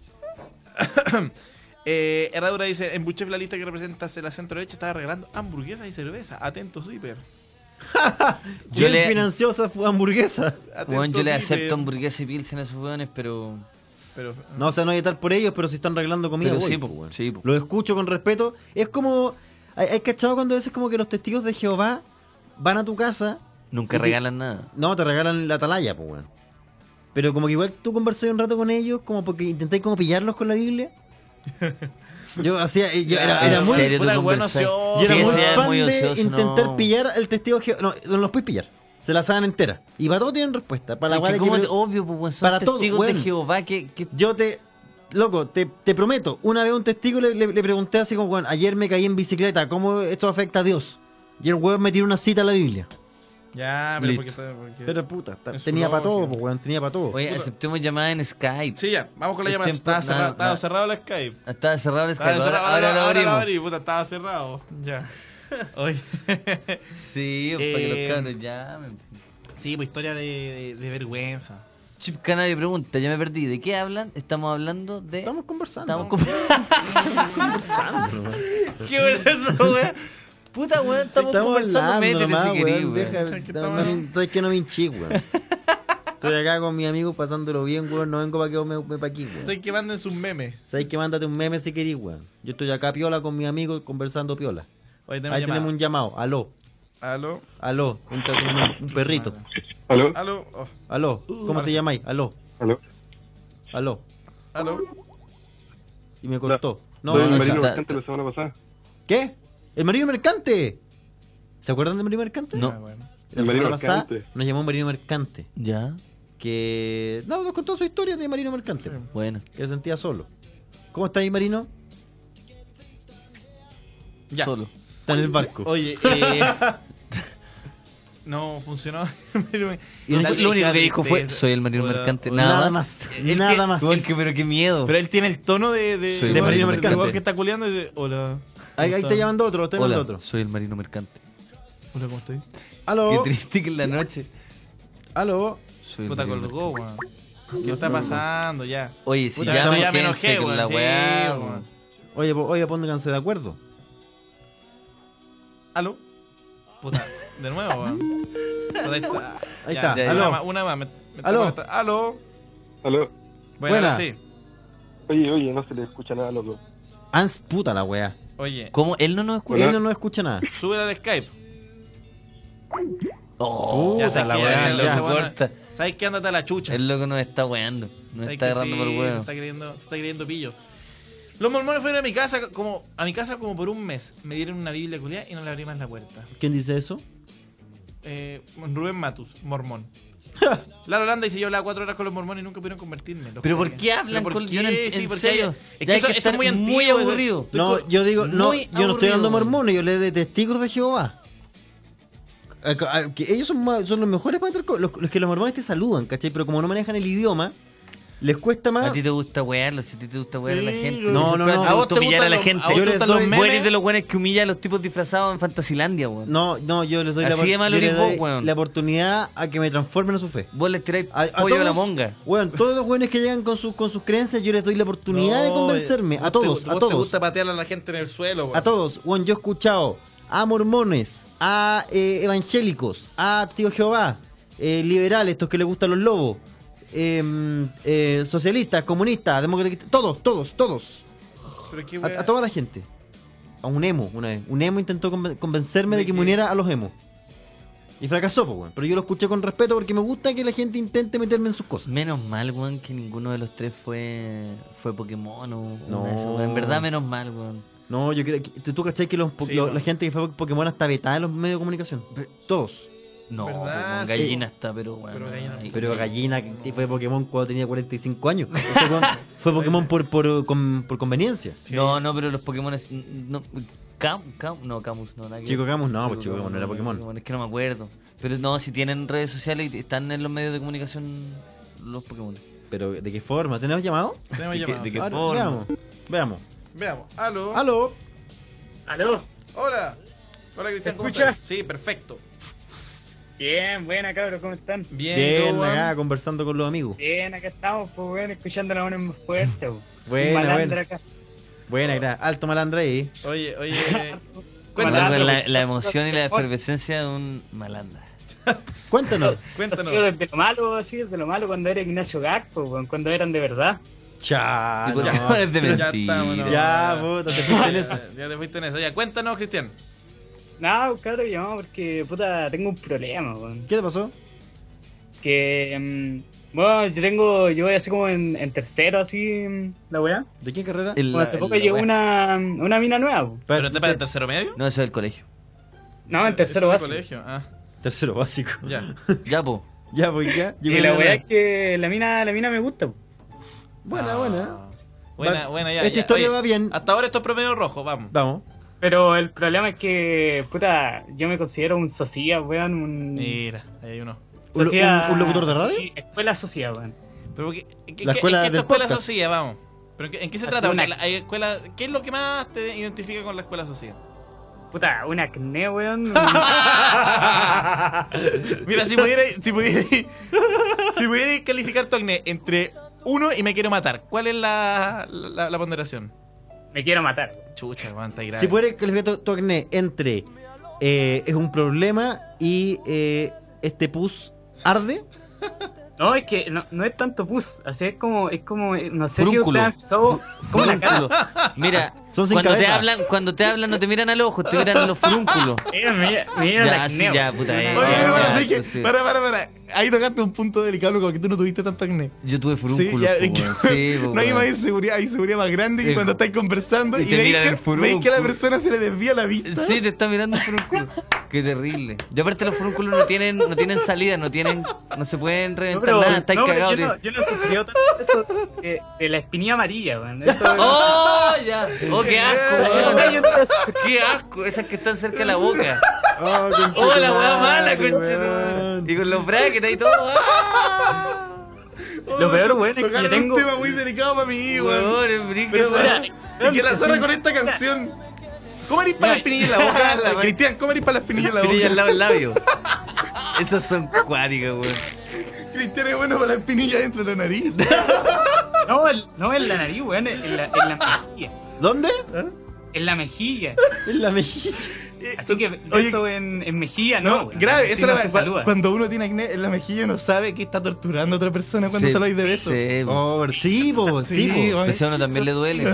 Eh, Herradura dice: en Buchef la lista que representa la centro derecha estaba regalando hamburguesas y cerveza. Atento, Zipper. Yo ¿Quién le- financió esa fu- hamburguesa? Bueno, yo le Atento, Zipper. acepto hamburguesa y pilsen a esos hueones, pero. Pero, No, o sea, no hay que estar por ellos, pero si están regalando comida, Pero voy, sí, po, po, weón. sí, po. Lo escucho con respeto. Es como... ¿Hay, hay cachado cuando a veces como que los testigos de Jehová van a tu casa? Nunca y te- regalan nada. No, te regalan la atalaya, pues, weón. Pero como que igual tú conversas un rato con ellos, como porque intentáis como pillarlos con la Biblia. Yo hacía... Yo era, Ya, era ¿en muy... serio tú puta, el buen conversás? ocioso. Yo era Sí, muy eso ya es fan muy de ocioso, intentar no. pillar al testigo de Jehová. No, no los puedes pillar. Se la saben entera. Y para todo tienen respuesta. Para la Es que weá de como que- te- obvio, pues, weón, son para todo, testigos weón. de Jehová que, que- Yo te... Loco, te, te prometo, una vez a un testigo le, le- le pregunté así como, bueno, ayer me caí en bicicleta, ¿cómo esto afecta a Dios? Y el weón me tiró una cita a la Biblia. Ya, pero Listo. porque, está- porque- Pero puta, ta- en su tenía para todo, lógica. pues, weón, tenía para todo. Oye, aceptemos llamada en Skype. Sí, ya, vamos con la Es llamada. tiempo- Estaba no, cerrado, no, estaba no. cerrado la Skype. Estaba cerrado el Skype, Estaba ahora, cerrado, ahora lo ahora abrimos. lo abrí, puta, estaba cerrado. Ya. Oye. Sí, para que Eh, los cabros llamen. Sí, pues historia de, de, de vergüenza. Chip Canario pregunta, ya me perdí, ¿de qué hablan? Estamos hablando de... Estamos conversando. Estamos conversando. ¿Qué bueno eso, weón? Puta, weón, estamos, conversando, métete nomás, si querís, weón, weón. deja- ¿Sabes que no, estamos- no, sabes que no me hinché, weón. Estoy acá con mis amigos pasándolo bien, weón, no vengo para que vos me, me pa' aquí, weón. Estoy que manden sus memes. Sabes que mándate un meme si querís, weón. Yo estoy acá piola con mis amigos conversando piola. Oye, tenemos Ahí llamada. tenemos un llamado, aló, Aló. aló, un, un- un perrito. ¿Aló? Aló. Oh. Aló, ¿cómo ahora te sí. llamáis? Aló, ¿Aló? aló. Aló. Y me cortó. No, Soy no, el no, marino está- mercante la semana pasada. ¿Qué? ¿El marino mercante? ¿Se acuerdan del marino mercante? No. Ah, bueno. La El marino semana pasada mercante. nos llamó un marino mercante. Ya, Que. No, nos contó su historia de marino mercante. bueno. Que se sentía solo. ¿Cómo está ahí, marino? Ya. Solo. Está en el barco. Oye, eh. No funcionó. Y lo, Dale, lo único que dijo fue, tristeza. soy el marino Puta, mercante. puta. Nada, Nada más. más. El Nada que- más. Weón, que- pero qué miedo. Pero él tiene el tono de. de Soy el marino de mercante. voz que está culeando y de, hola. Ahí, ahí está llamando otro, está llamando Hola, otro. soy el marino mercante. Hola, ¿cómo estoy? Aló. Qué triste que en la noche. Aló. Soy el Puta, marino colgó, weón. ¿Qué está pasando ya? Oye, si Puta, ya, ya me urgencia enojé, con weón. la Sí, weá, weón. weón. Oye, po- oye, pónganse de acuerdo. ¿Aló? Puta, de nuevo, weón. Puta, ahí está. Ahí Ya, está, ya, aló. Una más, una más. me- me está Aló. molestando. Aló. ¿Aló? Bueno, Buena. ahora sí. Oye, oye, no se le escucha nada, loco. Ans, puta la wea. Oye, ¿Cómo? Él no nos escucha. Él no nos escucha nada. sube al Skype. Oh, Ya Puta sabes la que weá, ese ya. loco, se bueno, corta. ¿sabes qué? Ándate a la chucha. El loco nos está weando. Nos ¿Sabes está que agarrando sí? por el Se huevo. está creyendo, se está creyendo pillo. Los mormones fueron a mi casa como a mi casa como por un mes. Me dieron una Biblia culiada y no le abrí más la puerta. ¿Quién dice eso? Eh, Rubén Matus, mormón. La Holanda dice yo hablaba cuatro horas con los mormones y nunca pudieron convertirme. Los Pero ¿por jóvenes. qué hablan ¿Pero por con- qué? yo no ent- Sí, en porque serio. hay- Es Ya que hay eso, que eso estar es muy antiguo. muy eso- aburrido. estoy No, co- yo digo, no, muy yo no estoy aburrido. hablando de mormones, yo le de testigos de Jehová. Eh, que ellos son, más- son los mejores para entrar con- los, los que los mormones te saludan, ¿cachai? Pero como no manejan el idioma, les cuesta más. A ti te gusta wearlo, si a ti te gusta wear a la gente. No, no, no. A vos te humillar a la los- gente. a vos te gustan los Vos memes. eres de los buenos que humilla a los tipos disfrazados en Fantasilandia, weón. No, no, yo les doy, Así la, de malo yo les eres vos, doy weón. la oportunidad a que me transformen a su fe. Vos les tiráis A, a pollo a la todos, monga. weón, todos los weones que llegan con sus con sus creencias, yo les doy la oportunidad de convencerme. A todos, te, a vos todos. te gusta patear a la gente en el suelo, weón. A todos, weón, yo he escuchado a mormones, a eh, evangélicos, a tío Jehová, eh, liberales, estos que les gustan los lobos, eh, eh, socialistas, comunistas, demócratas, todos, todos, todos. Pero qué A, weá. a toda la gente. A un emo, una vez. Un emo intentó conven- convencerme de, ¿De que qué? me uniera a los emos. Y fracasó, pues, weón. Pero yo lo escuché con respeto porque me gusta que la gente intente meterme en sus cosas. Menos mal, weón, que ninguno de los tres fue fue Pokémon o No. una de esas, weón. En verdad, menos mal, weón. No, yo creo que. ¿Tú, tú cachai que los, po- Sí, lo- weón. la gente que fue Pokémon está vetada en los medios de comunicación? Todos. No, ¿Verdad? weón, Sí. gallina está, pero weón. Pero gallina ahí- Pero Gallina que fue Pokémon cuando tenía cuarenta y cinco años. Ese weón fue Pokémon por, por, con- por conveniencia. No, no, pero los Pokémon. es- No, Cam, Cam, no, Camus, no, nada que Chico ver. Camus, no, pues Chico Camus no era Pokémon. Es que no me acuerdo. Pero no, si tienen redes sociales y están en los medios de comunicación los Pokémon. Pero ¿de qué forma? ¿Tenemos llamado? Tenemos ¿De qué- llamados. de qué Ahora, forma? Veamos. Veamos. Veamos. Aló. Aló. ¿Aló? Hola. Hola, Cristian. ¿Se ¿cómo escucha? estás? Sí, perfecto. Bien, buena cabros, ¿cómo están? Bien, ¿y tú, Bien, weón? acá conversando con los amigos. Bien, acá estamos, pues bueno, escuchando la una más fuerte, pues. Buena, Un malandro buena. acá. Buena, gra- alto malandra ahí. Oye, oye. Cuéntanos Malandro. la, la emoción y la efervescencia de un malandra. Cuéntanos. Cuéntanos. Así desde lo malo, así desde lo malo cuando era Ignacio Gacpo, weón, cuando eran de verdad. Chá, ¿Y por no. qué no es de Ya mentira? estamos, no. Ya, puta, te fuiste en esa. Ya te fuiste en eso. Ya, cuéntanos, Cristian. Nada, pues, cabrón, llamado porque, puta, tengo un problema, weón. ¿Qué te pasó? Que, mm, bueno, yo tengo, yo voy así como en, en tercero, así, mm, la weá. ¿De qué carrera? El- Como hace la- poco la llegó wea. una, una mina nueva, pues. ¿Pero te para el tercero medio? No, eso es el colegio. No, en tercero ¿En el básico. colegio? Ah, Tercero básico. ya. Ya, po. Ya, pues ya. Y Llegó la la- weá es que la mina, la mina me gusta, pues. Buena, Ah. buena. Buena, Va- buena, ya. Esta ya. historia Oye, va bien. Hasta ahora esto es promedio rojo, vamos. Vamos. Pero el problema es que, puta, yo me considero un socia, weón, un... Mira, ahí hay uno. ¿Un, lo- socia- un- un locutor de radio? sí, escuela socia, weón. Pero ¿qué, qué, La qué- escuela ¿en qué del tu escuela podcast. social, vamos? ¿Pero en qué, en qué se Así trata? Porque una- la- hay escuela, ¿qué es lo que más te identifica con la escuela social? Puta, un acné, weón. Mira, si pudiera, si pudiera, si pudiera calificar tu acné entre uno y me quiero matar, ¿cuál es la, la, la ponderación? Me quiero matar. Chucha, aguanta y grave. Si puedes calificar tu, tu acné entre eh, es un problema y eh, este pus arde. No, es que no, no es tanto pus, así es como, es como, eh, no sé Furúnculo. si ustedes han fijado como la Furúnculo. cara. Mira, Son sin cuando te cabeza. hablan, cuando te hablan no te miran al ojo, te miran a los furúnculos. Mira, mira, mira el Ya, acné, sí, ya, weón. puta, eh. Oye, pero para, Ah, sí que, sí. para, para, para. Ahí tocaste un punto delicado como que tú no tuviste tanto acné. Yo tuve Sí, furúnculos, ya, po, es que- weón. Sí, po, no hay weón. más inseguridad, hay inseguridad más grande que El- cuando estáis conversando y y, te veis, miran el que, furúnculo. veis que a la persona se le desvía la vista. Sí, te está mirando el furúnculo. Qué terrible. Y aparte los furúnculos no tienen, no tienen salida, no tienen, no se pueden No, reventar pero, nada, estáis no, pero cagados. yo, no, tío. yo no sufrí tanto eso de, de la espinilla amarilla, weón. Eso, ¡Oh, ya! ¡Oh, qué asco, Eso- eso weón! que yo te- ¡Qué asco! Esas que están cerca de la boca. Oh, ¡Oh, la weá mala, concha! Y con los brackets ahí todo. ¡Ah! Lo peor, weón, es que Tocaron yo tengo... un tema muy delicado para mí, weón. Weón, es brígido. Pero, Mira, weón, y que la zorra con esta canción. ¿Cómo eres para la espinilla en la boca? La- Cristian, ¿cómo eres para la espinilla en la Espinilla al boca? lado del labio. Esos son cuáticos, weón. Cristian es bueno para la espinilla dentro de la nariz. No, el- no en la nariz, weón, en la, en la mejilla. ¿Dónde? En la mejilla. En la mejilla. Así que Oye, eso en, en mejilla, no. No, weón. grave, Así esa no es se la saluda. cuando uno tiene acné en la mejilla uno sabe que está torturando a otra persona cuando Sí, se lo de beso. sí, po. Oh, sí, po, sí, Sí, po. weón. Pero si a uno también le duele.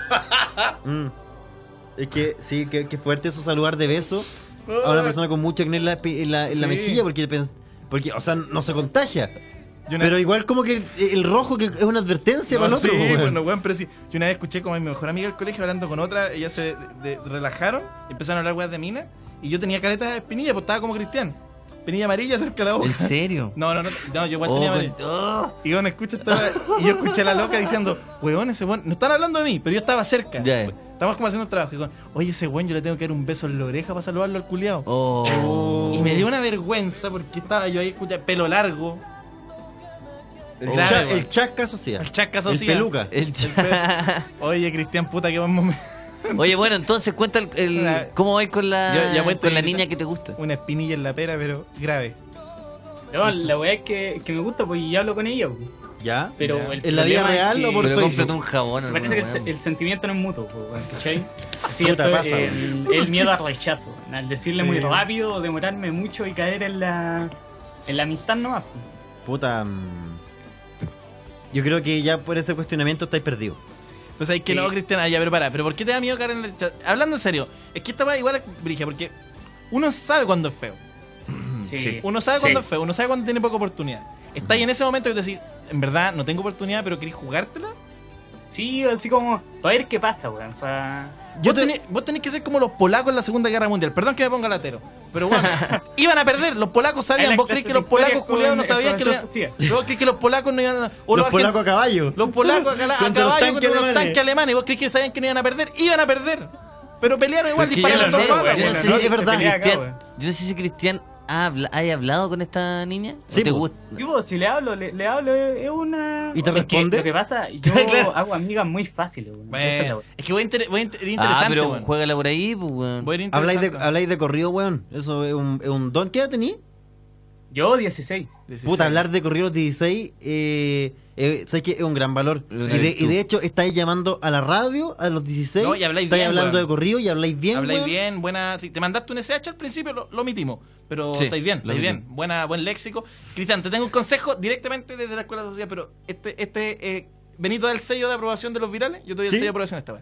Mm. Es que sí, que, que fuerte eso saludar de beso a una persona con mucho acné en la, espi- en la, en la Sí. mejilla porque, pens- porque, o sea, no se contagia. Yo una- Pero igual como que el, el rojo que es una advertencia No, para el otro. sí, po, weón. bueno, weón, pero sí. Yo una vez escuché como a mi mejor amiga del colegio hablando con otra, ellas se de- de- relajaron, empezaron a hablar weas de mina, y yo tenía caleta de espinilla, pues estaba como Cristian. Espinilla amarilla cerca de la boca. ¿En serio? No, no, no, no, yo igual Oh, tenía con- amarilla. oh. Y bueno, escucha esta, y yo escuché a la loca diciendo, weón, ese weón, no están hablando de mí, pero yo estaba cerca. Ya. Estábamos como haciendo un trabajo. Y digo, oye, ese weón, yo le tengo que dar un beso en la oreja para saludarlo al culiao. Oh. Y me dio una vergüenza porque estaba yo ahí, escucha, pelo largo. El, Grave, cha- weón. el chasca socia. El chasca El socia. peluca. El El pe- Oye, Cristian, puta, qué buen momento. Oye, bueno, entonces cuenta el, el- cómo vais con la, Ya- ya cuento con la que- niña que te gusta. Una espinilla en la pera, pero grave. No, la weá es que, que me gusta porque yo hablo con ella. pues. ¿Ya? Pero Ya. el ¿En la vida problema es real que- o por Pero Facebook? cómprate un jabón. Me parece que el, alguna se- weá. el sentimiento no es mutuo, pues, weón, ¿cachai? Así Puta, esto, pasa, el, weón. el miedo al rechazo, al decirle Sí. muy rápido, demorarme mucho y caer en la, en la amistad nomás. pues. Puta. mm, Yo creo que ya por ese cuestionamiento estáis perdidos. Pues hay que Sí. no, Cristian, ah, ya, pero para, pero ¿por qué te da miedo caer en el chat? Hablando en serio, es que esta va igual a Brigia, porque uno sabe cuándo es feo. Sí. Uno sabe Sí. cuándo es feo, uno sabe cuándo tiene poca oportunidad. Está ahí en ese momento que te decís, en verdad no tengo oportunidad, pero querés jugártela. Sí, así como, para ver qué pasa, weón. Pa... Vos, tenés, vos tenés que ser como los polacos en la Segunda Guerra Mundial. Perdón que me ponga latero. Pero bueno, iban a perder. Los polacos Hay sabían. una ¿Vos clase crees que de los polacos historia culiados no con sabían el que los, profesor ¿Vos crees que los polacos no iban a... o Los argen- polacos a caballo. Los polacos a, cala- a Contra los caballo tanques contra los alemanes. tanques alemanes. ¿Vos crees que sabían que no iban a perder? Iban a perder. Pero pelearon igual, Porque yo dispararon no dos sé, balas. yo no weón. sé No, si es verdad. pelea acá, Cristian, weón. yo no sé si Cristian ha habla- haya hablado con esta niña. ¿O Sí, te po. gusta? Tipo, si le hablo, le, le hablo, es una... ¿Y te es que responde? lo que pasa, yo Claro. hago amigas muy fáciles, weón. Esa es la Bueno, weá. es que voy a inter- voy a inter- Ah, interesante, pero weón. juégala por ahí, pues, weón. Voy a ir Habláis de, interesante. habláis de corrido, weón. Eso es un, es un don. ¿Qué edad tení? Yo, dieciséis. dieciséis. Puta, hablar de corrido a los dieciséis, eh, eh, sabes que es un gran valor. Y Una de, y virtud. de hecho, estáis llamando a la radio a los dieciséis. No, y habláis estáis bien, hablando weón. de corrido y habláis bien. Habláis weón. bien, buena. Si te mandaste un S H al principio, lo, lo omitimos. Pero Sí, estáis bien, lo estáis bien. omitimos. Buena, buen léxico. Cristian, te tengo un consejo directamente desde la Escuela Social, pero este, este, eh, Benito da el sello de aprobación de los virales, yo te doy el ¿Sí? sello de aprobación esta vez.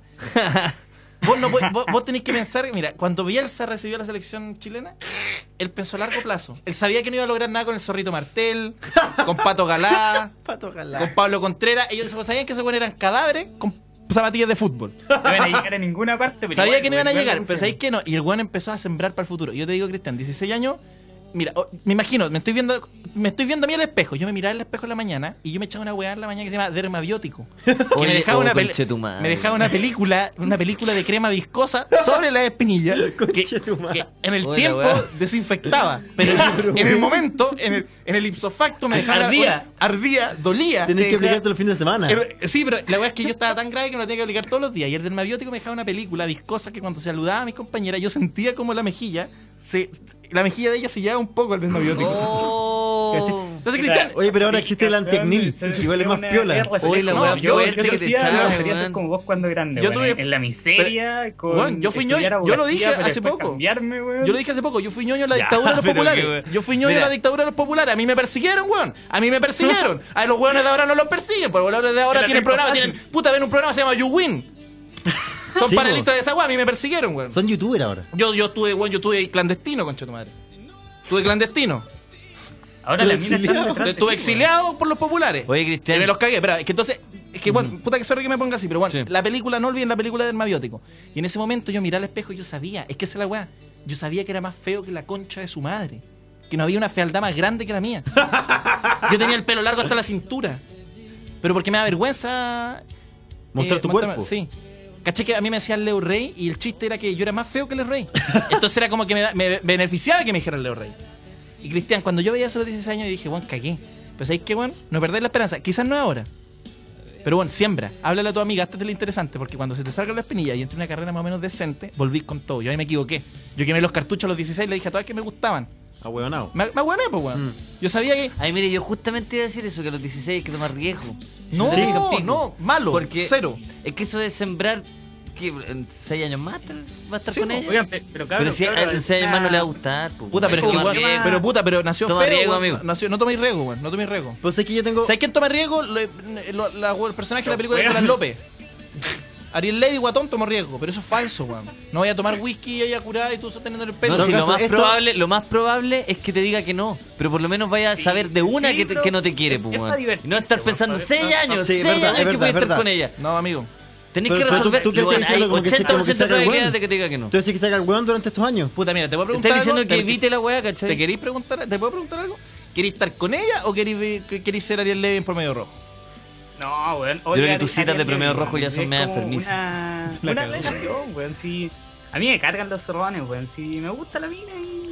Vos, no, podés- vos, vos tenés que pensar, mira, cuando Bielsa recibió la selección chilena, él pensó a largo plazo. Él sabía que no iba a lograr nada con el Zorrito Martel, con Pato Galá, Pato Galá. con Pablo Contreras. Ellos sabían que esos buenos eran cadáveres con zapatillas de fútbol. No iban a llegar a ninguna parte, pero Sabía igual, que no iban a weón, llegar, igual pero lo sabéis que no. Y el weón empezó a sembrar para el futuro. Yo te digo, Cristian, dieciséis años. Mira, oh, me imagino, me estoy viendo me estoy viendo a mí al espejo. Yo me miraba al espejo en la mañana y yo me echaba una weá en la mañana que se llama dermabiótico. Que Oye, me dejaba, oh, una, pel- conchetumadre. me dejaba una película una película de crema viscosa sobre la espinilla que, que en el Oye, tiempo weá. desinfectaba. Pero en, en el momento, en el, en el ipso facto me dejaba Ardía. una- ardía, dolía. Tenés que Te aplicarte los fines de semana. eh, Sí, pero la weá es que yo estaba tan grave que me lo tenía que aplicar todos los días. Y el dermabiótico me dejaba una película viscosa que cuando saludaba a mis compañeras yo sentía como la mejilla, se, la mejilla de ella se llevaba un poco al dermabiótico. Oh. ¿Cachai? Entonces, Cristian, Oye, pero ahora existe el antiacnil. Igual es más piola. Oye, la no, weá yo, fuerte yo que te decía, echaba, me gustaría ser weón. como vos cuando grande, Yo weón, tuve- en la miseria, con weón, yo fui estudiar ñoño, yo lo abogacía dije para hace después poco. cambiarme, weón. Yo lo dije hace poco, yo fui ñoño en la Ya, dictadura de los pero populares. qué weón. Yo fui ñoño en Mira. la dictadura de los populares. A mí me persiguieron, weón. A mí me persiguieron. A los weones de ahora no los persiguen, pero los weones de ahora Era tienen tiempo programa, fácil. tienen, puta, ven un programa que se llama You Win. Son Sí, panelistas de esa weá, a mí me persiguieron, weón. Son youtubers ahora. Yo, yo estuve, weón, yo estuve clandestino, concha tu madre. Estuve clandestino. Ahora la mina está detrás de Estuve ti, exiliado por los populares. Oye, Y Cristian. me los cagué, pero es que entonces, es que bueno, puta que sorry que me ponga así, pero bueno, Sí. la película, no olviden la película del Mabiótico. Y en ese momento yo miré al espejo y yo sabía, es que esa es la weá, yo sabía que era más feo que la concha de su madre. Que no había una fealdad más grande que la mía. Yo tenía el pelo largo hasta la cintura. Pero porque me da vergüenza Mostrar tu mostrarme- cuerpo. Sí. Caché que a mí me decían Leo Rey y el chiste era que yo era más feo que Leo Rey. Entonces era como que me, da- me beneficiaba que me dijeran Leo Rey. Y Cristian, cuando yo veía eso a los dieciséis años, dije, bueno, cagué. Pero ¿sabéis qué, bueno? No perdáis la esperanza. Quizás no es ahora. Pero bueno, siembra. Háblale a tu amiga, hazte lo interesante, porque cuando se te salga la espinilla y entre una carrera más o menos decente, volvís con todo. Yo ahí me equivoqué. Yo quemé los cartuchos a los dieciséis y le dije a todas que me gustaban. A huevonao. Me, me ahueoné, pues, weón. Mm. Yo sabía que. Ay, mire, yo justamente iba a decir eso, que a los dieciséis hay que tomar riesgo. No, Sí, pico. no, malo. Porque cero. Es que eso de sembrar, que en seis años más te- va a estar Sí, con po. ella. Oigan, pe- pero cabrón, Pero si cabrón, en seis años una- más no le va a gustar. po. Puta, pero es que, Toma weón, riesgo. pero puta, pero nació Toma feo, riesgo, weón. amigo. Nació, no toméis riesgo, weón, no toméis riesgo. Pues es que yo tengo. ¿Sabes quién toma riesgo? Lo- lo- la- el personaje de la película de Nicolás López. Ariel Levy, guatón, tomó riesgo, pero eso es falso, weón. No voy a tomar whisky y ella curada y tú sosteniendo el pelo. No, si lo caso, más esto- probable, lo más probable es que te diga que no, pero por lo menos vaya a saber de una sí, que, te- pero que no te quiere, es- pues, es weón. para Y divertirse, no estar weón, pensando para- seis no, años, sí, es seis verdad, años es que voy a verdad, estar es verdad. con ella. No, amigo. Tenés Pero- que pero tú- resolver. tú qué y, bueno, estás hay diciendo, como que se- ochenta por ciento de como que se haga el probabilidad weón. de que te diga que no. Tú decís que saca el weón durante estos años. Puta, mira, te puedo Te preguntar estás diciendo algo. que ¿Te- evite la weá, ¿Te ¿cachai? queréis preguntar? ¿Te puedo preguntar algo? ¿Queréis estar con ella o queréis, vi- que- queréis ser Ariel Levy en promedio rojo? No, weón. Yo creo que tus citas de promedio rojo ya son medio enfermizas. Una, La una cagó. relación, weón. Si, a mí me cargan los zorrones, weón. Si me gusta la mina y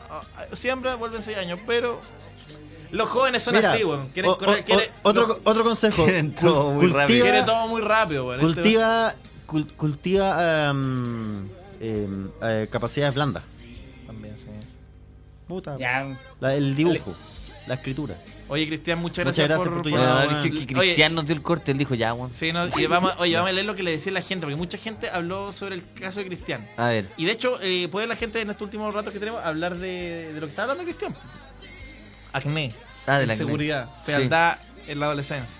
siembra, vuelven seis años, pero Los jóvenes son Mira, así, weón. Quieren o- correr, o- quieren- otro, los- otro consejo. Quieren todo muy rápido. Quiere todo muy rápido, weón. Cultiva, cul- cultiva em, em, eh, capacidades blandas. También, sí. Puta. Ya. La- el dibujo, la escritura. Oye, Cristian, muchas Muchas gracias, gracias por, por tu por- llamada, No, weón. que, que Oye, Cristian nos dio el corte, él dijo ya, weón. Sí, no, y vamos, oye, vamos a leer lo que le decía la gente, porque mucha gente habló sobre el caso de Cristian. A ver. Y de hecho, eh, puede la gente en estos últimos ratos que tenemos hablar de, de lo que está hablando Cristian. Acné, Ah, del acné. inseguridad, fealdad en la adolescencia.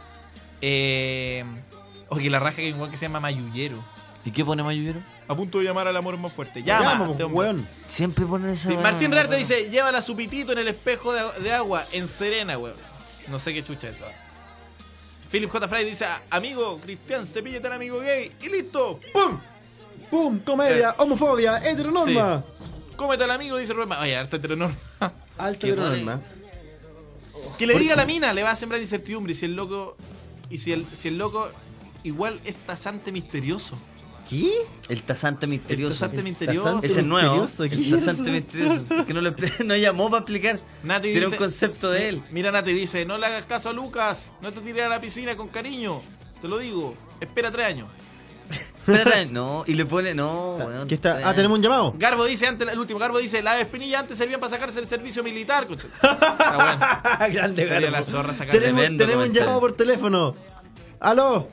Eh, oye, la raja que igual que se llama Mayullero. ¿Y qué pone Mayullero? A punto de llamar al amor más fuerte. Llama, Llama, este pues, hombre. weón. Siempre pone esa. Sí, weá, Martín Rarte weón. dice, llévala su pitito en el espejo de, de agua en Serena, weón. No sé qué chucha es eso. Philip J. Fry dice, amigo, Cristian, cepíllate al amigo gay y listo. ¡Pum! ¡Pum! Comedia, homofobia, heteronorma. Cómete al amigo, dice Rubén. Oye, harta heteronorma. Alta Qué heteronorma. Que le diga a la mina, le va a sembrar incertidumbre. Y si el loco, y si el, si el loco igual es tasante misterioso. ¿Qué? El tasante misterioso. El tasante misterioso. Ese es nuevo. misterioso, ¿qué El es tasante eso? misterioso. Que no, le, expli- no llamó para explicar. Nati Tiene dice, un concepto de él. Mira, Nati dice, no le hagas caso a Lucas, no te tires a la piscina con cariño. Te lo digo, espera tres años. Espérate, no, y le pone, no, weón. ¿Qué está? Ah, tenemos un llamado. Garbo dice, antes, el último, Garbo dice, las espinillas antes servían para sacarse el servicio militar. Concha. Está bueno. Grande, Sería Garbo. la zorra sacarse. Tenemos, Tremendo tenemos un comentario. llamado por teléfono. ¿Aló?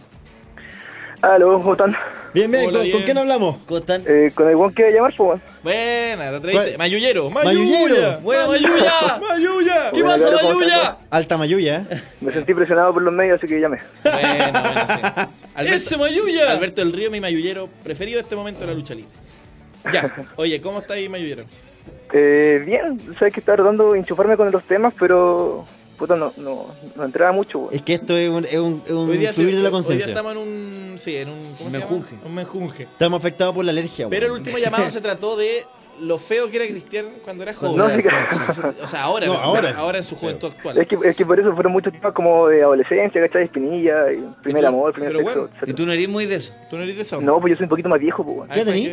Aló, ¿cómo están? Bien, bien. Hola, ¿Con, bien. ¿con quién hablamos? ¿Cómo están? Eh, con el guan que iba a llamar, pues, Buena, te atreviste. ¿Cuál? Mayullero. Mayullero. Mayulla. Buena, Mayulla. Mayulla. ¿Qué Hola, pasa, claro, ¿cómo Mayulla? estás? Alta Mayuya, ¿eh? Me sentí presionado por los medios, así que llamé. Bueno, bueno, sí. ¡Ese Mayulla! Alberto del Río, mi mayullero preferido de este momento de la lucha libre. Ya, oye, ¿cómo está ahí, mayullero? Eh, bien, sabes que estaba tratando de enchufarme con los temas, pero puta, no, no, no entraba mucho, weón. Es que esto es un, es un, es un Hoy día, fluir sí, de la hoy día conciencia. estamos en un. Sí, en un. ¿Cómo se Menjunje. llama? Un menjunje. Estamos afectados por la alergia, Pero el weón. último llamado se trató de lo feo que era Cristian cuando era joven. No, sí que- O sea, ahora, No, ahora. ahora en su juventud actual. Es que, es que por eso fueron muchos temas como de adolescencia, ¿cachai? Espinilla, y primer tú- amor, primer pero sexo, bueno, etcétera. ¿Y tú no eres muy de eso? ¿Tú no eres de eso? No, pues yo soy un poquito más viejo, pues, weón. ¿Qué edad tení?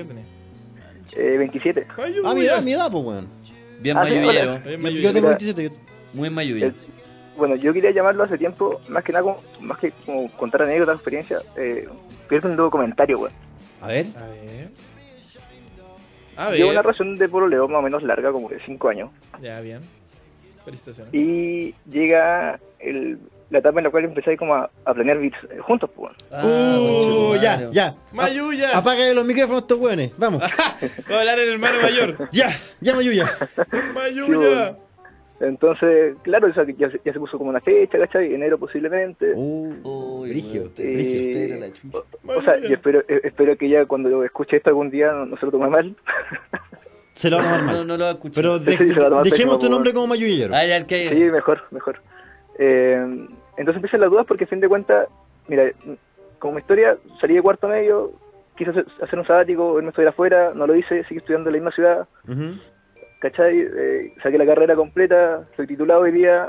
Eh, veintisiete. Ah, mi edad, mi edad, pues, weón. Bien Ah, sí, mayullero. hola. Yo, yo tengo Mira. veintisiete. Yo... Muy mayulla. Eh, Bueno, yo quería llamarlo hace tiempo, más que nada, como, más que como contar anécdotas, experiencias, eh, pierdo un documentario, weón. A ver. A ver. A Llevo una ver. relación de pololeo más o menos larga, como de cinco años. Ya, bien. Felicitaciones. Y llega el, la etapa en la cual empezáis como a, a planear beats eh, juntos, pues. Uh, ya, ya. Mayulla. Apaga los micrófonos estos weones. Vamos. Voy a hablar el hermano mayor. Ya, ya, Mayuya. Mayulla. Entonces, claro, o sea, que ya, se- ya se puso como una fecha, ¿cachai? Enero posiblemente. Uh, brigio, Eh, o, o sea, yo espero, eh, espero que ya cuando escuche esto algún día no, no se lo tome mal. Se lo va a tomar mal. No, no lo va a escuchar. Pero de- Sí, se va a tomar dejemos pésimo, tu nombre weón. como Mayullero. Ah, ya, el que Sí, mejor, mejor. Eh, entonces empiezan las dudas porque, a fin de cuentas, mira, como mi historia, salí de cuarto medio, quise hacer, hacer un sabático, irme a estudiar afuera, no lo hice, sigo estudiando en la misma ciudad, Ujú. ¿cachai? Eh, saqué la carrera completa, soy titulado hoy día,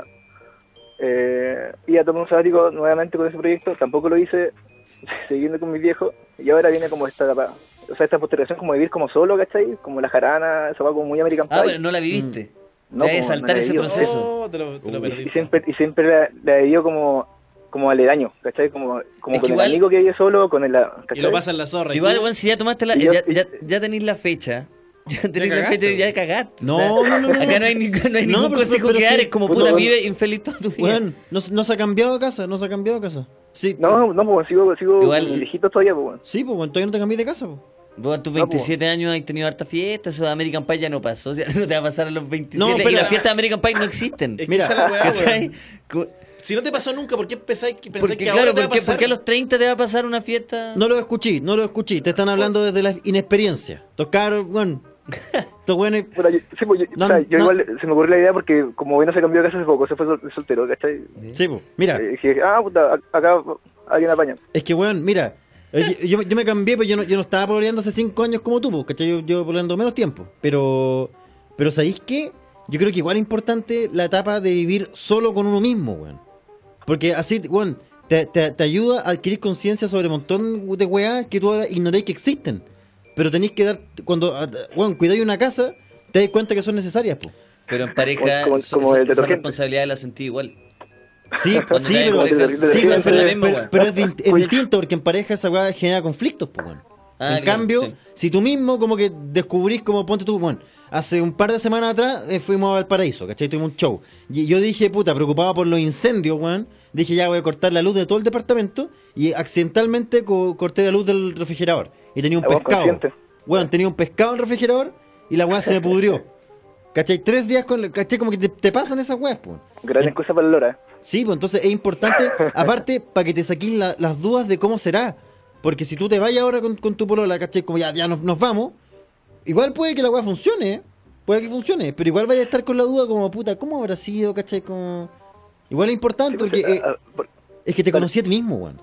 eh, y a tomar un sabático nuevamente con ese proyecto, tampoco lo hice, siguiendo con mis viejos, y ahora viene como esta etapa, o sea, esta postergación como vivir como solo, ¿cachai? Como la jarana, eso va como muy American Pie. Ah, pero no la viviste. No, Te hay que pues, saltar no la ese viví. proceso. Oh, te lo, te lo Y, perdí. y siempre, y siempre la, la he vivido como, como aledaño, ¿cachai? Como, como Es con que el igual- igual, amigo que vive solo, con el... ¿cachai? Y lo pasa en la zorra. ¿y Igual, tú? bueno, si ya tomaste la. Y yo- Ya, ya, ya tenéis la fecha. Ya tenéis la cagaste, fecha y ya cagaste. No, o sea, no, no, no. Acá no hay, ningún- no hay No, ningún pero- consejo pero que sí, dar. Es como puta, puta, bueno. vive infeliz toda tu vida. Weón, no, no se ha cambiado de casa, no se ha cambiado de casa. Sí, No, no, pues sigo, sigo Igual- viejito todavía, pues. sí, pues weón, todavía no te cambié de casa, pues. Vos a tus No, veintisiete años has tenido harta fiesta, eso de American Pie ya no pasó, o sea, no te va a pasar a los veintisiete. No, y pero- las fiestas de American Pie no existen. Es que Mira, esa es la weá, ¿Cachai? weón. Como- Si no te pasó nunca, ¿por qué pensáis que, pensáis Porque que claro, ahora te va a porque, pasar? porque a los treinta te va a pasar una fiesta. No lo escuché, no lo escuché. Te están hablando desde la inexperiencia. Tocar, weón. Estos weones. Bueno, yo, sí, pues, yo, No, o sea, yo no. igual se me ocurrió la idea porque como bueno se cambió de casa hace poco, se fue sol- soltero, ¿cachai? Sí, pues. Mira, Eh, dije, ah, puta, a- acá alguien apaña. es que weón, mira. eh, Yo, yo me cambié, pero yo no, yo no estaba pololeando hace cinco años como tú, pues, ¿cachai? Yo, yo pololeando menos tiempo. Pero. Pero ¿sabéis qué? Yo creo que igual es importante la etapa de vivir solo con uno mismo, weón. Porque así, weón, te, te, te ayuda a adquirir conciencia sobre un montón de weas que tú ahora ignoráis que existen. Pero tenéis que dar, cuando, ah, weón, cuidáis una casa, te das cuenta que son necesarias, pues. Pero en pareja, Como- esa- como el esa detergente. responsabilidad la sentí igual. Sí, Cuando sí, estás en pero, pareja, sí, pero, es pero- lo mismo, pero- weón. pero es, di- es distinto porque en pareja esa weá genera conflictos, pues, weón. Ah, en claro, cambio, sí. si tú mismo como que descubrís como ponte tú, bueno, hace un par de semanas atrás eh, fuimos a Valparaíso, ¿cachai? Tuvimos un show. Y yo dije, puta, preocupado por los incendios, weón. Dije, ya voy a cortar la luz de todo el departamento. Y accidentalmente co- corté la luz del refrigerador. Y tenía un Ah, vos pescado. consciente. Weón, tenía un pescado en el refrigerador y la weá se me pudrió. ¿Cachai? Tres días con... ¿Cachai? Como que te, te pasan esas weas, pues. Gran excusa para el Lora. Sí, pues entonces es importante, aparte, para que te saquís la- las dudas de cómo será. Porque si tú te vayas ahora con, con tu polola, ¿cachai? Como ya, ya nos, nos vamos, igual puede que la weá funcione, ¿eh? Puede que funcione, pero igual vaya a estar con la duda como, puta, ¿cómo habrá sido, cachai? Como... Igual es importante porque eh, es que te conocí a ti mismo, weón.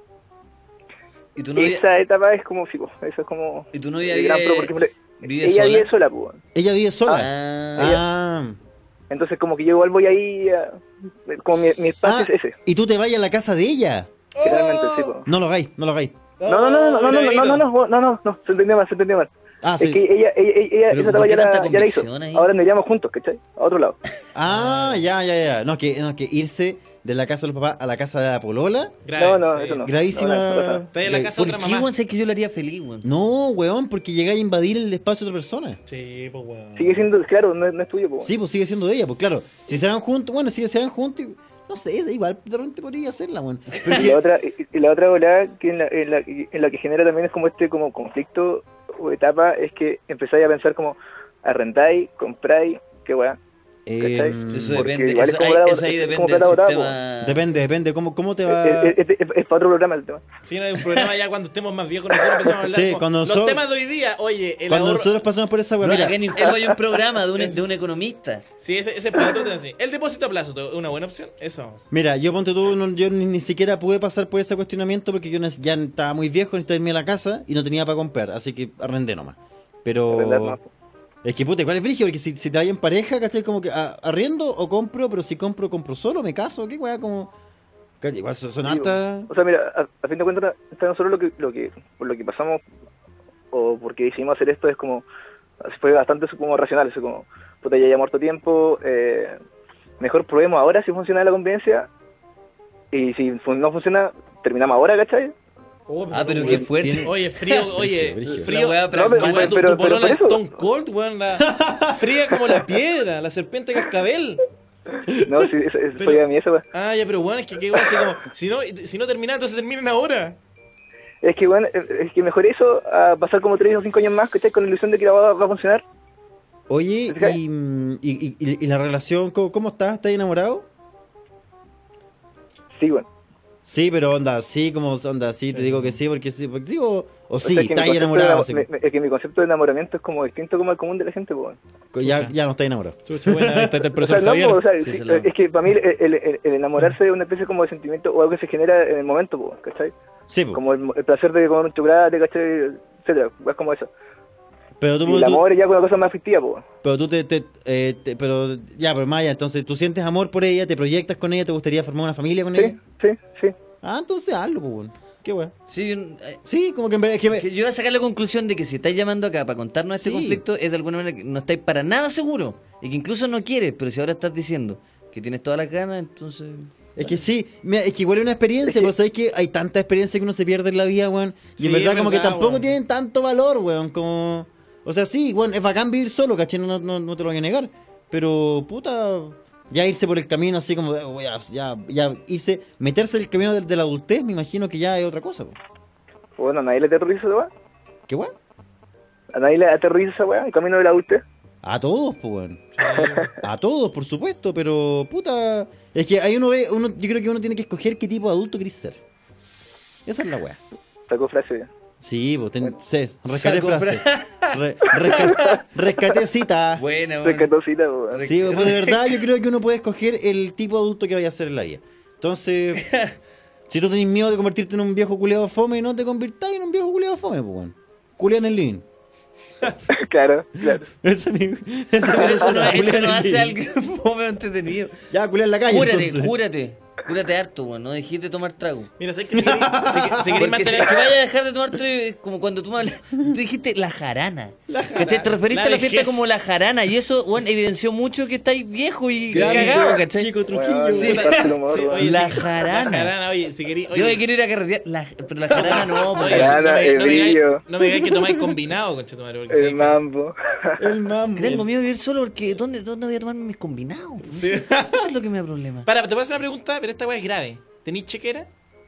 ¿Y tu novia, Esa etapa es como, sí, po, eso es como... ¿y tu novia el gran vive, pro, por ejemplo, vive ella sola? vive sola, pues. ¿Ella vive sola? Ah, Ah, Entonces como que yo igual voy ahí, a- como mi, mi espacio Ah, es ese. y tú te vayas a la casa de ella. Generalmente, sí, po. No lo hagáis, no lo hagáis. No, no, no, no, no, no, no, no, no, no, no, no, no, se entendió mal, se entendió mal. Ah, es sí. que ella, ella, ella, ella Pero esa ¿por etapa qué ya la, tanta ya la hizo. convicción ahí? Ahora nos iríamos juntos, ¿cachai? A otro lado. Ah, ya, ya, ya. No, que, no, que irse de la casa de los papás a la casa de la polola. Grave, No, no, sí. eso no. Gravísima. No, no, no, no. Está ahí en la casa de ¿Por otra qué, mamá. weón? Sé que yo lo haría feliz, weón. No, weón, porque llegáis a invadir el espacio de otra persona. Sí, pues weón. Sigue siendo, claro, no, es- no es tuyo, po. Sí, pues sigue siendo de ella, pues claro. Si se van juntos, bueno, si se van juntos, y- no sé, igual de repente podría hacerla, weón. Y la otra, y, y la otra volada que en la, en, la, en la que genera también es como este como conflicto o etapa es que empezáis a pensar como arrendáis, compráis, qué weá. Eh, ¿cachai? Eso Porque depende, igual eso, es como ahí, plata- eso ahí es depende como del plata botada, sistema. Depende, depende, ¿cómo, cómo te va? Es, es, es- es para otro programa el tema. Sí, no hay un problema ya cuando estemos más viejos nosotros empezamos a hablar Sí, como, cuando los nosotros- temas de hoy día, oye, el Cuando ahorro... nosotros pasamos por esa weá, No, mira, acá en Injuego hay un programa de un, de un economista. Sí, ese, ese es para otro tema, sí. El depósito a plazo, ¿es una buena opción? Eso vamos. mira, yo ponte tú, no- yo ni, ni siquiera pude pasar por ese cuestionamiento porque yo no- ya estaba muy viejo, necesitaba irme a la casa y no tenía para comprar, así que arrendé nomás. Pero... Arrendar nomás, po. Es que puta, ¿cuál es brígido? Porque si, si te vayas en pareja, ¿cachai? Como que ah, arriendo o compro, pero si compro, compro solo, me caso, ¿qué weá? Como... ¿cachai? Igual son, son Sí, hartas... O sea, mira, a, a fin de cuentas, está nosotros lo que, lo que, por lo que pasamos o porque decidimos hacer esto es como, fue bastante como racional, es como, puta, ya llevamos harto tiempo, eh, mejor probemos ahora si funciona la convivencia y si fun- no funciona, terminamos ahora, ¿cachai? Oh, Ah, pero qué fuerte. Tiene- Oye, frío, oye, Brígido, frío. La weá No, pragmática. tu, weá, tu- pero- tu pero polola por es eso- Stone Cold, weón, la fría como la piedra, la serpiente cascabel. No, sí, eso, eso Pero- fue a mí eso, weón. Ah, ya, pero bueno, es que qué weá, así como, si no, si no terminan, entonces terminen ahora. Es que, bueno, es que mejor eso a pasar como tres o cinco años más, ¿cachai? Con la ilusión de que la va, va a funcionar. Oye, ¿Te y, y, y, y la relación, ¿cómo, cómo estás? ¿Estás enamorado? Sí, bueno. Sí, pero onda, sí, como onda, sí, te digo que sí, porque sí, porque digo, o sí, O sea, es que mi estás concepto de enamorado, enamo- así, me- me- es que mi concepto de enamoramiento es como distinto como al común de la gente, pues. ya, ya no estás enamorado. Chucha, buena, está el O sea, profesor no, Javier. po, o sea, Sí, sí, se lo- es que para mí el, el- el- el enamorarse es una especie como de sentimiento o algo que se genera en el momento, po, ¿cachai? Sí, po. Como el, el placer de comer un chocolate, ¿cachai? Etcétera, es como eso. pero tú, Y el tú- amor es ya una cosa más fictiva, po. pero tú te, te, eh, te- pero ya, pero Maya, entonces tú sientes amor por ella, te proyectas con ella, te gustaría formar una familia con Sí, ella. sí, sí. Ah, entonces hazlo, pues, bueno. Qué weón. Sí, yo, eh, Sí, como que en verdad es que me- que yo voy a sacar la conclusión de que si estáis llamando acá para contarnos este Sí. conflicto es de alguna manera que no estáis para nada seguros y que incluso no quieres, pero si ahora estás diciendo que tienes todas las ganas, entonces... Es que sí, mira, es que igual es una experiencia, pero sabes que hay tanta experiencia que uno se pierde en la vida, weón. Y Sí, en verdad es como que verdad, tampoco weón. tienen tanto valor, weón, como... O sea, sí, weón, es bacán vivir solo, ¿cachai? No, no, no te lo voy a negar. Pero, puta, ya irse por el camino así como, eh, ya, ya, ya irse, meterse en el camino de, de la adultez, me imagino que ya es otra cosa, weón. Bueno, a nadie le aterroriza esa weá. ¿Qué weón? A nadie le aterroriza esa weá, el camino de la adultez. A todos, pues, weón. A todos, por supuesto, pero, puta... Es que ahí uno ve, uno, yo creo que uno tiene que escoger qué tipo de adulto querés ser. Esa es la weá. Sacó frase ya. Sí, pues, ten, sé, rescaté Saco frase. Re- resca- rescaté cita. Buena, weón. Rescatosita, weón. Sí, pues de verdad yo creo que uno puede escoger el tipo de adulto que vaya a ser en la vida. Entonces, si tú tenés miedo de convertirte en un viejo culeado fome, no te convirtáis en un viejo culeado fome, pues, weón. Culean en el living. Claro, claro. Ese es mi- ese es mi- Pero eso no, eso culean no en el hace living. algo fome o entretenido. Ya, culean en la calle, Cúrate, entonces. cúrate. Cúrate harto, weón. No dejes de tomar trago. Mira, ¿sabes que si queréis si, si Porque mantener... si que vaya a dejar de tomar trago, es como cuando tú me hablas. Tú dijiste la jarana. La jarana. ¿Cachai? Te referiste La a la fiesta vejez. como la jarana. Y eso, weón, evidenció mucho que estáis viejo y Sí, cagado, ¿cachai? Chico Trujillo. Weón, Sí. parte el humor, Sí, weón. oye, La sí. jarana. La jarana, oye, si queréis... Yo Oye, quiero ir a carretear. La, pero la jarana no, oye, porque. Jarana, no me, el no me digáis, brillo. no me digáis que tomáis combinado, conchetumare, porque El sabéis que- mambo. El mambo. Tengo miedo de vivir solo porque ¿dónde, dónde voy a tomar mis combinados? Sí. Eso es lo que me da problema. Para, te puedo hacer una pregunta, pero esta weá es grave. ¿Tenís chequera?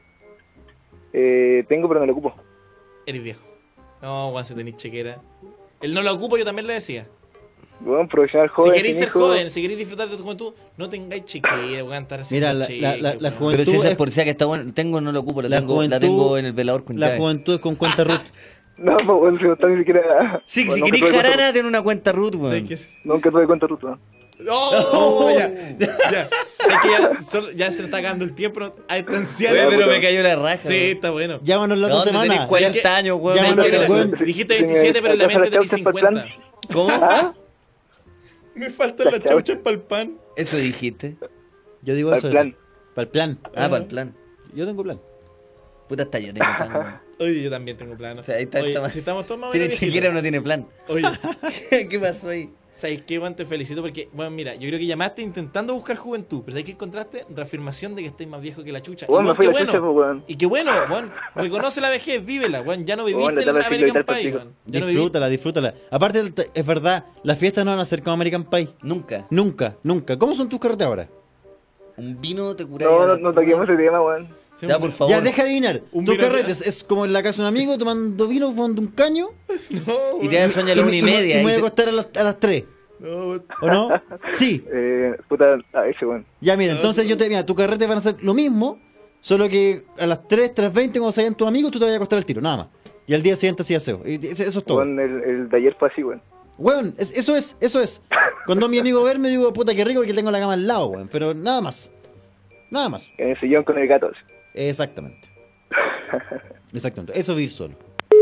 Eh, tengo, pero no lo ocupo. Eres viejo. No, Juan, si tenís chequera. El no lo ocupo, yo también le decía. Weón, profesional Si joven. queréis sin ser hijo. joven, si queréis disfrutar de tu juventud, no tengáis chequera, weón, estar haciendo Mira, la, cheque, la, la, la weón. Pero juventud si esa es es- por si que está bueno, tengo no lo ocupo, la, la tengo, la juventud- tengo en el velador con la llave. juventud es con cuenta root. No, pues bueno, si no está ni siquiera. Sí, bueno, si nunca querés tuve jarana, cuenta- ten una cuenta root, weón. Nunca tuve cuenta ruta. ¿no? ¡Oh! Ya, ya, ya. Es que ya, solo- ya se le está acabando el tiempo ¿no? a este anciano. Oye, pero me cayó la raja. Sí, weón. está bueno. Llámanos la No, otra tú tenés semana. cuarenta años, weón. Llámanos, Ven, Mira, weón. dijiste Si me veintisiete, pero en la alcanza mente la tenés chaucha para el cincuenta. ¿Cómo? ¿Ah? Me faltan las chauchas para el pan. Eso dijiste. Yo digo Para eso. el plan. Para el plan. Ah, para el plan. Yo tengo plan. Puta, hasta yo tengo plan, weón. Oye, yo también tengo plano. O sea, ahí está, Oye, está- si estamos todos más o ¿Tiene menos chequera o viejitos. no tiene plan? Oye, ¿Qué pasó ahí? ¿sabes qué, Juan? Te felicito porque, bueno, mira, yo creo que llamaste intentando buscar juventud, pero ¿sabes qué encontraste? Reafirmación de que estáis más viejo que la chucha. Weón, y, me weón, fui qué a la bueno. chucha, pues, weón. Y qué bueno, Juan. Reconoce la vejez, vívela, Juan. Ya no viviste Weón, la en etapa un del siglo American vital Pie, partido. Juan. Ya no viviste. Disfrútala, disfrútala. Aparte, es verdad, las fiestas no van a ser como American Pie. Nunca. Nunca, nunca. ¿Cómo son tus carretes ahora? Un vino te cura. No, no, no toquemos ese tema, weón. Sí, Ya, un- por favor. Ya, deja de adivinar. Un Tus vino- carretes es como en la casa de un amigo tomando vino, fumando un caño. No, Y te dan sueño a la una y y me- media. y me voy y a te- acostar a las, a las tres. no, weón. ¿O no? Sí. Eh, puta, a ese, weón. Ya, mira, entonces yo te. Mira, tus carretes van a ser lo mismo, solo que a las tres, tres veinte, cuando se vayan tus amigos, tú te vas a acostar al tiro, nada más. Y al día siguiente así aseo. Y eso eso es todo. Weón, el, el de ayer fue así, weón. Weón, es- eso es, eso es. Cuando mi amigo verme, digo, puta, qué rico porque tengo la cama al lado, weón. Pero nada más. Nada más. En el sillón con el gato. así. Exactamente. Exactamente. Eso es vivir solo.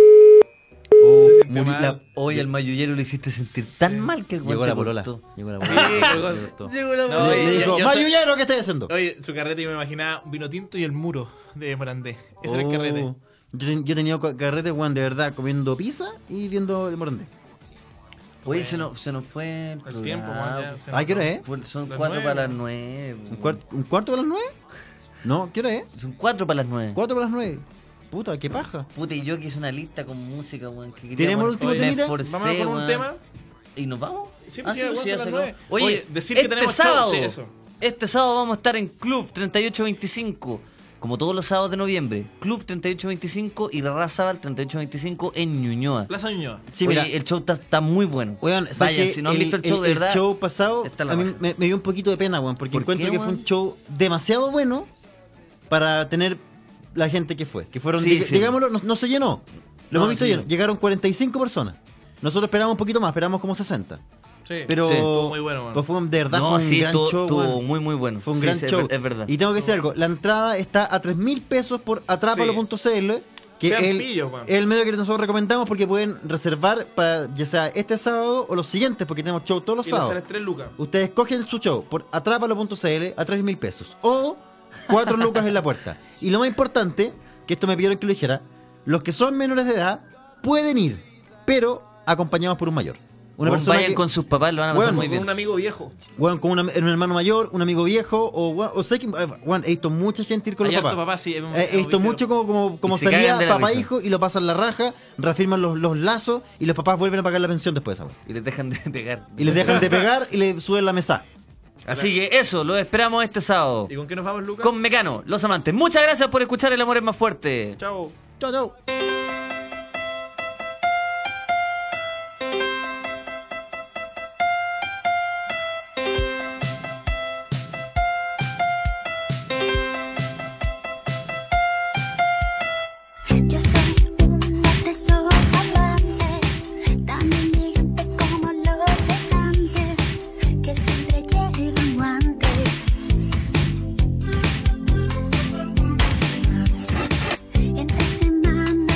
Se siente Muri- mal. la- Hoy al mayullero le hiciste sentir tan mal que el Llegó weón la te polola. cortó. Llegó la Sí, polola. llegó- Le gustó. Llegó la No, polola. Le oye, dijo, yo- yo mayullero, ¿qué estás haciendo? Oye, su carrete yo me imaginaba un vino tinto y el muro de Morandé. Ese era el Oh, carrete. Yo, ten- yo he tenido ca- carretes, weón, de verdad, comiendo pizza y viendo el morandé. Oye, se nos, se nos fue El tiempo, programa. weón, ya se Ah, nos ¿qué hora fue. es? Pues Son Las cuatro nueve. para las nueve. ¿Un, cuar- ¿Un cuarto para las nueve? No, ¿qué hora es? Son cuatro para las nueve. Cuatro para las nueve. Puta, qué paja. Puta, y yo que hice una lista con música, weón. que quería ¿Tenemos el poner- último me temita? esforcé, Vámonos con un weón. tema. ¿Y nos vamos? Sí, Ah, pues sí, sí, igual sí, son ya las se nueve. acabó. Oye, Oye, decir que este tenemos show, sábado, sí, eso. este sábado vamos a estar en Club treinta y ocho veinticinco, como todos los sábados de noviembre. Club treinta y ocho veinticinco y Rara Zabal treinta y ocho veinticinco en Ñuñoa. Plaza Ñuñoa. Sí, Oye, mira. el show está, está muy bueno. Weón, ¿sabes Vayan, qué? si no han visto el show, de verdad. El show pasado, está la a mí raja. me, me dio un poquito de pena, weón, porque ¿Por encuentro qué, que fue weón? un show demasiado bueno para tener la gente que fue. Que fueron, Sí, dig- sí. digámoslo, no, no se llenó. Lo No, hemos visto sí. lleno. Llegaron cuarenta y cinco personas. Nosotros esperábamos un poquito más, esperábamos como sesenta. Sí. Pero Sí. Estuvo muy bueno, weón. pues fue un- de verdad No, fue un sí, gran estuvo- show, estuvo weón. muy, muy bueno. Fue un Sí, gran sí, es show. ver- es verdad. Y tengo que decir algo, la entrada está a tres mil pesos por atrápalo punto c l, que Sean es el, pillos, weón. es el medio que nosotros recomendamos porque pueden reservar para ya sea este sábado o los siguientes, porque tenemos show todos los Y le sábados. sale tres lucas. Ustedes cogen su show por atrápalo punto c l a tres mil pesos o cuatro lucas en la puerta. Y lo más importante, que esto me pidieron que lo dijera, los que son menores de edad pueden ir, pero acompañados por un mayor. Una Weón, persona vayan que, con sus papás, lo van a pasar Weón, muy Con bien. un amigo viejo. weón, con una- un hermano mayor, un amigo viejo, o, weón, o sé que, eh, weón, he visto mucha gente ir con Hay los harto papás. papá, sí. hemos- Eh, He hemos visto visto- mucho como, como, como Y se salía cagan de la papá risa. hijo y lo pasan la raja, reafirman los, los lazos y los papás vuelven a pagar la pensión después de esa weón. Y les dejan de pegar. Y les dejan de pegar y le suben la mesa. Así que eso, lo esperamos este sábado. ¿Y con qué nos vamos, Lucas? Con Mecano, los amantes. Muchas gracias por escuchar El Amor es Más Fuerte. Chao. Chao, chao. Yo soy una de esos amantes, tan elegante como los de antes, que siempre llevan guantes. Entre semana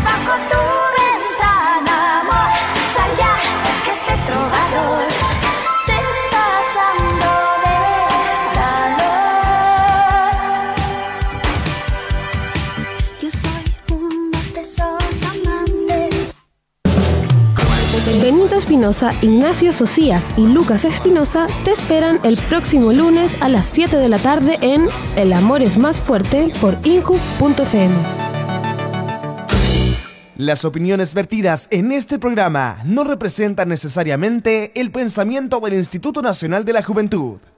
bajo tu ventana, amor. Sal ya, que este trovador se está asando de calor. Yo soy uno de esos amantes. Benito Espinosa, Ignacio Socias y Lucas Espinosa te esperan el próximo lunes a las siete de la tarde en El Amor es Más Fuerte por inhub punto f m. Las opiniones vertidas en este programa no representan necesariamente el pensamiento del Instituto Nacional de la Juventud.